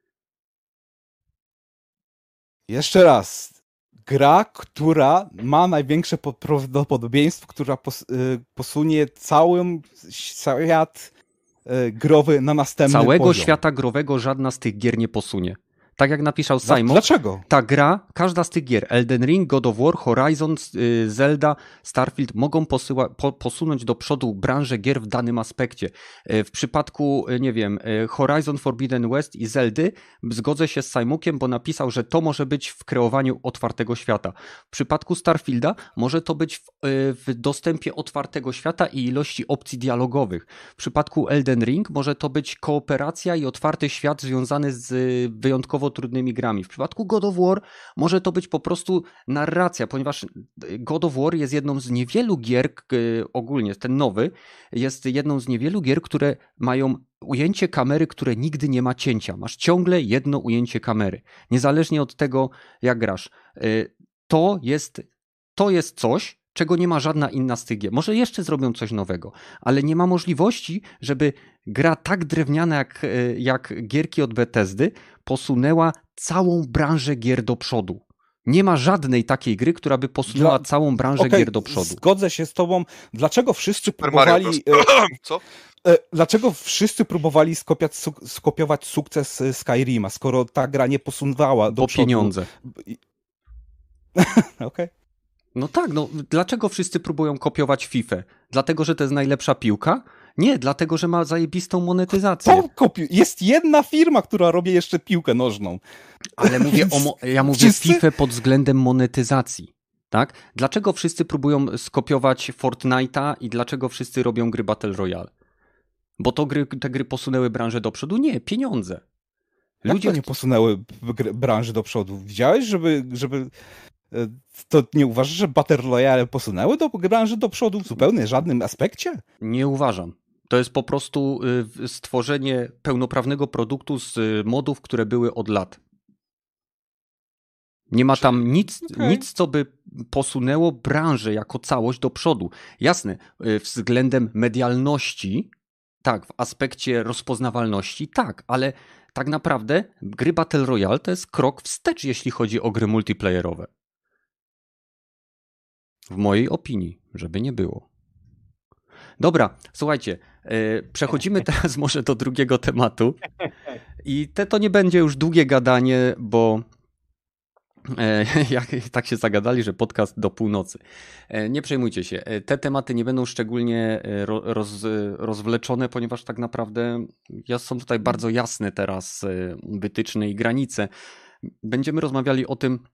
Jeszcze raz. Gra, która ma największe prawdopodobieństwo, która posunie cały świat growy na następny Całego poziom. Świata growego żadna z tych gier nie posunie. Tak jak napisał Simon. Dlaczego? Ta gra, każda z tych gier, Elden Ring, God of War, Horizon, Zelda, Starfield, mogą posunąć do przodu branżę gier w danym aspekcie. W przypadku, Horizon Forbidden West i Zeldy zgodzę się z Simukiem, bo napisał, że to może być w kreowaniu otwartego świata. W przypadku Starfielda może to być w dostępie otwartego świata i ilości opcji dialogowych. W przypadku Elden Ring może to być kooperacja i otwarty świat związany z wyjątkowo trudnymi grami. W przypadku God of War może to być po prostu narracja, ponieważ God of War jest jedną z niewielu gier, ogólnie ten nowy, jest jedną z niewielu gier, które mają ujęcie kamery, które nigdy nie ma cięcia. Masz ciągle jedno ujęcie kamery. Niezależnie od tego, jak grasz. To jest coś, czego nie ma żadna inna z tych gier. Może jeszcze zrobią coś nowego, ale nie ma możliwości, żeby gra tak drewniana jak gierki od Bethesdy posunęła całą branżę gier do przodu. Nie ma żadnej takiej gry, która by posunęła całą branżę gier do przodu. Zgodzę się z tobą. Dlaczego wszyscy próbowali... Co? Dlaczego wszyscy próbowali skopiować sukces Skyrima, skoro ta gra nie posunęła do przodu? Po pieniądze. Okej. No tak, dlaczego wszyscy próbują kopiować FIFA? Dlatego, że to jest najlepsza piłka? Nie, dlatego, że ma zajebistą monetyzację. Jest jedna firma, która robi jeszcze piłkę nożną. Ale ja mówię FIFA pod względem monetyzacji. Tak? Dlaczego wszyscy próbują skopiować Fortnite'a i dlaczego wszyscy robią gry Battle Royale? Bo te gry posunęły branżę do przodu? Nie, pieniądze. Ludzie nie posunęły branży do przodu. Widziałeś, żeby to nie uważasz, że Battle Royale posunęły branży do przodu w zupełnie żadnym aspekcie? Nie uważam. To jest po prostu stworzenie pełnoprawnego produktu z modów, które były od lat. Nie ma tam nic, co by posunęło branżę jako całość do przodu. Jasne, względem medialności, tak, w aspekcie rozpoznawalności, tak, ale tak naprawdę gry Battle Royale to jest krok wstecz, jeśli chodzi o gry multiplayerowe. W mojej opinii, żeby nie było. Dobra, słuchajcie, przechodzimy teraz może do drugiego tematu i to nie będzie już długie gadanie, bo jak tak się zagadali, że podcast do północy. Nie przejmujcie się, te tematy nie będą szczególnie rozwleczone, ponieważ tak naprawdę są tutaj bardzo jasne teraz wytyczne i granice. Będziemy rozmawiali o tym,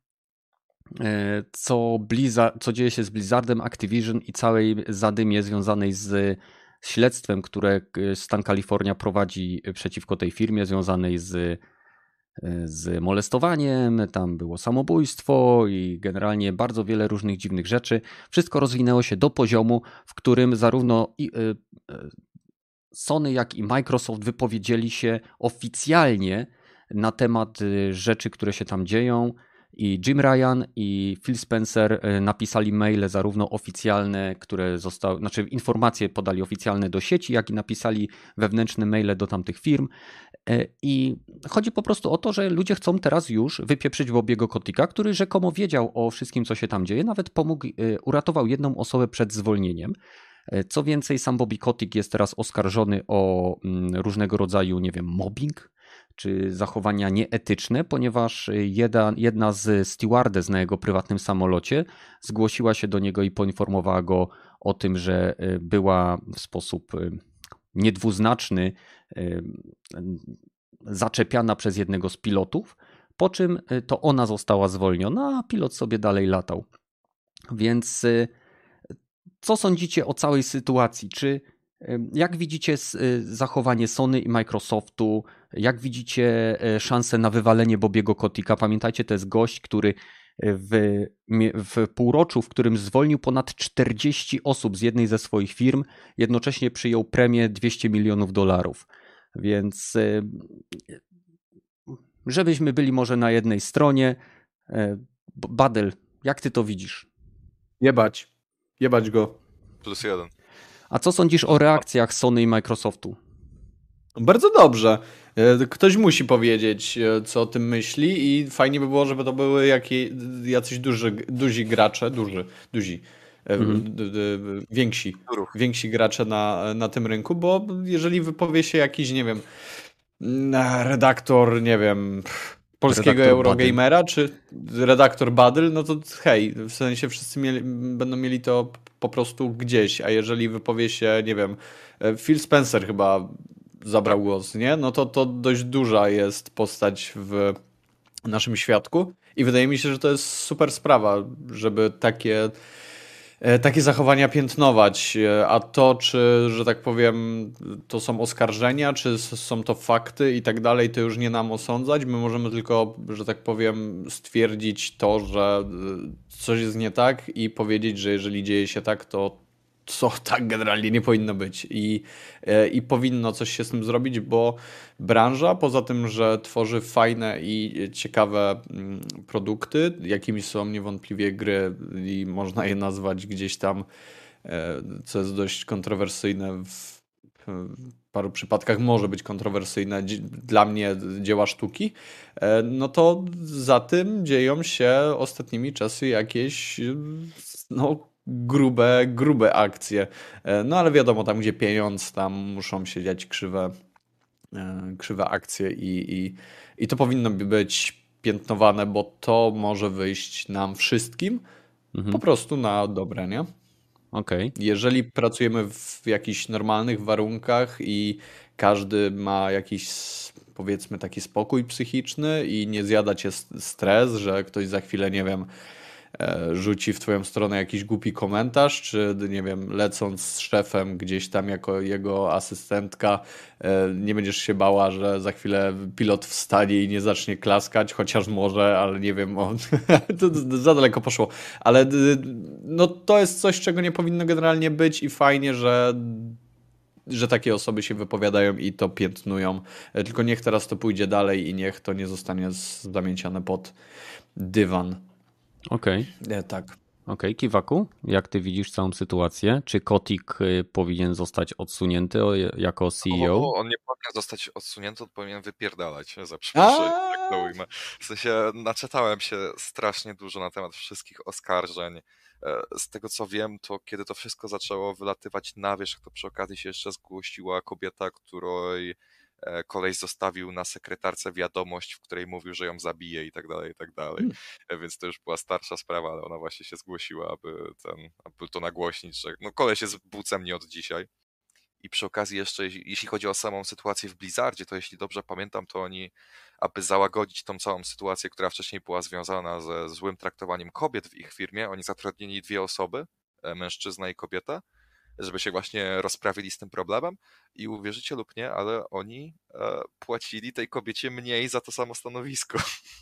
co dzieje się z Blizzardem, Activision i całej zadymie związanej z śledztwem, które stan Kalifornia prowadzi przeciwko tej firmie, związanej z molestowaniem, tam było samobójstwo i generalnie bardzo wiele różnych dziwnych rzeczy. Wszystko rozwinęło się do poziomu, w którym zarówno Sony, jak i Microsoft wypowiedzieli się oficjalnie na temat rzeczy, które się tam dzieją. I Jim Ryan i Phil Spencer napisali maile zarówno oficjalne, które zostały, znaczy informacje podali oficjalne do sieci, jak i napisali wewnętrzne maile do tamtych firm. I chodzi po prostu o to, że ludzie chcą teraz już wypieprzyć Bobbiego Koticka, który rzekomo wiedział o wszystkim, co się tam dzieje, nawet pomógł, uratował jedną osobę przed zwolnieniem. Co więcej, sam Bobby Kotick jest teraz oskarżony o różnego rodzaju, nie wiem, mobbing czy zachowania nieetyczne, ponieważ jedna z stewardess na jego prywatnym samolocie zgłosiła się do niego i poinformowała go o tym, że była w sposób niedwuznaczny zaczepiana przez jednego z pilotów, po czym to ona została zwolniona, a pilot sobie dalej latał. Więc co sądzicie o całej sytuacji? Jak widzicie zachowanie Sony i Microsoftu? Jak widzicie szansę na wywalenie Bobbiego Koticka? Pamiętajcie, to jest gość, który w półroczu, w którym zwolnił ponad 40 osób z jednej ze swoich firm, jednocześnie przyjął premię $200 milionów. Więc żebyśmy byli może na jednej stronie. Badel, jak ty to widzisz? Jebać go. +1. A co sądzisz o reakcjach Sony i Microsoftu? Bardzo dobrze. Ktoś musi powiedzieć, co o tym myśli i fajnie by było, żeby to były jacyś duzi gracze, więksi gracze na tym rynku, bo jeżeli wypowie się jakiś, nie wiem, redaktor, nie wiem, polskiego Eurogamera, czy redaktor Badl, no to hej, w sensie wszyscy będą mieli to po prostu gdzieś, a jeżeli wypowie się, nie wiem, Phil Spencer chyba zabrał głos, nie? No to dość duża jest postać w naszym świadku i wydaje mi się, że to jest super sprawa, żeby takie zachowania piętnować, a to, czy, że tak powiem, to są oskarżenia, czy są to fakty i tak dalej, to już nie nam osądzać. My możemy tylko, że tak powiem, stwierdzić to, że coś jest nie tak i powiedzieć, że jeżeli dzieje się tak, to tak generalnie nie powinno być i powinno coś się z tym zrobić, bo branża, poza tym, że tworzy fajne i ciekawe produkty, jakimi są niewątpliwie gry i można je nazwać gdzieś tam, co jest dość kontrowersyjne w paru przypadkach może być kontrowersyjne, dla mnie dzieła sztuki, no to za tym dzieją się ostatnimi czasy jakieś grube akcje. No ale wiadomo, tam gdzie pieniądz, tam muszą się dziać krzywe akcje i to powinno być piętnowane, bo to może wyjść nam wszystkim po prostu na dobre, nie? Okay. Jeżeli pracujemy w jakichś normalnych warunkach i każdy ma jakiś, powiedzmy, taki spokój psychiczny i nie zjada cię stres, że ktoś za chwilę, nie wiem, rzuci w twoją stronę jakiś głupi komentarz, czy nie wiem, lecąc z szefem gdzieś tam jako jego asystentka, nie będziesz się bała, że za chwilę pilot wstanie i nie zacznie klaskać, chociaż może, ale nie wiem, to za daleko poszło. Ale no, to jest coś, czego nie powinno generalnie być i fajnie, że takie osoby się wypowiadają i to piętnują. Tylko niech teraz to pójdzie dalej i niech to nie zostanie zamieciane pod dywan. Okej. Tak. Okej, Kiwaku, jak ty widzisz całą sytuację? Czy Kotick powinien zostać odsunięty jako CEO? On nie powinien zostać odsunięty, on powinien wypierdalać, za przeproszeniem, tak to ujmę. W sensie naczytałem się strasznie dużo na temat wszystkich oskarżeń. Z tego co wiem, to kiedy to wszystko zaczęło wylatywać na wierzch, to przy okazji się jeszcze zgłosiła kobieta, której koleś zostawił na sekretarce wiadomość, w której mówił, że ją zabije i tak dalej, i tak dalej. Więc to już była starsza sprawa, ale ona właśnie się zgłosiła, aby to nagłośnić, że no koleś jest bucem nie od dzisiaj. I przy okazji jeszcze, jeśli chodzi o samą sytuację w Blizzardzie, to jeśli dobrze pamiętam, to oni, aby załagodzić tą całą sytuację, która wcześniej była związana ze złym traktowaniem kobiet w ich firmie, oni zatrudnili 2 osoby, mężczyzna i kobieta, żeby się właśnie rozprawili z tym problemem i uwierzycie lub nie, ale oni płacili tej kobiecie mniej za to samo stanowisko.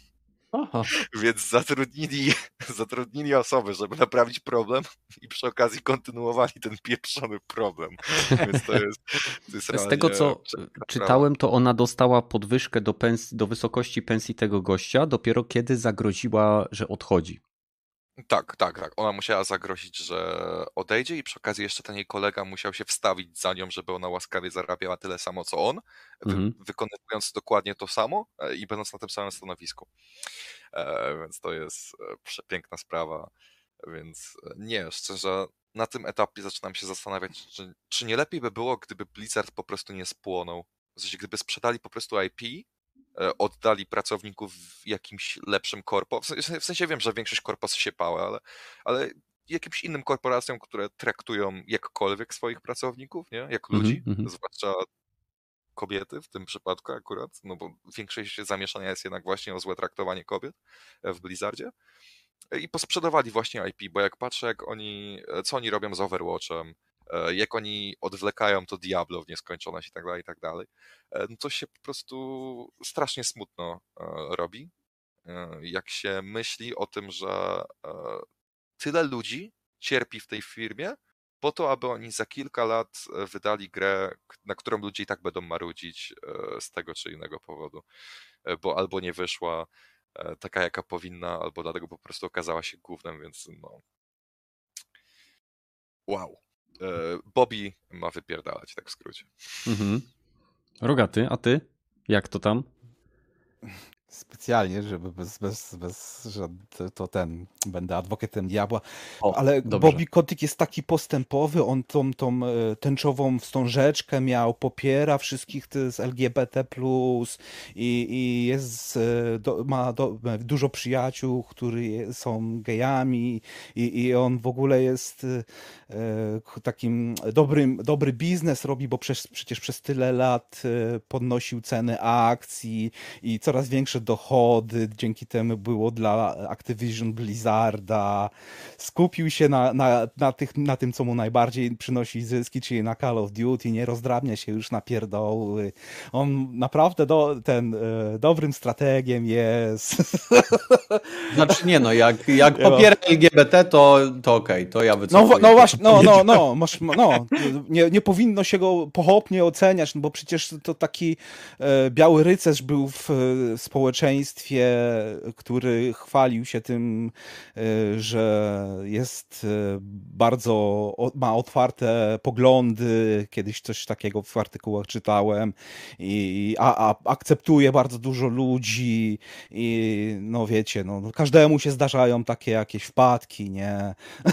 Aha. Więc zatrudnili osoby, żeby naprawić problem i przy okazji kontynuowali ten pieprzony problem. Więc to jest Z tego, co czytałem, to ona dostała podwyżkę do wysokości pensji tego gościa dopiero kiedy zagroziła, że odchodzi. Tak. Ona musiała zagrozić, że odejdzie i przy okazji jeszcze ten jej kolega musiał się wstawić za nią, żeby ona łaskawie zarabiała tyle samo, co on, wykonując dokładnie to samo i będąc na tym samym stanowisku. Więc to jest przepiękna sprawa. Więc nie, szczerze, na tym etapie zaczynam się zastanawiać, czy nie lepiej by było, gdyby Blizzard po prostu nie spłonął. W sensie, gdyby sprzedali po prostu IP, oddali pracowników w jakimś lepszym korpo. W sensie wiem, że większość korpo się pała, ale jakimś innym korporacjom, które traktują jakkolwiek swoich pracowników, nie? Jak ludzi, zwłaszcza kobiety w tym przypadku akurat, no bo większość zamieszania jest jednak właśnie o złe traktowanie kobiet w Blizzardzie. I posprzedawali właśnie IP, bo jak patrzę, co oni robią z Overwatchem, jak oni odwlekają to Diablo w nieskończoność i tak dalej, no to się po prostu strasznie smutno robi, jak się myśli o tym, że tyle ludzi cierpi w tej firmie po to, aby oni za kilka lat wydali grę, na którą ludzie i tak będą marudzić z tego czy innego powodu, bo albo nie wyszła taka, jaka powinna, albo dlatego po prostu okazała się gównem, więc no... Wow. Bobby ma wypierdalać, tak w skrócie. Rogaty, a ty? Jak to tam? Specjalnie, żeby że będę adwokatem diabła, ale dobrze. Bobby Kotick jest taki postępowy, on tą tęczową wstążeczkę miał, popiera wszystkich z LGBT+, i jest, ma dużo przyjaciół, którzy są gejami i on w ogóle jest takim dobry biznes robi, bo przecież przez tyle lat podnosił ceny akcji i coraz większe dochody dzięki temu było dla Activision Blizzarda. Skupił się na tym, co mu najbardziej przynosi zyski, czyli na Call of Duty, nie rozdrabnia się już na pierdoły. On naprawdę dobrym strategiem jest. Znaczy nie, no jak popiera LGBT, to okej, to ja wycofuję. No właśnie, nie powinno się go pochopnie oceniać, bo przecież to taki biały rycerz był w społeczeństwie, który chwalił się tym, że jest ma otwarte poglądy, kiedyś coś takiego w artykułach czytałem, a akceptuje bardzo dużo ludzi i no wiecie, no każdemu się zdarzają takie jakieś wpadki, nie?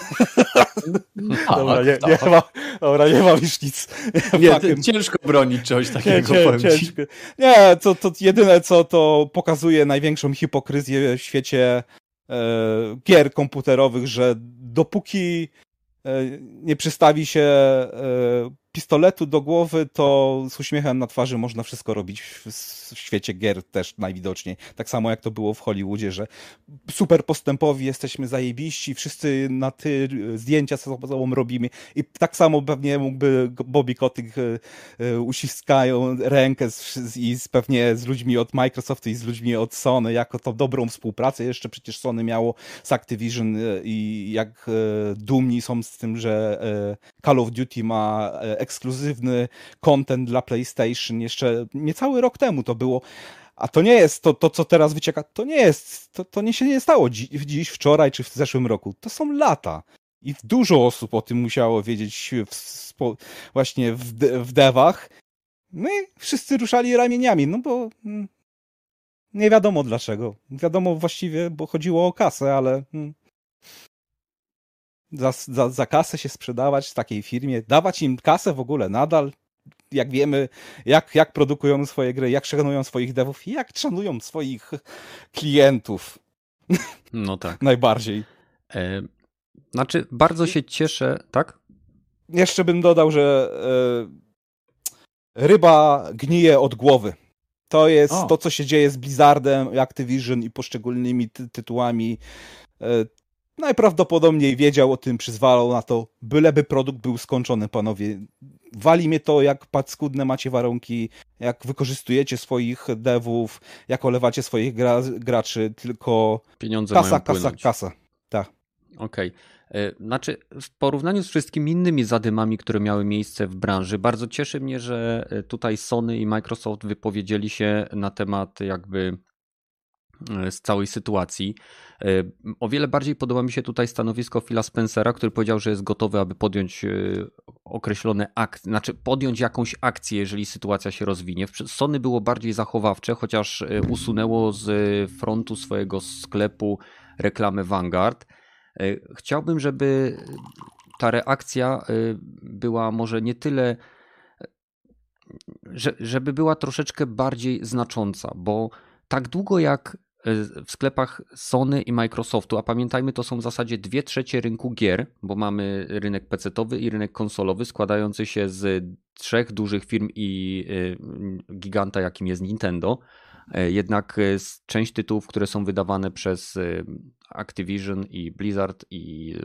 Dobra, nie mam już nic. Nie, ciężko bronić czegoś takiego, powiem ci. Nie, to jedyne co to pokazuje największą hipokryzję w świecie gier komputerowych, że dopóki nie przystawi się pistoletu do głowy, to z uśmiechem na twarzy można wszystko robić w świecie gier też najwidoczniej. Tak samo jak to było w Hollywoodzie, że super postępowi, jesteśmy zajebiści, wszyscy na zdjęcia co sobą robimy i tak samo pewnie mógłby Bobby Kotick uściskają rękę pewnie z ludźmi od Microsoftu i z ludźmi od Sony, jako tą dobrą współpracę. Jeszcze przecież Sony miało z Activision i jak dumni są z tym, że Call of Duty ma ekskluzywny content dla PlayStation jeszcze niecały rok temu to było, a to nie jest to co teraz wycieka, to się nie stało dziś, wczoraj czy w zeszłym roku, to są lata i dużo osób o tym musiało wiedzieć właśnie w devach, no i wszyscy ruszali ramieniami, no bo nie wiadomo dlaczego, wiadomo właściwie, bo chodziło o kasę, ale za kasę się sprzedawać w takiej firmie, dawać im kasę w ogóle nadal, jak wiemy, jak produkują swoje gry, jak szanują swoich devów i jak szanują swoich klientów. No tak. Najbardziej. Znaczy, bardzo się cieszę, tak? Jeszcze bym dodał, że ryba gnije od głowy. To jest to, co się dzieje z Blizzardem, Activision i poszczególnymi tytułami. najprawdopodobniej wiedział o tym, przyzwalał na to, byleby produkt był skończony, panowie. Wali mnie to, jak paskudne macie warunki, jak wykorzystujecie swoich devów, jak olewacie swoich graczy, tylko Pieniądze kasa, mają kasa, płynąć. kasa. Tak. Okej. Znaczy, w porównaniu z wszystkimi innymi zadymami, które miały miejsce w branży, bardzo cieszy mnie, że tutaj Sony i Microsoft wypowiedzieli się na temat jakby z całej sytuacji. O wiele bardziej podoba mi się tutaj stanowisko Phila Spencera, który powiedział, że jest gotowy, aby podjąć określone akcje, znaczy podjąć jakąś akcję, jeżeli sytuacja się rozwinie. Sony było bardziej zachowawcze, chociaż usunęło z frontu swojego sklepu reklamę Vanguard. Chciałbym, żeby ta reakcja była może nie tyle, żeby była troszeczkę bardziej znacząca, bo tak długo jak w sklepach Sony i Microsoftu, a pamiętajmy, to są w zasadzie 2/3 rynku gier, bo mamy rynek PC-towy i rynek konsolowy składający się z 3 dużych firm i giganta, jakim jest Nintendo. Jednak część tytułów, które są wydawane przez Activision i Blizzard i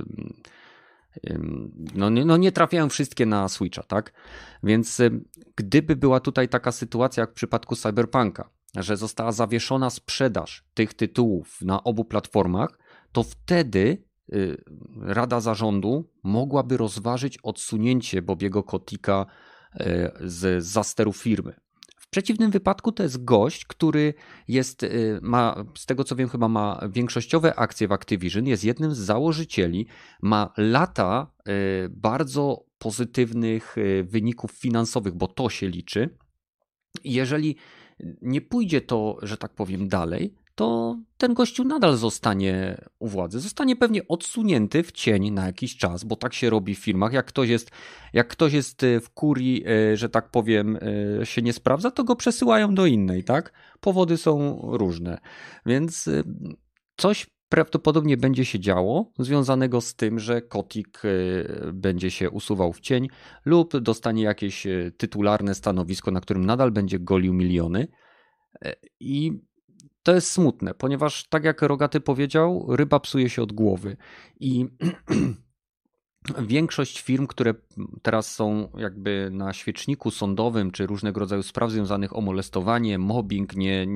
no nie trafiają wszystkie na Switcha, tak? Więc gdyby była tutaj taka sytuacja jak w przypadku Cyberpunka, że została zawieszona sprzedaż tych tytułów na obu platformach, to wtedy Rada Zarządu mogłaby rozważyć odsunięcie Bobiego Koticka za steru firmy. W przeciwnym wypadku to jest gość, który ma, z tego co wiem, chyba ma większościowe akcje w Activision, jest jednym z założycieli, ma lata bardzo pozytywnych wyników finansowych, bo to się liczy. Jeżeli nie pójdzie to, że tak powiem, dalej, to ten gościu nadal zostanie u władzy. Zostanie pewnie odsunięty w cień na jakiś czas, bo tak się robi w firmach. Jak ktoś jest w kurii, że tak powiem, się nie sprawdza, to go przesyłają do innej, tak? Powody są różne. Więc coś prawdopodobnie będzie się działo związanego z tym, że Kotick będzie się usuwał w cień lub dostanie jakieś tytularne stanowisko, na którym nadal będzie golił miliony. I to jest smutne, ponieważ tak jak Rogaty powiedział, ryba psuje się od głowy i większość firm, które teraz są jakby na świeczniku sądowym, czy różnego rodzaju spraw związanych o molestowanie, mobbing,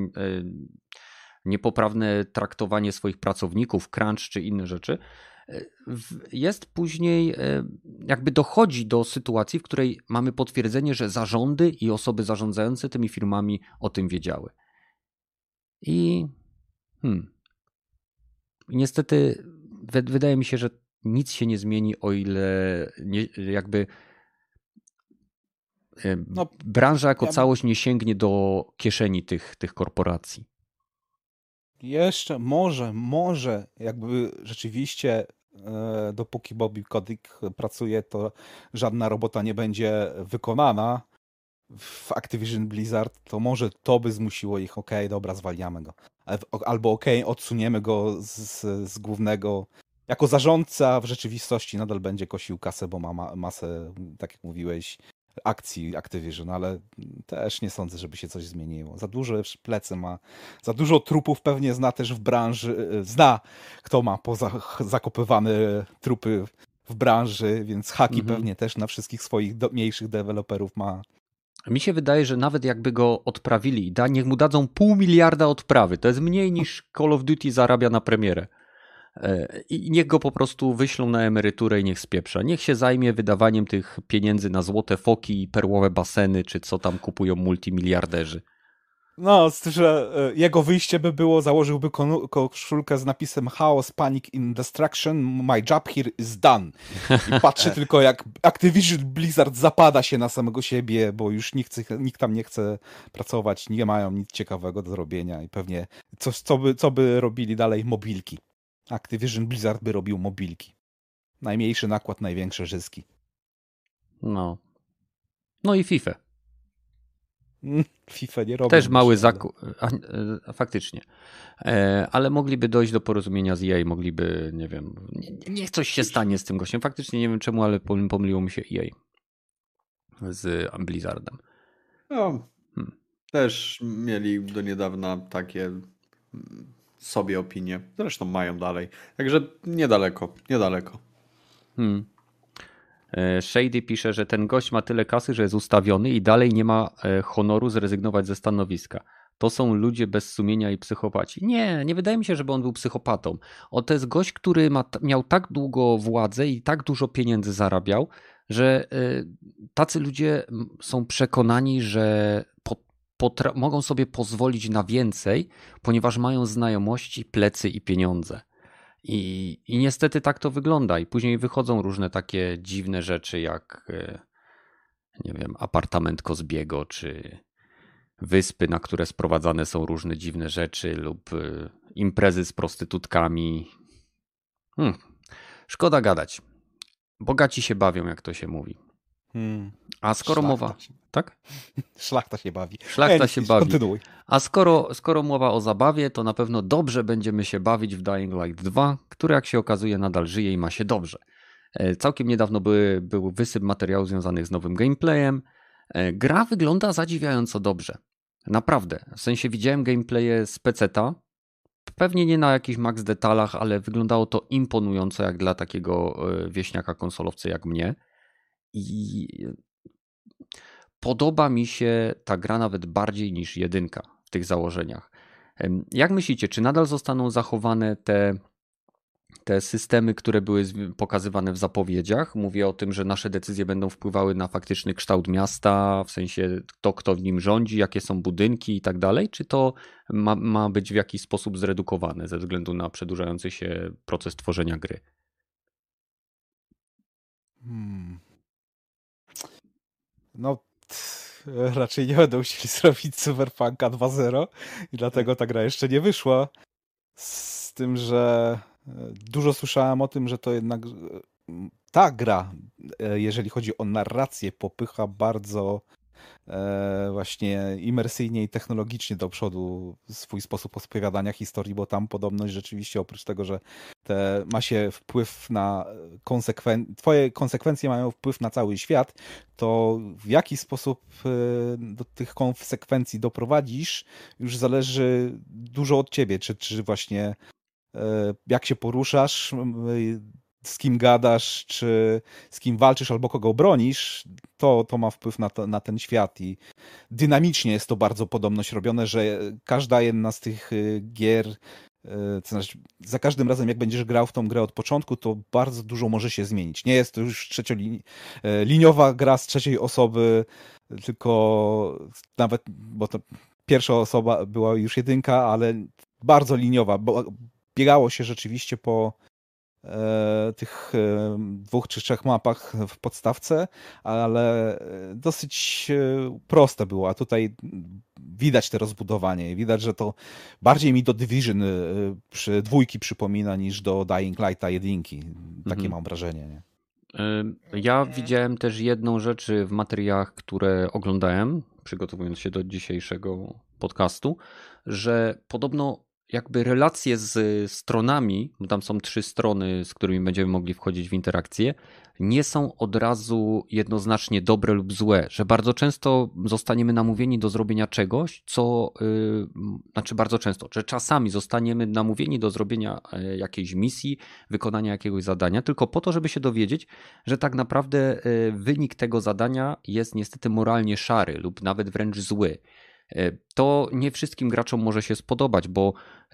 niepoprawne traktowanie swoich pracowników, crunch czy inne rzeczy, jest później, jakby dochodzi do sytuacji, w której mamy potwierdzenie, że zarządy i osoby zarządzające tymi firmami o tym wiedziały. I niestety wydaje mi się, że nic się nie zmieni, o ile jakby branża jako całość nie sięgnie do kieszeni tych korporacji. Jeszcze może jakby rzeczywiście dopóki Bobby Kotick pracuje, to żadna robota nie będzie wykonana w Activision Blizzard, to może to by zmusiło ich, dobra, zwalniamy go. Albo odsuniemy go z głównego. Jako zarządca w rzeczywistości nadal będzie kosił kasę, bo ma masę, tak jak mówiłeś, akcji Activision, ale też nie sądzę, żeby się coś zmieniło. Za duże plecy ma, za dużo trupów pewnie zna też w branży, kto ma zakopywane trupy w branży, więc haki pewnie też na wszystkich swoich mniejszych deweloperów ma. Mi się wydaje, że nawet jakby go odprawili, niech mu dadzą 500 miliarda odprawy, to jest mniej niż Call of Duty zarabia na premierę. I niech go po prostu wyślą na emeryturę i niech spieprza. Niech się zajmie wydawaniem tych pieniędzy na złote foki i perłowe baseny, czy co tam kupują multimiliarderzy. No, że jego wyjście by było, założyłby koszulkę z napisem Chaos, Panic in Destruction, my job here is done. I patrzy tylko, jak Activision Blizzard zapada się na samego siebie, bo już nikt tam nie chce pracować, nie mają nic ciekawego do zrobienia i pewnie co by robili dalej? Mobilki. Activision Blizzard by robił mobilki. Najmniejszy nakład, największe zyski. No i FIFA. FIFA nie robi. Też mały zakup, faktycznie. Ale mogliby dojść do porozumienia z EA, mogliby, nie wiem, niech coś się stanie z tym gościem. Faktycznie nie wiem czemu, ale pomyliło mi się EA z Blizzardem. No, też mieli do niedawna takie sobie opinię. Zresztą mają dalej. Także niedaleko. Shady pisze, że ten gość ma tyle kasy, że jest ustawiony i dalej nie ma honoru zrezygnować ze stanowiska. To są ludzie bez sumienia i psychopaci. Nie wydaje mi się, żeby on był psychopatą. To jest gość, który miał tak długo władzę i tak dużo pieniędzy zarabiał, że tacy ludzie są przekonani, że mogą sobie pozwolić na więcej, ponieważ mają znajomości, plecy i pieniądze. I niestety tak to wygląda. I później wychodzą różne takie dziwne rzeczy, jak nie wiem, apartament Cosbiego, czy wyspy, na które sprowadzane są różne dziwne rzeczy, lub imprezy z prostytutkami. Szkoda gadać. Bogaci się bawią, jak to się mówi. A skoro mowa... Tak? Szlachta się bawi. Szlachta się bawi. Kontynuuj. A skoro mowa o zabawie, to na pewno dobrze będziemy się bawić w Dying Light 2, który jak się okazuje nadal żyje i ma się dobrze. Całkiem niedawno był wysyp materiałów związanych z nowym gameplayem. Gra wygląda zadziwiająco dobrze. Naprawdę. W sensie widziałem gameplaye z peceta. Pewnie nie na jakichś max detalach, ale wyglądało to imponująco jak dla takiego wieśniaka konsolowca jak mnie. I podoba mi się ta gra nawet bardziej niż 1 w tych założeniach. Jak myślicie, czy nadal zostaną zachowane te systemy, które były pokazywane w zapowiedziach? Mówię o tym, że nasze decyzje będą wpływały na faktyczny kształt miasta, w sensie kto w nim rządzi, jakie są budynki i tak dalej, czy to ma być w jakiś sposób zredukowane ze względu na przedłużający się proces tworzenia gry? No, raczej nie będą chcieli zrobić Cyberpunka 2.0 i dlatego ta gra jeszcze nie wyszła. Z tym, że dużo słyszałem o tym, że to jednak ta gra, jeżeli chodzi o narrację, popycha bardzo właśnie imersyjnie i technologicznie do przodu swój sposób opowiadania historii, bo tam podobność rzeczywiście oprócz tego, że ma się wpływ na twoje konsekwencje mają wpływ na cały świat, to w jaki sposób do tych konsekwencji doprowadzisz, już zależy dużo od ciebie, czy właśnie jak się poruszasz, z kim gadasz, czy z kim walczysz, albo kogo bronisz, to ma wpływ na ten świat i dynamicznie jest to bardzo podobność robione, że każda jedna z tych gier, to znaczy za każdym razem jak będziesz grał w tą grę od początku, to bardzo dużo może się zmienić. Nie jest to już liniowa gra z trzeciej osoby, tylko nawet, bo to pierwsza osoba była już 1, ale bardzo liniowa, bo biegało się rzeczywiście po tych 2 czy 3 mapach w podstawce, ale dosyć proste było, a tutaj widać te rozbudowanie. Widać, że to bardziej mi do Division przy 2 przypomina niż do Dying Lighta 1. Takie mam wrażenie. Nie? Ja widziałem też jedną rzecz w materiałach, które oglądałem, przygotowując się do dzisiejszego podcastu, że podobno jakby relacje z stronami, bo tam są 3 strony, z którymi będziemy mogli wchodzić w interakcję, nie są od razu jednoznacznie dobre lub złe, że bardzo często zostaniemy namówieni do zrobienia czegoś, znaczy bardzo często, że czasami zostaniemy namówieni do zrobienia jakiejś misji, wykonania jakiegoś zadania, tylko po to, żeby się dowiedzieć, że tak naprawdę wynik tego zadania jest niestety moralnie szary lub nawet wręcz zły. To nie wszystkim graczom może się spodobać, bo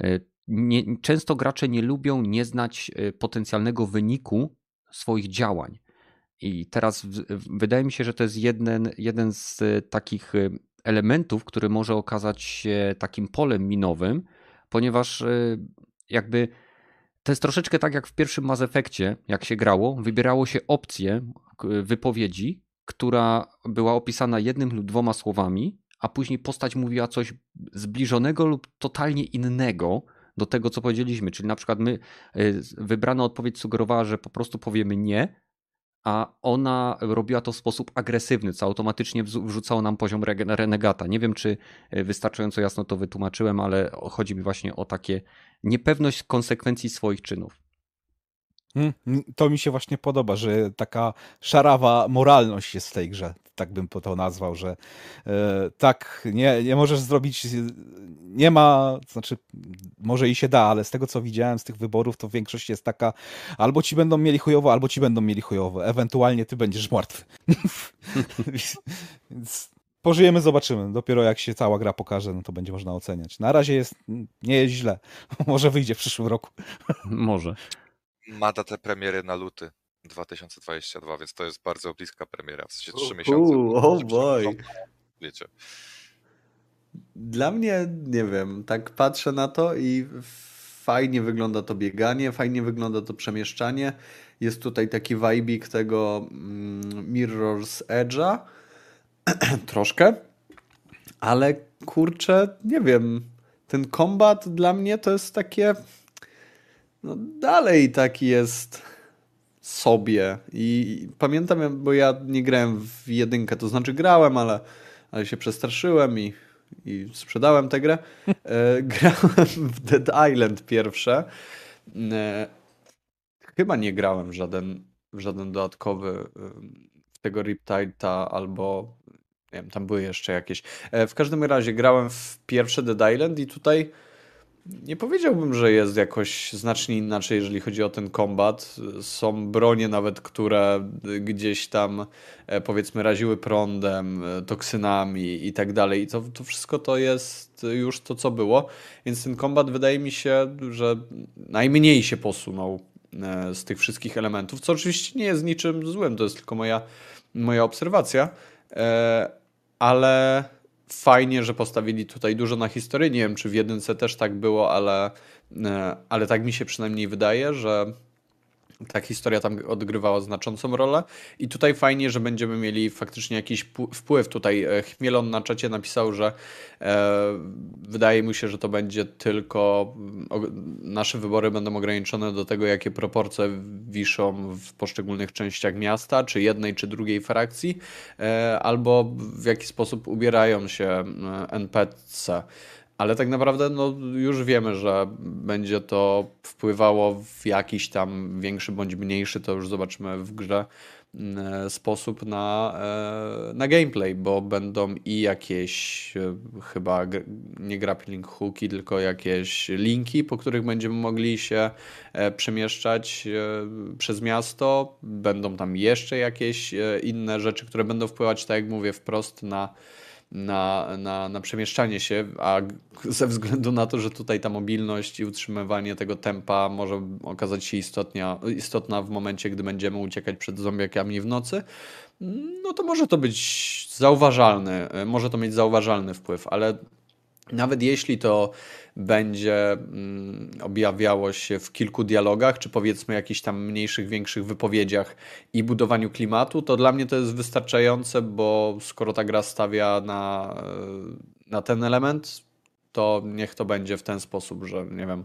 często gracze nie lubią nie znać potencjalnego wyniku swoich działań. I teraz wydaje mi się, że to jest jeden z takich elementów, który może okazać się takim polem minowym, ponieważ jakby to jest troszeczkę tak jak w pierwszym Mass Effectie, jak się grało, wybierało się opcję wypowiedzi, która była opisana 1 lub 2 słowami, a później postać mówiła coś zbliżonego lub totalnie innego do tego, co powiedzieliśmy. Czyli na przykład wybrana odpowiedź sugerowała, że po prostu powiemy nie, a ona robiła to w sposób agresywny, co automatycznie wrzucało nam poziom renegata. Nie wiem, czy wystarczająco jasno to wytłumaczyłem, ale chodzi mi właśnie o takie niepewność konsekwencji swoich czynów. To mi się właśnie podoba, że taka szarawa moralność jest w tej grze, tak bym to nazwał, że tak, nie możesz zrobić, nie ma, znaczy może i się da, ale z tego co widziałem z tych wyborów, to większość jest taka, albo ci będą mieli chujowo, albo ci będą mieli chujowo, ewentualnie ty będziesz martwy. Więc pożyjemy, zobaczymy. Dopiero jak się cała gra pokaże, no to będzie można oceniać. Na razie nie jest źle. Może wyjdzie w przyszłym roku. Może. Ma datę premiery na luty 2022, więc to jest bardzo bliska premiera, w sensie 3 miesiące. Oh boy. Wiecie. Dla mnie, nie wiem, tak patrzę na to i fajnie wygląda to bieganie, fajnie wygląda to przemieszczanie. Jest tutaj taki vibik tego Mirror's Edge'a troszkę, ale kurczę, nie wiem, ten kombat dla mnie to jest takie, no dalej taki jest sobie i pamiętam, bo ja nie grałem w jedynkę, to znaczy grałem, ale się przestraszyłem i sprzedałem tę grę. Grałem w Dead Island pierwsze. Chyba nie grałem w żaden dodatkowy w tego Riptide'a albo nie wiem, tam były jeszcze jakieś. W każdym razie grałem w pierwsze Dead Island i tutaj nie powiedziałbym, że jest jakoś znacznie inaczej, jeżeli chodzi o ten kombat. Są bronie nawet, które gdzieś tam powiedzmy raziły prądem, toksynami i tak dalej. I to wszystko to jest już to, co było. Więc ten kombat wydaje mi się, że najmniej się posunął z tych wszystkich elementów, co oczywiście nie jest niczym złym, to jest tylko moja obserwacja. Ale fajnie, że postawili tutaj dużo na historię. Nie wiem, czy w jedynce też tak było, ale tak mi się przynajmniej wydaje, że ta historia tam odgrywała znaczącą rolę. I tutaj fajnie, że będziemy mieli faktycznie jakiś wpływ. Tutaj Chmielon na czacie napisał, że wydaje mu się, że to będzie tylko nasze wybory będą ograniczone do tego, jakie proporcje wiszą w poszczególnych częściach miasta, czy jednej, czy drugiej frakcji, albo w jaki sposób ubierają się NPC. Ale tak naprawdę no, już wiemy, że będzie to wpływało w jakiś tam większy bądź mniejszy, to już zobaczymy w grze, sposób na gameplay, bo będą i jakieś chyba nie grappling hooki, tylko jakieś linki, po których będziemy mogli się przemieszczać przez miasto. Będą tam jeszcze jakieś inne rzeczy, które będą wpływać, tak jak mówię, wprost na przemieszczanie się, a ze względu na to, że tutaj ta mobilność i utrzymywanie tego tempa może okazać się istotna w momencie, gdy będziemy uciekać przed zombiakami w nocy, no to może to być może to mieć zauważalny wpływ, ale nawet jeśli to będzie objawiało się w kilku dialogach, czy powiedzmy jakichś tam mniejszych, większych wypowiedziach i budowaniu klimatu, to dla mnie to jest wystarczające, bo skoro ta gra stawia na ten element, to niech to będzie w ten sposób, że nie wiem,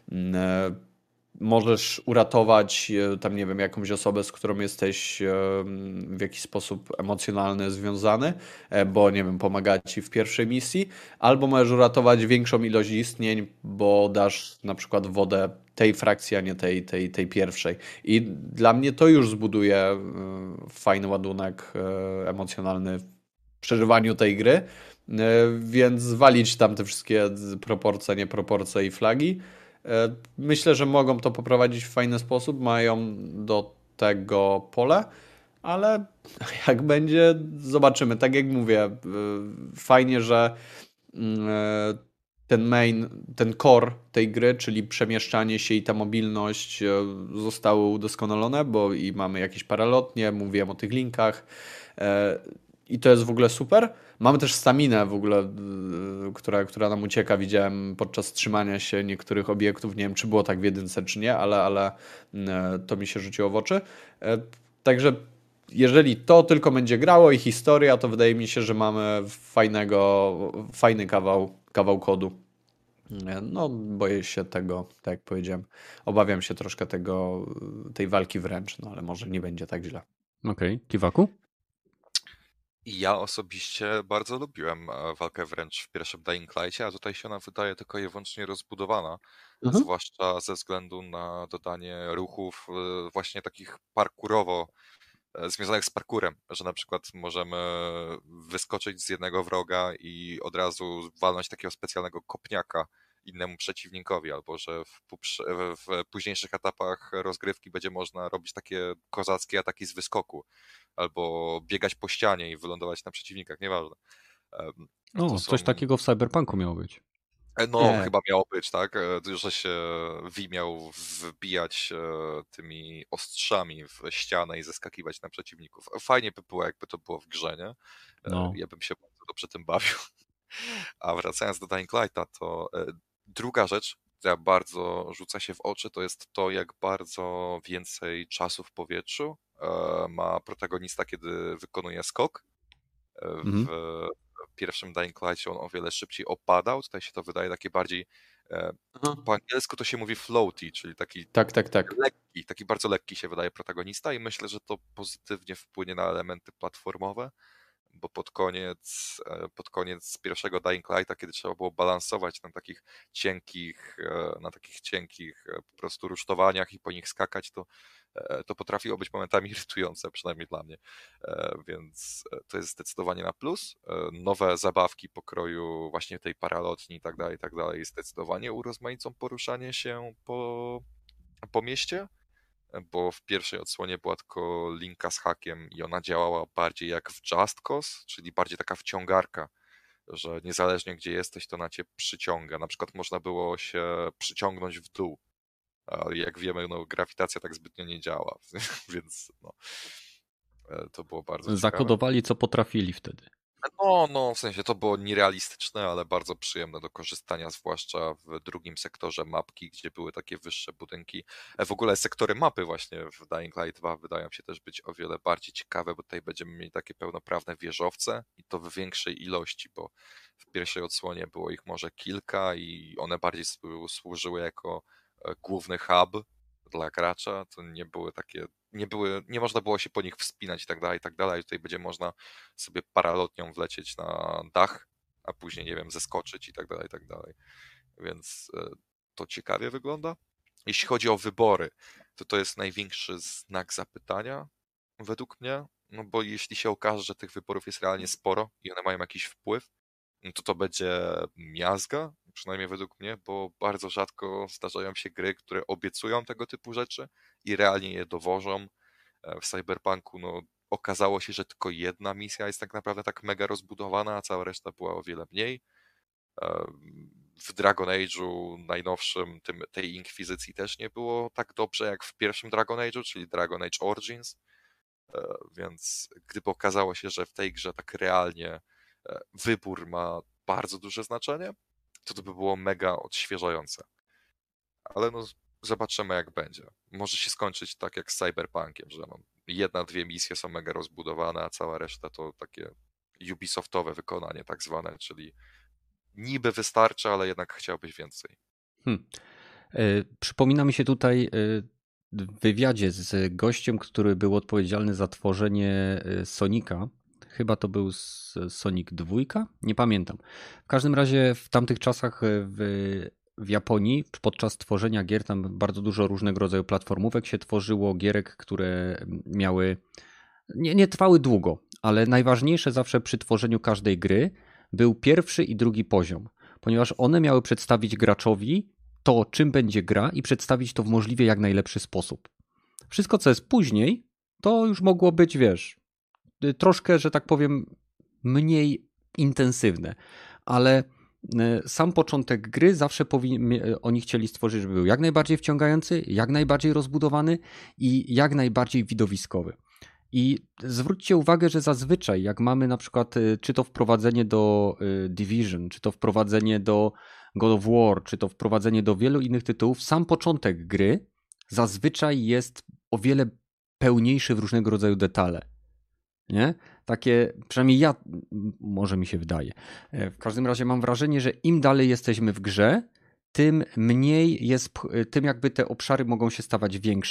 możesz uratować tam, nie wiem, jakąś osobę, z którą jesteś w jakiś sposób emocjonalny związany, bo, nie wiem, pomaga ci w pierwszej misji, albo możesz uratować większą ilość istnień, bo dasz na przykład wodę tej frakcji, a nie tej pierwszej. I dla mnie to już zbuduje fajny ładunek emocjonalny w przeżywaniu tej gry, więc walić tam te wszystkie proporcje, nieproporcje i flagi. Myślę, że mogą to poprowadzić w fajny sposób, mają do tego pole, ale jak będzie, zobaczymy. Tak jak mówię, fajnie, że ten core tej gry, czyli przemieszczanie się i ta mobilność zostały udoskonalone, bo i mamy jakieś paralotnie, mówiłem o tych linkach i to jest w ogóle super. Mamy też staminę w ogóle, która nam ucieka. Widziałem podczas trzymania się niektórych obiektów. Nie wiem, czy było tak w jedynce, czy nie, ale to mi się rzuciło w oczy. Także jeżeli to tylko będzie grało i historia, to wydaje mi się, że mamy fajny kawał kodu. No, boję się tego, tak jak powiedziałem. Obawiam się troszkę tej walki wręcz, no ale może nie będzie tak źle. Okej. Kiwaku? Ja osobiście bardzo lubiłem walkę wręcz w pierwszym Dying Light'cie, a tutaj się ona wydaje tylko i wyłącznie rozbudowana, zwłaszcza ze względu na dodanie ruchów właśnie takich parkurowo związanych z parkurem, że na przykład możemy wyskoczyć z jednego wroga i od razu walnąć takiego specjalnego kopniaka innemu przeciwnikowi, albo że w późniejszych etapach rozgrywki będzie można robić takie kozackie ataki z wyskoku, albo biegać po ścianie i wylądować na przeciwnikach, nieważne. To są... Coś takiego w Cyberpunku miało być. No, chyba miało być, tak? Że się miał wbijać tymi ostrzami w ścianę i zeskakiwać na przeciwników. Fajnie by było, jakby to było w grze, nie? No. Ja bym się bardzo dobrze tym bawił. A wracając do Dying Lighta, to druga rzecz, która bardzo rzuca się w oczy, to jest to, jak bardzo więcej czasu w powietrzu ma protagonista, kiedy wykonuje skok. W pierwszym Dying Light'cie on o wiele szybciej opadał, tutaj się to wydaje takie bardziej, po angielsku to się mówi floaty, czyli taki Tak. lekki, taki bardzo lekki się wydaje protagonista i myślę, że to pozytywnie wpłynie na elementy platformowe, bo pod koniec pierwszego Dying Lighta, kiedy trzeba było balansować na takich cienkich po prostu rusztowaniach i po nich skakać, to potrafiło być momentami irytujące, przynajmniej dla mnie. Więc to jest zdecydowanie na plus. Nowe zabawki pokroju właśnie tej paralotni i tak dalej, zdecydowanie urozmaicą poruszanie się po mieście, bo w pierwszej odsłonie była tylko linka z hakiem i ona działała bardziej jak w Just Cause, czyli bardziej taka wciągarka, że niezależnie gdzie jesteś, to na cię przyciąga. Na przykład można było się przyciągnąć w dół. A jak wiemy, no, grawitacja tak zbytnio nie działa, więc no, to było bardzo ciekawe. Zakodowali, co potrafili wtedy. No, w sensie to było nierealistyczne, ale bardzo przyjemne do korzystania, zwłaszcza w drugim sektorze mapki, gdzie były takie wyższe budynki. W ogóle sektory mapy właśnie w Dying Light 2 wydają się też być o wiele bardziej ciekawe, bo tutaj będziemy mieli takie pełnoprawne wieżowce i to w większej ilości, bo w pierwszej odsłonie było ich może kilka i one bardziej służyły jako główny hub dla gracza, to nie były takie, nie można było się po nich wspinać i tak dalej. Tutaj będzie można sobie paralotnią wlecieć na dach, a później, nie wiem, zeskoczyć i tak dalej. Więc to ciekawie wygląda. Jeśli chodzi o wybory, to jest największy znak zapytania według mnie, no bo jeśli się okaże, że tych wyborów jest realnie sporo i one mają jakiś wpływ, no to będzie miazga, przynajmniej według mnie, bo bardzo rzadko zdarzają się gry, które obiecują tego typu rzeczy i realnie je dowożą. W Cyberpunku no, okazało się, że tylko jedna misja jest tak naprawdę tak mega rozbudowana, a cała reszta była o wiele mniej. W Dragon Age'u najnowszym, tej Inkwizycji też nie było tak dobrze jak w pierwszym Dragon Age'u, czyli Dragon Age Origins. Więc gdyby okazało się, że w tej grze tak realnie wybór ma bardzo duże znaczenie, to by było mega odświeżające. Ale no, zobaczymy jak będzie. Może się skończyć tak jak z Cyberpunkiem, że no, jedna, dwie misje są mega rozbudowane, a cała reszta to takie Ubisoftowe wykonanie tak zwane, czyli niby wystarczy, ale jednak chciałbyś więcej. Przypomina mi się tutaj w wywiadzie z gościem, który był odpowiedzialny za tworzenie Sonika. Chyba to był Sonic 2? Nie pamiętam. W każdym razie w tamtych czasach w Japonii podczas tworzenia gier tam bardzo dużo różnego rodzaju platformówek się tworzyło, gierek, które miały nie trwały długo, ale najważniejsze zawsze przy tworzeniu każdej gry był pierwszy i drugi poziom, ponieważ one miały przedstawić graczowi to, czym będzie gra i przedstawić to w możliwie jak najlepszy sposób. Wszystko, co jest później, to już mogło być, wiesz, troszkę, że tak powiem, mniej intensywne, ale sam początek gry zawsze oni chcieli stworzyć, żeby był jak najbardziej wciągający, jak najbardziej rozbudowany i jak najbardziej widowiskowy. I zwróćcie uwagę, że zazwyczaj jak mamy na przykład czy to wprowadzenie do Division, czy to wprowadzenie do God of War, czy to wprowadzenie do wielu innych tytułów, sam początek gry zazwyczaj jest o wiele pełniejszy w różnego rodzaju detale. Nie? Takie, przynajmniej ja, może mi się wydaje. W każdym razie mam wrażenie, że im dalej jesteśmy w grze, tym mniej jest, tym jakby te obszary mogą się stawać większe,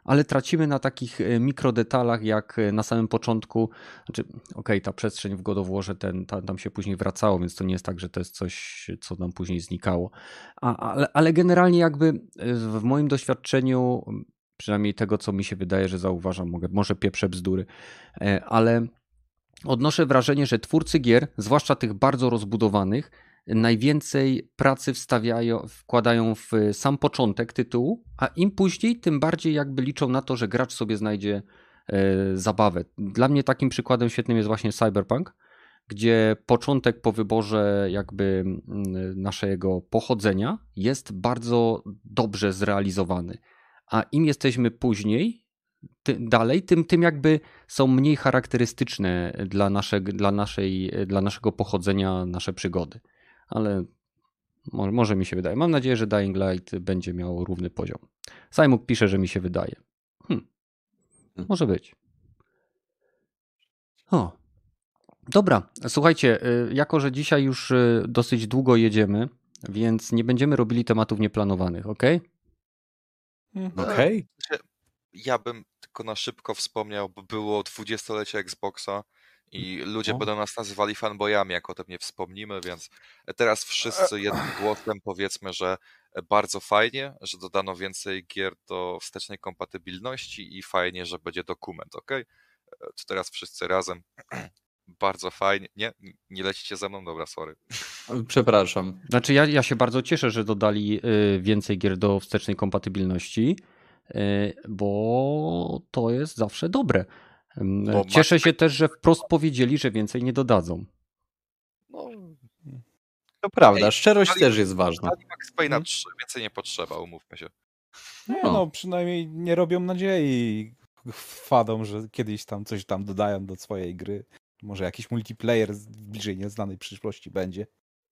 ale tracimy na takich mikrodetalach, jak na samym początku, znaczy, ta przestrzeń w God of Warze, tam się później wracało, więc to nie jest tak, że to jest coś, co nam później znikało. Ale generalnie jakby w moim doświadczeniu, przynajmniej tego, co mi się wydaje, że zauważam, może pieprzę bzdury, ale odnoszę wrażenie, że twórcy gier, zwłaszcza tych bardzo rozbudowanych, najwięcej pracy wkładają w sam początek tytułu, a im później, tym bardziej jakby liczą na to, że gracz sobie znajdzie zabawę. Dla mnie takim przykładem świetnym jest właśnie Cyberpunk, gdzie początek po wyborze jakby naszego pochodzenia jest bardzo dobrze zrealizowany, a im jesteśmy później, dalej, tym jakby są mniej charakterystyczne dla naszego pochodzenia nasze przygody. Ale może mi się wydaje. Mam nadzieję, że Dying Light będzie miał równy poziom. Simon pisze, że mi się wydaje. Może być. Dobra, słuchajcie, jako że dzisiaj już dosyć długo jedziemy, więc nie będziemy robili tematów nieplanowanych, ok? Okej. Ja bym tylko na szybko wspomniał, bo było 20-lecie Xboxa i ludzie będą nas nazywali fanboyami, jak o tym nie wspomnimy, więc teraz wszyscy jednym głosem powiedzmy, że bardzo fajnie, że dodano więcej gier do wstecznej kompatybilności i fajnie, że będzie dokument, ok? To teraz wszyscy razem. Bardzo fajnie. Nie lecicie ze mną? Dobra, sorry. Przepraszam. Znaczy ja się bardzo cieszę, że dodali więcej gier do wstecznej kompatybilności, bo to jest zawsze dobre. Cieszę się też, że wprost powiedzieli, że więcej nie dodadzą. To prawda, szczerość też jest ważna. Max Payne'a 3, więcej nie potrzeba, umówmy się. Przynajmniej nie robią nadziei fadom, że kiedyś tam coś tam dodają do swojej gry. Może jakiś multiplayer w bliżej nieznanej przyszłości będzie.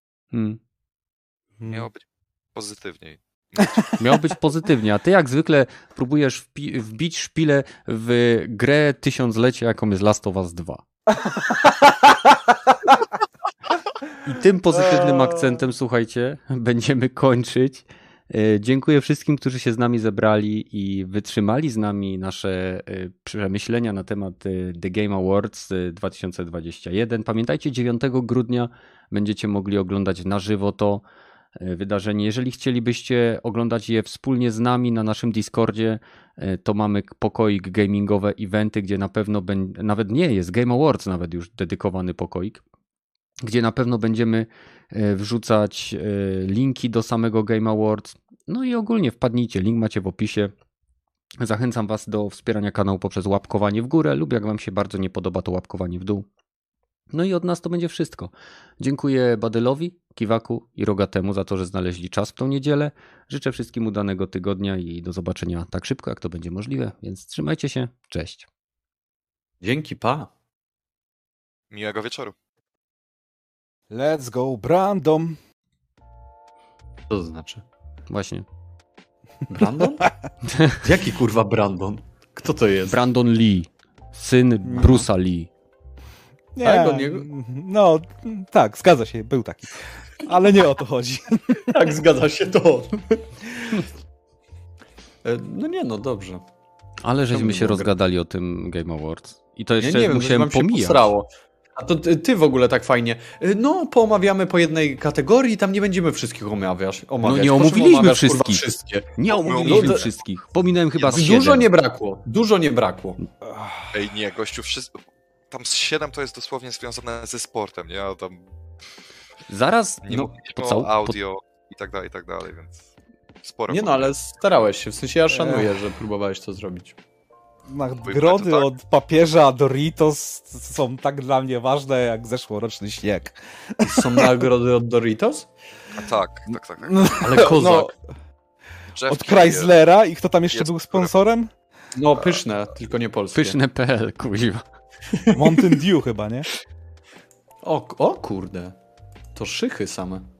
Miało być pozytywniej. Miało być pozytywnie, a ty jak zwykle próbujesz wbić szpilę w grę tysiąclecia, jaką jest Last of Us 2. I tym pozytywnym akcentem, słuchajcie, będziemy kończyć. Dziękuję wszystkim, którzy się z nami zebrali i wytrzymali z nami nasze przemyślenia na temat The Game Awards 2021. Pamiętajcie, 9 grudnia będziecie mogli oglądać na żywo to wydarzenie. Jeżeli chcielibyście oglądać je wspólnie z nami na naszym Discordzie, to mamy pokoik gamingowe, eventy, gdzie na pewno nawet nie jest Game Awards, nawet już dedykowany pokoik, gdzie na pewno będziemy wrzucać linki do samego Game Awards. No i ogólnie wpadnijcie, link macie w opisie. Zachęcam was do wspierania kanału poprzez łapkowanie w górę lub jak wam się bardzo nie podoba, to łapkowanie w dół. No i od nas to będzie wszystko. Dziękuję Badylowi, Kiwaku i Rogatemu za to, że znaleźli czas w tą niedzielę. Życzę wszystkim udanego tygodnia i do zobaczenia tak szybko, jak to będzie możliwe, więc trzymajcie się. Cześć. Dzięki, pa. Miłego wieczoru. Let's go, Brandon. Co to znaczy? Właśnie. Brandon? Jaki kurwa Brandon? Kto to jest? Brandon Lee, syn Bruce'a Lee. Nie, Tak, od niego? No, tak, zgadza się, był taki. Ale nie o to chodzi. Tak, zgadza się to. No nie, no dobrze. Ale żeśmy się mogę? rozgadali o tym Game Awards. I to Ja jeszcze nie wiem, musiałem wam się pomijać. posrało. A to ty w ogóle tak fajnie. No, poomawiamy po jednej kategorii, tam nie będziemy wszystkich omawiać. No nie Proszę, omówiliśmy omawiasz, kurwa, wszystkich. wszystkie. Nie omówiliśmy No, wszystkich. Pominąłem chyba z 7. Dużo nie brakło. Ej, nie, gościu, tam z 7 to jest dosłownie związane ze sportem, nie? A tam Zaraz, nie mówiliśmy o audio i tak dalej, więc sporo. Nie no, ale starałeś się, w sensie ja szanuję, że próbowałeś to zrobić. Nagrody tak. od papieża Doritos są tak dla mnie ważne jak zeszłoroczny śnieg. Są nagrody od Doritos? Tak. Ale kozak. Od Chryslera i kto tam jeszcze był sponsorem? No, pyszne, tylko nie polskie. Pyszne.pl, kuźwa. Mountain Dew chyba, nie? O kurde. To szychy same.